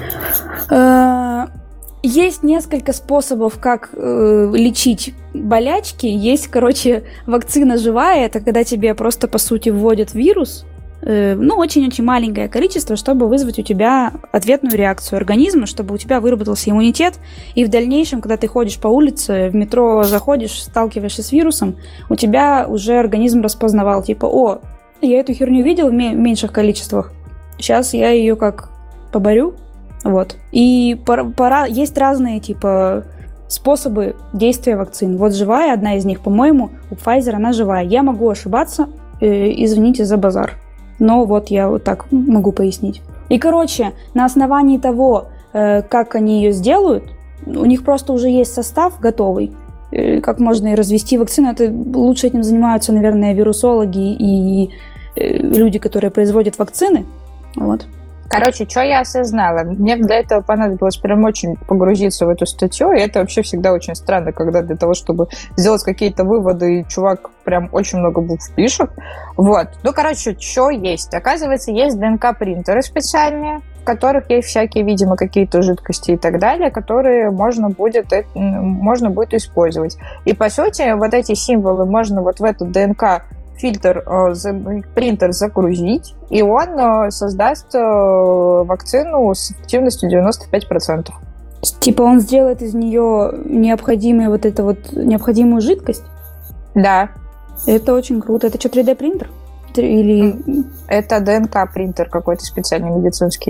S2: Есть несколько способов, как э, лечить болячки. Есть, короче, вакцина живая. Это когда тебе просто, по сути, вводят вирус, э, ну, очень-очень маленькое количество, чтобы вызвать у тебя ответную реакцию организма, чтобы у тебя выработался иммунитет. И в дальнейшем, когда ты ходишь по улице, в метро заходишь, сталкиваешься с вирусом, у тебя уже организм распознавал, типа, о, я эту херню видел в меньших количествах, сейчас я ее как поборю. Вот. И пора, пора, есть разные, типа, способы действия вакцин. Вот живая, одна из них, по-моему, у Pfizer она живая. Я могу ошибаться, э, извините за базар. Но вот я вот так могу пояснить. И, короче, на основании того, э, как они ее сделают, у них просто уже есть состав готовый, э, как можно и развести вакцину. Это лучше этим занимаются, наверное, вирусологи и э, люди, которые производят вакцины. Вот.
S4: Короче, что я осознала? Мне для этого понадобилось прям очень погрузиться в эту статью, и это вообще всегда очень странно, когда для того, чтобы сделать какие-то выводы, чувак прям очень много букв пишет. Вот. Ну, короче, что есть? Оказывается, есть ДНК-принтеры специальные, в которых есть всякие, видимо, какие-то жидкости и так далее, которые можно будет, можно будет использовать. И, по сути, вот эти символы можно вот в эту ДНК фильтр, принтер загрузить, и он создаст вакцину с эффективностью девяносто пять процентов.
S2: Типа он сделает из нее необходимую вот эту вот необходимую жидкость?
S4: Да.
S2: Это очень круто. Это что, три дэ принтер? Или...
S4: Это ДНК принтер какой-то специальный медицинский.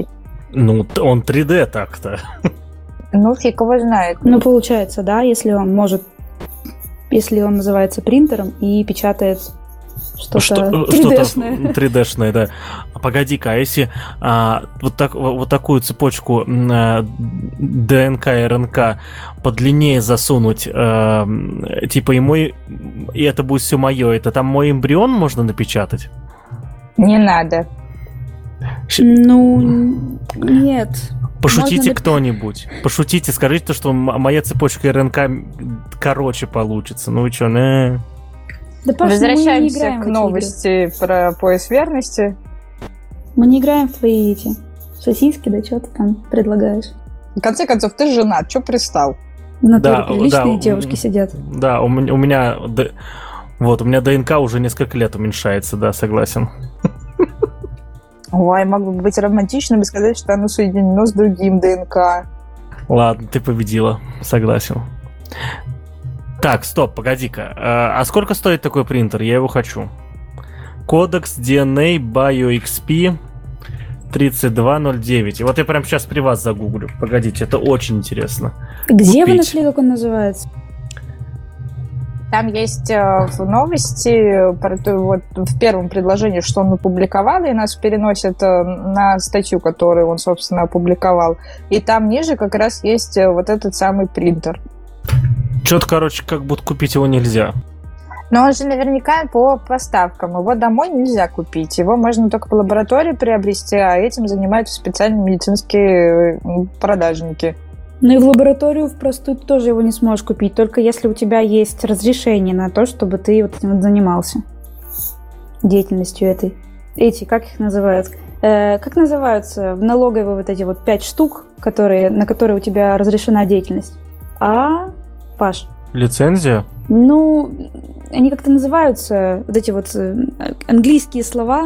S1: Ну, он три дэ так-то.
S4: Ну, фиг его знает.
S2: Ну, получается, да, если он может, если он называется принтером и печатает что-то три дэ-шное.
S1: три дэ-шное, да. Погоди-ка, а если а, вот, так, вот такую цепочку а, ДНК и РНК подлиннее засунуть, а, типа и мой, и это будет все мое, это там мой эмбрион можно напечатать?
S4: Не надо.
S2: Ну, нет.
S1: Пошутите
S2: Можно...
S1: кто-нибудь. Пошутите, скажите, что моя цепочка РНК короче получится. Ну вы что, не...
S2: Да, Паш,
S4: возвращаемся к новости игры. Про пояс верности.
S2: Мы не играем в твои эти сосиски, да что ты там предлагаешь?
S4: В конце концов, ты женат, что пристал?
S2: В натуре
S1: да,
S2: приличные
S1: да,
S2: девушки сидят.
S1: Да, у меня, у меня вот, у меня ДНК уже несколько лет уменьшается, да, согласен.
S4: Ой, мог бы быть романтичным и сказать, что оно соединено с другим ДНК.
S1: Ладно, ты победила, согласен. Так, стоп, погоди-ка. А, а сколько стоит такой принтер? Я его хочу. Codex ди эн эй BioXP тридцать два ноль девять. И вот я прямо сейчас при вас загуглю. Погодите, это очень интересно.
S2: Где
S1: Купить.
S2: Вы нашли, как он называется?
S4: Там есть э, в новости, вот в первом предложении, что он опубликовал, и нас переносят э, на статью, которую он, собственно, опубликовал. И там ниже как раз есть э, вот этот самый принтер.
S1: Что-то, короче, как будто купить его нельзя.
S4: Но он же наверняка по поставкам. Его домой нельзя купить. Его можно только по лаборатории приобрести, а этим занимаются специальные медицинские продажники.
S2: Ну и в лабораторию в простую ты тоже его не сможешь купить, только если у тебя есть разрешение на то, чтобы ты вот этим вот занимался. Деятельностью этой. Эти, как их называют? Э, как называются в налоговой вот эти вот пять штук, которые, на которые у тебя разрешена деятельность? А, Паш?
S1: Лицензия?
S2: Ну, они как-то называются, вот эти вот английские слова.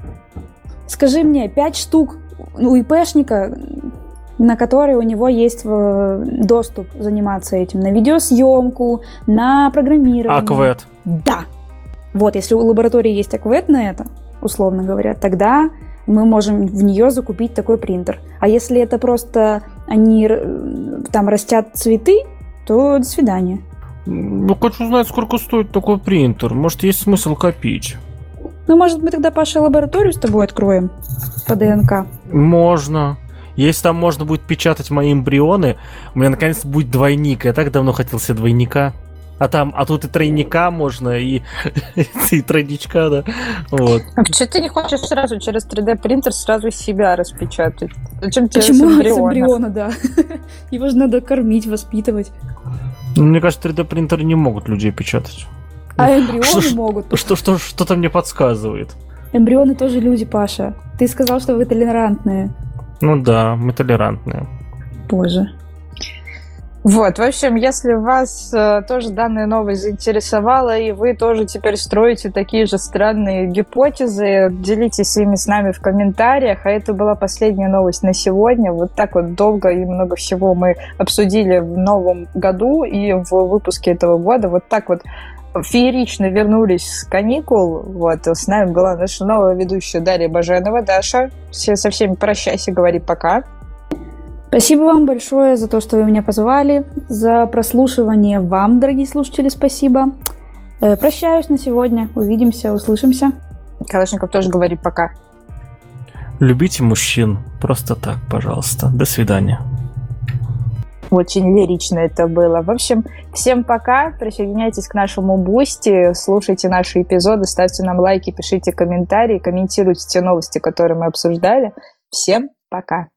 S2: Скажи мне, пять штук у ИПшника, на которые у него есть доступ заниматься этим. На видеосъемку, на программирование.
S1: Аквэд.
S2: Да. Вот, если у лаборатории есть аквэд на это, условно говоря, тогда мы можем в нее закупить такой принтер. А если это просто они там растят цветы, то до свидания.
S1: Ну, хочу знать, сколько стоит такой принтер. Может, есть смысл копить?
S2: Ну, может, мы тогда, Паша, лабораторию с тобой откроем по ДНК?
S1: Можно. Если там можно будет печатать мои эмбрионы, у меня наконец будет двойник. Я так давно хотел себе двойника. А там, а тут и тройника можно, и, и тройничка, да. Вот.
S4: А почему ты не хочешь сразу через три дэ принтер сразу себя распечатать? Зачем тебе
S2: Почему
S4: с
S2: с
S4: эмбриона?
S2: эмбриона, да? Его же надо кормить, воспитывать.
S1: Ну, мне кажется, три дэ принтеры не могут людей печатать.
S2: А эмбрионы
S1: что,
S2: могут.
S1: Что, что, что-то мне подсказывает.
S2: Эмбрионы тоже люди, Паша. Ты сказал, что вы толерантные.
S1: Ну да, мы толерантные.
S2: Боже.
S4: Вот, в общем, если вас э, тоже данная новость заинтересовала, и вы тоже теперь строите такие же странные гипотезы, делитесь ими с нами в комментариях. А это была последняя новость на сегодня. Вот так вот долго и много всего мы обсудили в новом году и в выпуске этого года. Вот так вот феерично вернулись с каникул. Вот, с нами была наша новая ведущая Дарья Баженова. Даша, все со всеми прощайся, говори пока.
S2: Спасибо вам большое за то, что вы меня позвали, за прослушивание вам, дорогие слушатели, спасибо. Э, прощаюсь на сегодня. Увидимся, услышимся.
S4: Калашников тоже говори пока.
S1: Любите мужчин. Просто так, пожалуйста. До свидания.
S4: Очень лирично это было. В общем, всем пока. Присоединяйтесь к нашему бусти, слушайте наши эпизоды, ставьте нам лайки, пишите комментарии, комментируйте те новости, которые мы обсуждали. Всем пока.